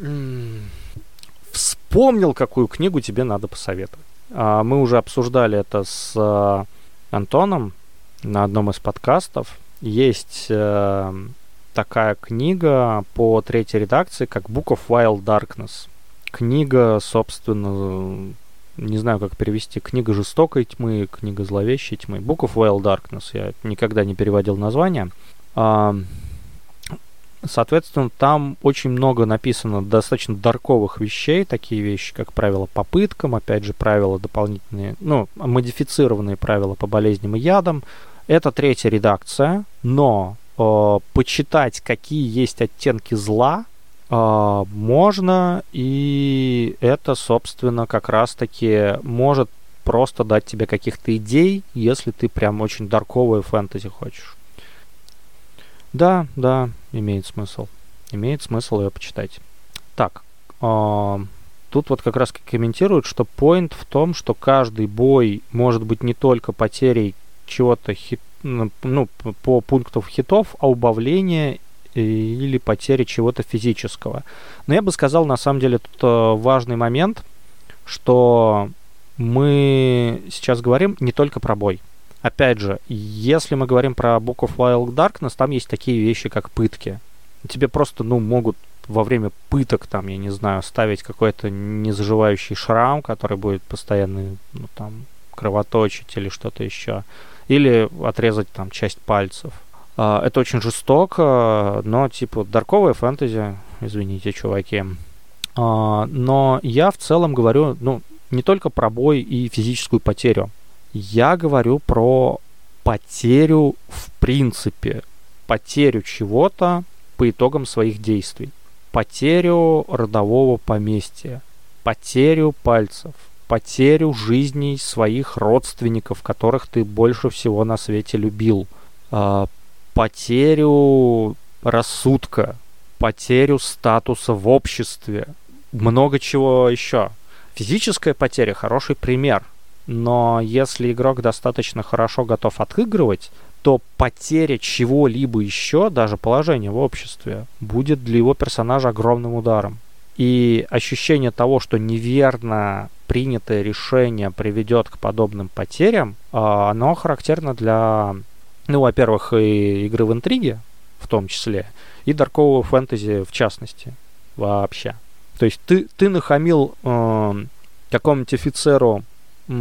Вспомнил, какую книгу тебе надо посоветовать. А, мы уже обсуждали это с э, Антоном на одном из подкастов. Есть э, такая книга по третьей редакции, как Book of Wild Darkness. Книга, собственно, не знаю, как перевести. Книга жестокой тьмы, книга зловещей тьмы. Book of Wild Darkness. Я никогда не переводил название. А, соответственно, там очень много написано достаточно дарковых вещей. Такие вещи, как правила по пыткам, опять же, правила дополнительные, ну, модифицированные правила по болезням и ядам. Это третья редакция, но э, почитать, какие есть оттенки зла, Uh, можно, и это, собственно, как раз-таки может просто дать тебе каких-то идей, если ты прям очень дарковое фэнтези хочешь. Да, да, имеет смысл. Имеет смысл ее почитать. Так, uh, тут вот как раз комментируют, что поинт в том, что каждый бой может быть не только потерей чего-то хит, ну, по пунктам хитов, а убавление или потери чего-то физического. Но я бы сказал, на самом деле, тут важный момент, что мы сейчас говорим не только про бой. Опять же, если мы говорим про Book of Wild Darkness, там есть такие вещи, как пытки. Тебе просто, ну, могут во время пыток, там, я не знаю, ставить какой-то незаживающий шрам, который будет постоянно, ну, там, кровоточить или что-то еще. Или отрезать, там, часть пальцев. Uh, это очень жестоко, но типа дарковое фэнтези, извините, чуваки. Uh, но я в целом говорю, ну, не только про бой и физическую потерю. Я говорю про потерю в принципе. Потерю чего-то по итогам своих действий. Потерю родового поместья. Потерю пальцев. Потерю жизней своих родственников, которых ты больше всего на свете любил. Uh, потерю рассудка, потерю статуса в обществе, много чего еще. Физическая потеря — хороший пример, но если игрок достаточно хорошо готов отыгрывать, то потеря чего-либо еще, даже положения в обществе, будет для его персонажа огромным ударом. И ощущение того, что неверно принятое решение приведет к подобным потерям, оно характерно для... Ну, во-первых, и игры в интриге, в том числе, и даркового фэнтези в частности, вообще. То есть ты, ты нахамил э, какому-нибудь офицеру э,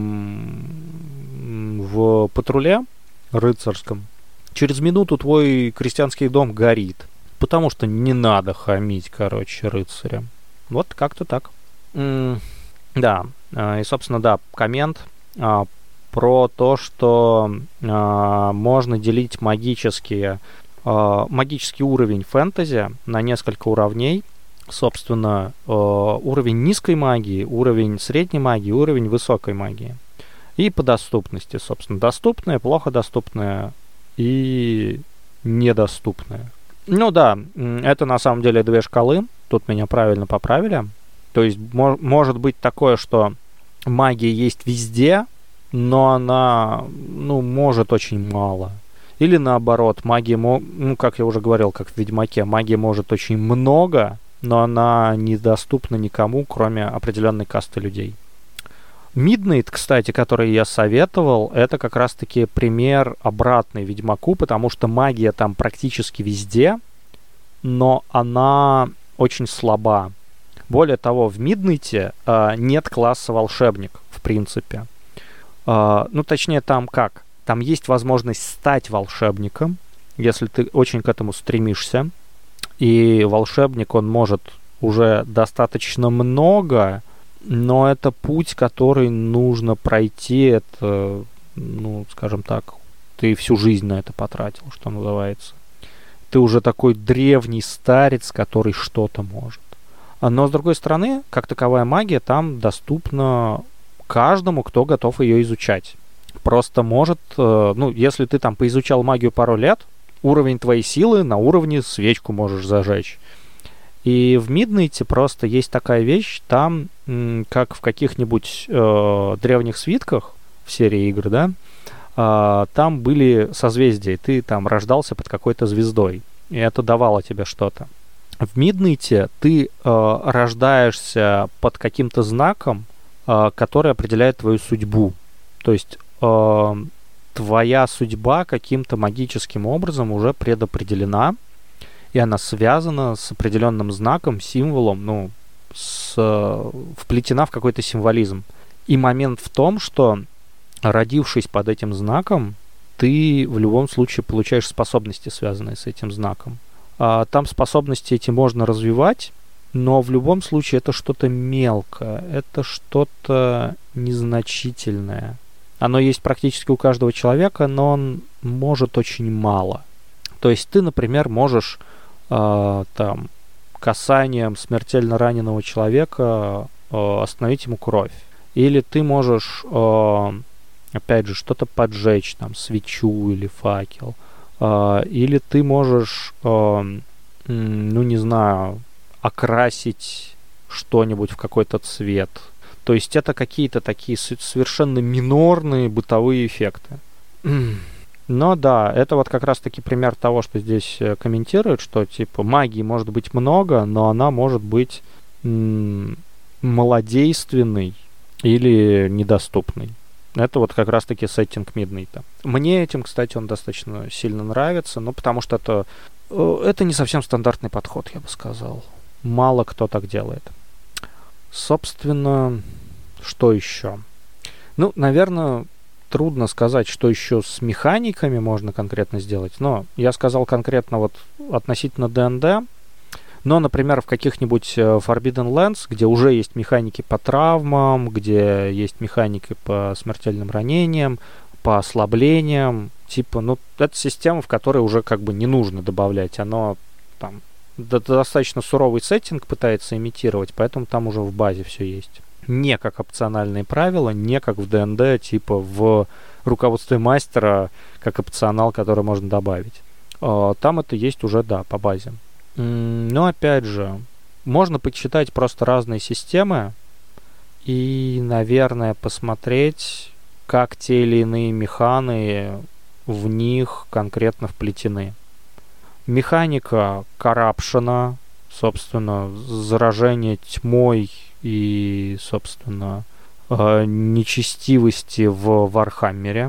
в патруле рыцарском, через минуту твой крестьянский дом горит, потому что не надо хамить, короче, рыцарям. Вот как-то так. М- да, э, и, собственно, да, коммент э, про то, что э, можно делить магические, э, магический уровень фэнтези на несколько уровней. Собственно, э, уровень низкой магии, уровень средней магии, уровень высокой магии. И по доступности, собственно, доступная, плохо доступная и недоступная. Ну да, это на самом деле две шкалы. Тут меня правильно поправили. То есть мо- может быть такое, что магия есть везде, но она, ну, может очень мало. Или наоборот, магия, ну, как я уже говорил, как в Ведьмаке, магия может очень много, но она недоступна никому, кроме определенной касты людей. Midnight, кстати, который я советовал, это как раз-таки пример обратный Ведьмаку, потому что магия там практически везде, но она очень слаба. Более того, в Midnight э, нет класса волшебник, в принципе. А, ну, точнее, там как? Там есть возможность стать волшебником, если ты очень к этому стремишься. И волшебник, он может уже достаточно много, но это путь, который нужно пройти. Это, ну, скажем так, ты всю жизнь на это потратил, что называется. Ты уже такой древний старец, который что-то может. Но, с другой стороны, как таковая магия там доступна каждому, кто готов ее изучать. Просто может, ну, если ты там поизучал магию пару лет, уровень твоей силы на уровне свечку можешь зажечь. И в Миднайте просто есть такая вещь, там, как в каких-нибудь э, древних свитках в серии игр, да, э, там были созвездия, ты там рождался под какой-то звездой, и это давало тебе что-то. В Миднайте ты э, рождаешься под каким-то знаком, э, который определяет твою судьбу. То есть э, твоя судьба каким-то магическим образом уже предопределена, и она связана с определенным знаком, символом, ну, с, вплетена в какой-то символизм. И момент в том, что, родившись под этим знаком, ты в любом случае получаешь способности, связанные с этим знаком. А там способности эти можно развивать, но в любом случае это что-то мелкое, это что-то незначительное. Оно есть практически у каждого человека, но он может очень мало. То есть ты, например, можешь э, там, касанием смертельно раненого человека э, остановить ему кровь. Или ты можешь, э, опять же, что-то поджечь, там, свечу или факел. Э, или ты можешь, э, ну, не знаю, окрасить что-нибудь в какой-то цвет. То есть это какие-то такие совершенно минорные бытовые эффекты. Но да, это вот как раз-таки пример того, что здесь комментируют, что типа магии может быть много, но она может быть м- малодейственной или недоступной. Это вот как раз-таки сеттинг Миднайта. Мне этим, кстати, он достаточно сильно нравится, ну потому что это, это не совсем стандартный подход, я бы сказал. Мало кто так делает. Собственно, что еще? Ну, наверное, трудно сказать, что еще с механиками можно конкретно сделать, но я сказал конкретно вот относительно ди энд ди, но, например, в каких-нибудь Forbidden Lands, где уже есть механики по травмам, где есть механики по смертельным ранениям, по ослаблениям, типа, ну, это система, в которой уже как бы не нужно добавлять, оно там достаточно суровый сеттинг пытается имитировать, поэтому там уже в базе все есть. Не как опциональные правила, не как в ди энд ди, типа в руководстве мастера, как опционал, который можно добавить. Там это есть уже, да, по базе. Но опять же, можно почитать просто разные системы и, наверное, посмотреть, как те или иные механы в них конкретно вплетены. Механика коррапшена, собственно, заражение тьмой и, собственно, э, нечестивости в Вархаммере.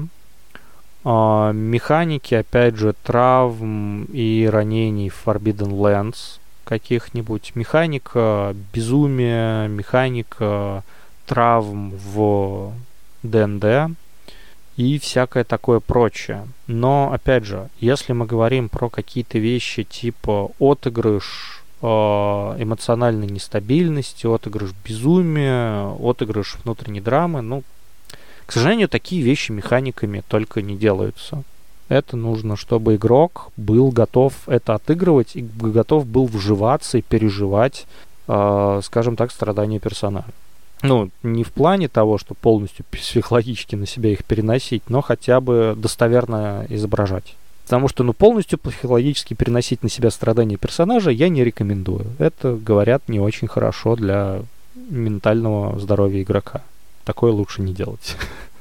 Э, механики, опять же, травм и ранений в Forbidden Lands каких-нибудь. Механика безумия, механика травм в ди энд ди и всякое такое прочее. Но, опять же, если мы говорим про какие-то вещи типа отыгрыш эмоциональной нестабильности, отыгрыш безумия, отыгрыш внутренней драмы, ну, к сожалению, такие вещи механиками только не делаются. Это нужно, чтобы игрок был готов это отыгрывать и готов был вживаться и переживать, э, скажем так, страдания персонажа. Ну, не в плане того, что полностью психологически на себя их переносить, но хотя бы достоверно изображать. Потому что, ну, полностью психологически переносить на себя страдания персонажа я не рекомендую. Это, говорят, не очень хорошо для ментального здоровья игрока. Такое лучше не делать.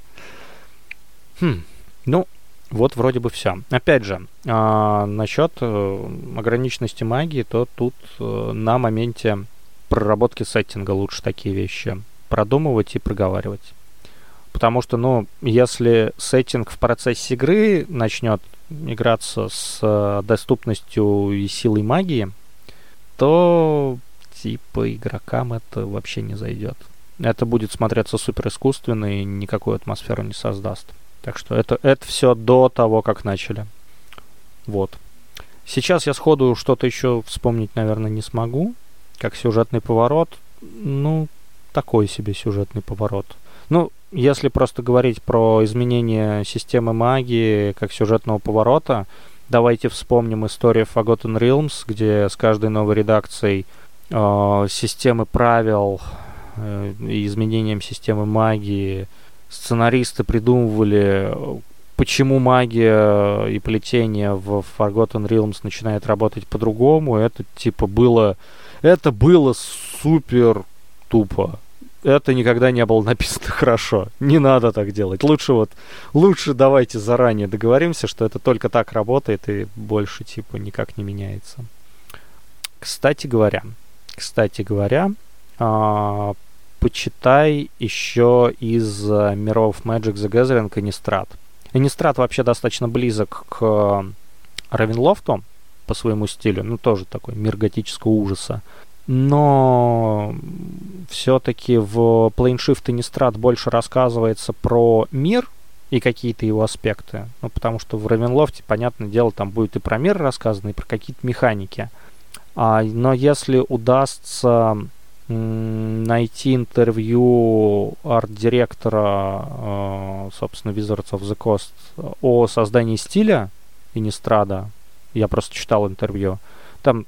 Хм, ну, вот вроде бы все. Опять же, а, насчет э, ограниченности магии, то тут э, на моменте проработки сеттинга лучше такие вещи продумывать и проговаривать. Потому что, ну, если сеттинг в процессе игры начнет играться с э, доступностью и силой магии, то типа игрокам это вообще не зайдет. это будет смотреться супер искусственно и никакую атмосферу не создаст. Так что это, это все до того, как начали. Вот. Сейчас я сходу что-то еще вспомнить, наверное, не смогу. Как сюжетный поворот. Ну, такой себе сюжетный поворот. Ну, если просто говорить про изменение системы магии как сюжетного поворота, давайте вспомним историю Forgotten Realms, где с каждой новой редакцией э, системы правил э, и изменением системы магии сценаристы придумывали, почему магия и плетение в Forgotten Realms начинает работать по-другому. Это типа было... Это было супер тупо. Это никогда не было написано хорошо. Не надо так делать. Лучше вот... Лучше давайте заранее договоримся, что это только так работает и больше типа никак не меняется. Кстати говоря... Кстати говоря... А- почитай еще из uh, миров Magic the Gathering Innistrad. Innistrad вообще достаточно близок к Равенлофту по своему стилю. Ну, тоже такой мир готического ужаса. Но все-таки в Planeshift Innistrad больше рассказывается про мир и какие-то его аспекты. Ну, потому что в Равенлофте, понятное дело, там будет и про мир рассказано, и про какие-то механики. А, но если удастся найти интервью арт-директора, э, собственно, Wizards of the Coast о создании стиля Иннистрада. Я просто читал интервью. Там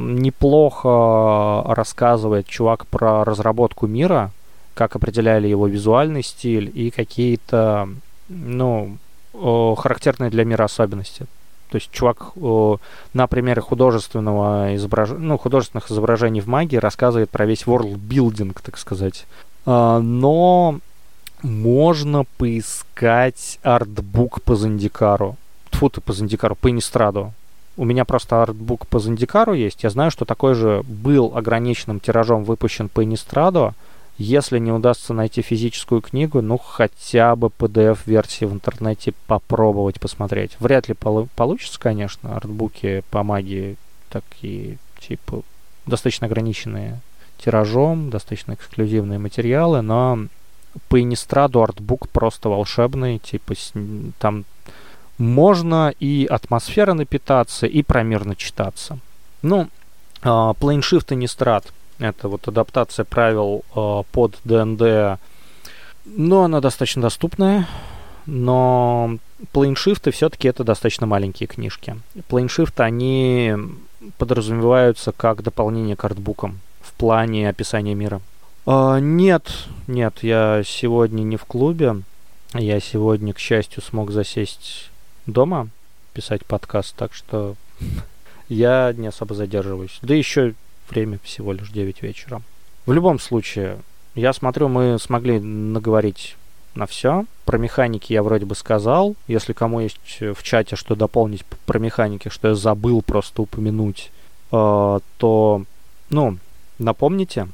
неплохо рассказывает чувак про разработку мира, как определяли его визуальный стиль и какие-то, ну, э, характерные для мира особенности. То есть чувак э, на примере художественного изображ... ну, художественных изображений в магии рассказывает про весь world-building, так сказать. А, но можно поискать артбук по Зендикару. Тьфу ты, по Зендикару, по Иннистраду. У меня просто артбук по Зендикару есть. Я знаю, что такой же был ограниченным тиражом выпущен по Иннистраду. Если не удастся найти физическую книгу, ну хотя бы пи ди эф-версии в интернете попробовать посмотреть. Вряд ли полу- получится, конечно, артбуки по магии такие, типа, достаточно ограниченные тиражом, достаточно эксклюзивные материалы, но по Иннистраду артбук просто волшебный, типа, с, там можно и атмосфера напитаться, и про мир начитаться. Ну, uh, Planeshift Innistrad. Это вот адаптация правил э, под ди энд ди. Но она достаточно доступная. Но плейншифты все-таки это достаточно маленькие книжки. Плейншифты, они подразумеваются как дополнение к артбукам в плане описания мира. Э, нет, нет, я сегодня не в клубе. Я сегодня, к счастью, смог засесть дома, писать подкаст, так что я не особо задерживаюсь. Да еще время всего лишь девять вечера. В любом случае, я смотрю, мы смогли наговорить на все. Про механики я вроде бы сказал. Если кому есть в чате что дополнить про механики, что я забыл просто упомянуть, э, то, ну, напомните.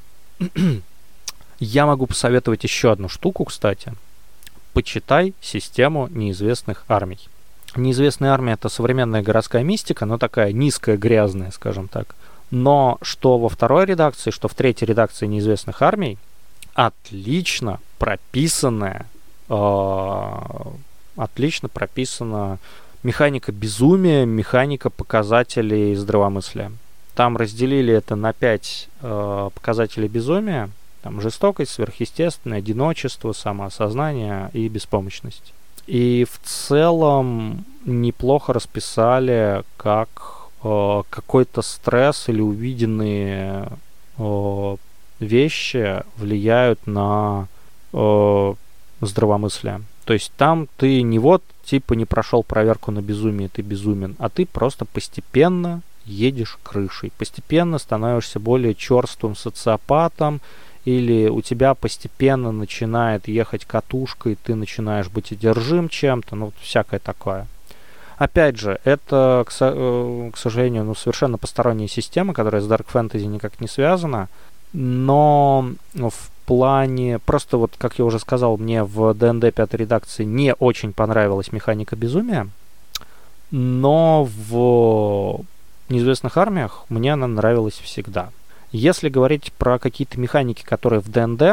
Я могу посоветовать еще одну штуку, кстати. Почитай систему неизвестных армий. Неизвестная армия — это современная городская мистика, но такая низкая, грязная, скажем так. Но что во второй редакции, что в третьей редакции неизвестных армий, отлично прописанная, э, отлично прописана механика безумия, механика показателей здравомыслия. Там разделили это на пять э, показателей безумия. Там жестокость, сверхъестественное, одиночество, самоосознание и беспомощность. И в целом неплохо расписали, как какой-то стресс или увиденные э, вещи влияют на э, здравомыслие. То есть там ты не вот типа не прошел проверку на безумие, ты безумен, а ты просто постепенно едешь крышей, постепенно становишься более черствым социопатом, или у тебя постепенно начинает ехать катушка, и ты начинаешь быть одержим чем-то, ну, всякое такое. Опять же, это, к, со- к сожалению, ну, совершенно посторонняя система, которая с Dark Fantasy никак не связана, но в плане, просто вот, как я уже сказал, мне в ди энд ди пятой редакции не очень понравилась механика безумия, но в неизвестных армиях мне она нравилась всегда. Если говорить про какие-то механики, которые в ди энд ди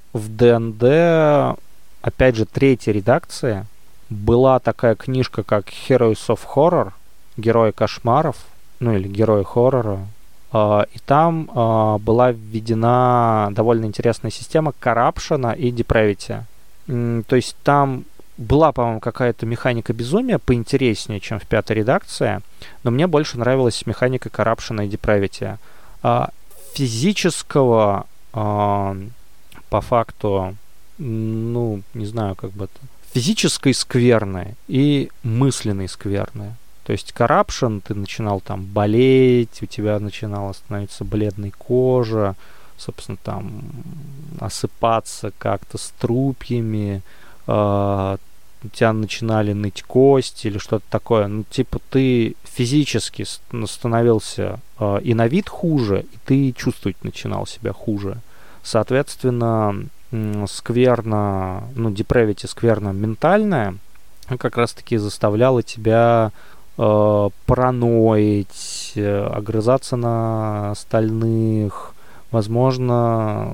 в ди энд ди, опять же, третьей редакции была такая книжка, как Heroes of Horror, Герои кошмаров, ну или Герои хоррора. Uh, и там uh, была введена довольно интересная система коррупшена и depravity. Mm, то есть там была, по-моему, какая-то механика безумия поинтереснее, чем в пятой редакции, но мне больше нравилась механика коррупшена и depravity. Uh, физического, uh, по факту, ну, не знаю, как бы это, физической скверны и мысленной скверны. То есть corruption, ты начинал там болеть, у тебя начинала становиться бледной кожа, собственно, там осыпаться как-то струпьями, э, у тебя начинали ныть кости или что-то такое. Ну, типа, ты физически становился э, и на вид хуже, и ты чувствовать начинал себя хуже. Соответственно, э, скверно, ну, depravity скверно ментальная, как раз-таки заставляла тебя параноить, огрызаться на остальных, возможно,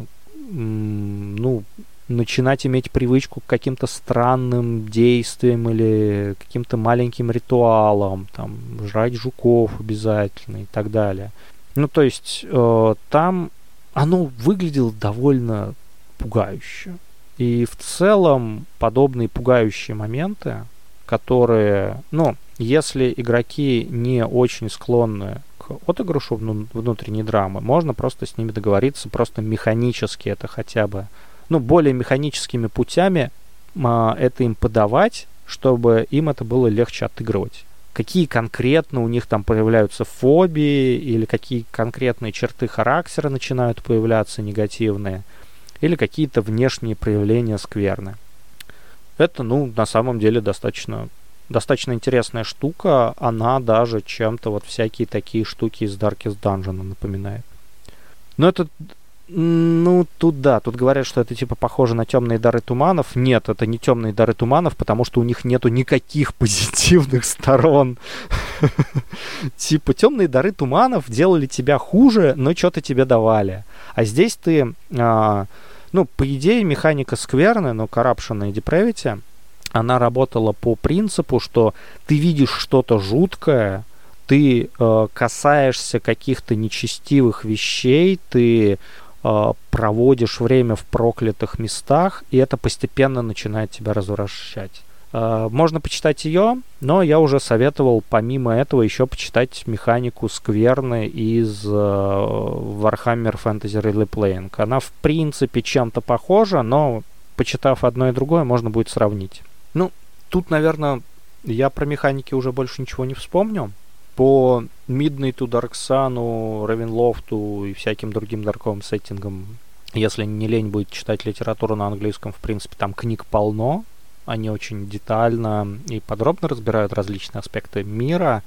ну, начинать иметь привычку к каким-то странным действиям или каким-то маленьким ритуалам, там, жрать жуков обязательно и так далее. Ну, то есть э, там оно выглядело довольно пугающе. И в целом подобные пугающие моменты, которые, ну, если игроки не очень склонны к отыгрышу внутренней драмы, можно просто с ними договориться, просто механически это хотя бы, ну, более механическими путями а, это им подавать, чтобы им это было легче отыгрывать. Какие конкретно у них там появляются фобии, или какие конкретные черты характера начинают появляться негативные, или какие-то внешние проявления скверны. Это, ну, на самом деле достаточно, достаточно интересная штука. Она даже чем-то вот всякие такие штуки из Darkest Dungeon напоминает. Но это, ну, тут да, тут говорят, что это типа похоже на темные дары туманов. Нет, это не темные дары туманов, потому что у них нету никаких позитивных сторон. Типа темные дары туманов делали тебя хуже, но что-то тебе давали. А здесь ты... Ну, по идее, механика скверны, но corruption и depravity, она работала по принципу, что ты видишь что-то жуткое, ты э, касаешься каких-то нечестивых вещей, ты э, проводишь время в проклятых местах, и это постепенно начинает тебя развращать. Э, можно почитать ее, но я уже советовал помимо этого еще почитать механику скверны из э, Warhammer Fantasy Role-Playing. Она в принципе чем-то похожа, но почитав одно и другое, можно будет сравнить. Ну, тут, наверное, я про механики уже больше ничего не вспомню. По Midnight, Darksun, Ravenloft и всяким другим дарковым сеттингам, если не лень будет читать литературу на английском, в принципе, там книг полно. Они очень детально и подробно разбирают различные аспекты мира.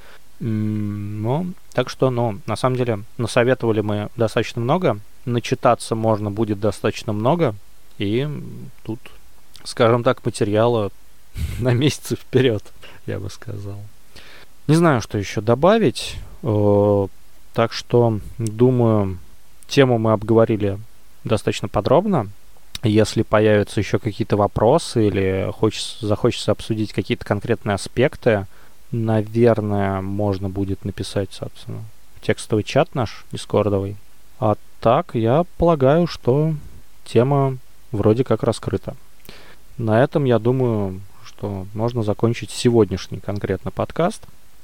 Ну, так что, ну, на самом деле, насоветовали мы достаточно много. Начитаться можно будет достаточно много. И тут, скажем так, материала на месяцы вперед, я бы сказал. Не знаю, что еще добавить. Так что, думаю, тему мы обговорили достаточно подробно. Если появятся еще какие-то вопросы или хочется, захочется обсудить какие-то конкретные аспекты, наверное, можно будет написать, собственно, в текстовый чат наш, дискордовый. А так, я полагаю, что тема вроде как раскрыта. На этом, я думаю, что можно закончить сегодняшний конкретно подкаст.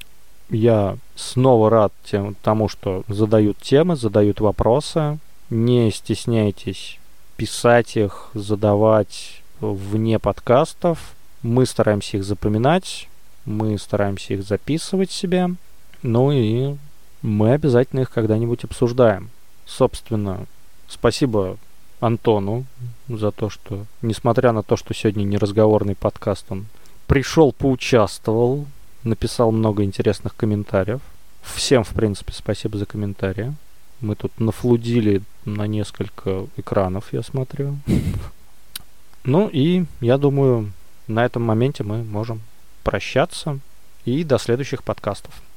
Я снова рад тем, тому, что задают темы, задают вопросы. Не стесняйтесь писать их, задавать вне подкастов. Мы стараемся их запоминать, мы стараемся их записывать себе. Ну и мы обязательно их когда-нибудь обсуждаем. Собственно, спасибо Антону за то, что, несмотря на то, что сегодня не разговорный подкаст, он пришел, поучаствовал, написал много интересных комментариев. Всем, в принципе, спасибо за комментарии. Мы тут нафлудили на несколько экранов, я смотрю. Ну и, я думаю, на этом моменте мы можем прощаться. И до следующих подкастов.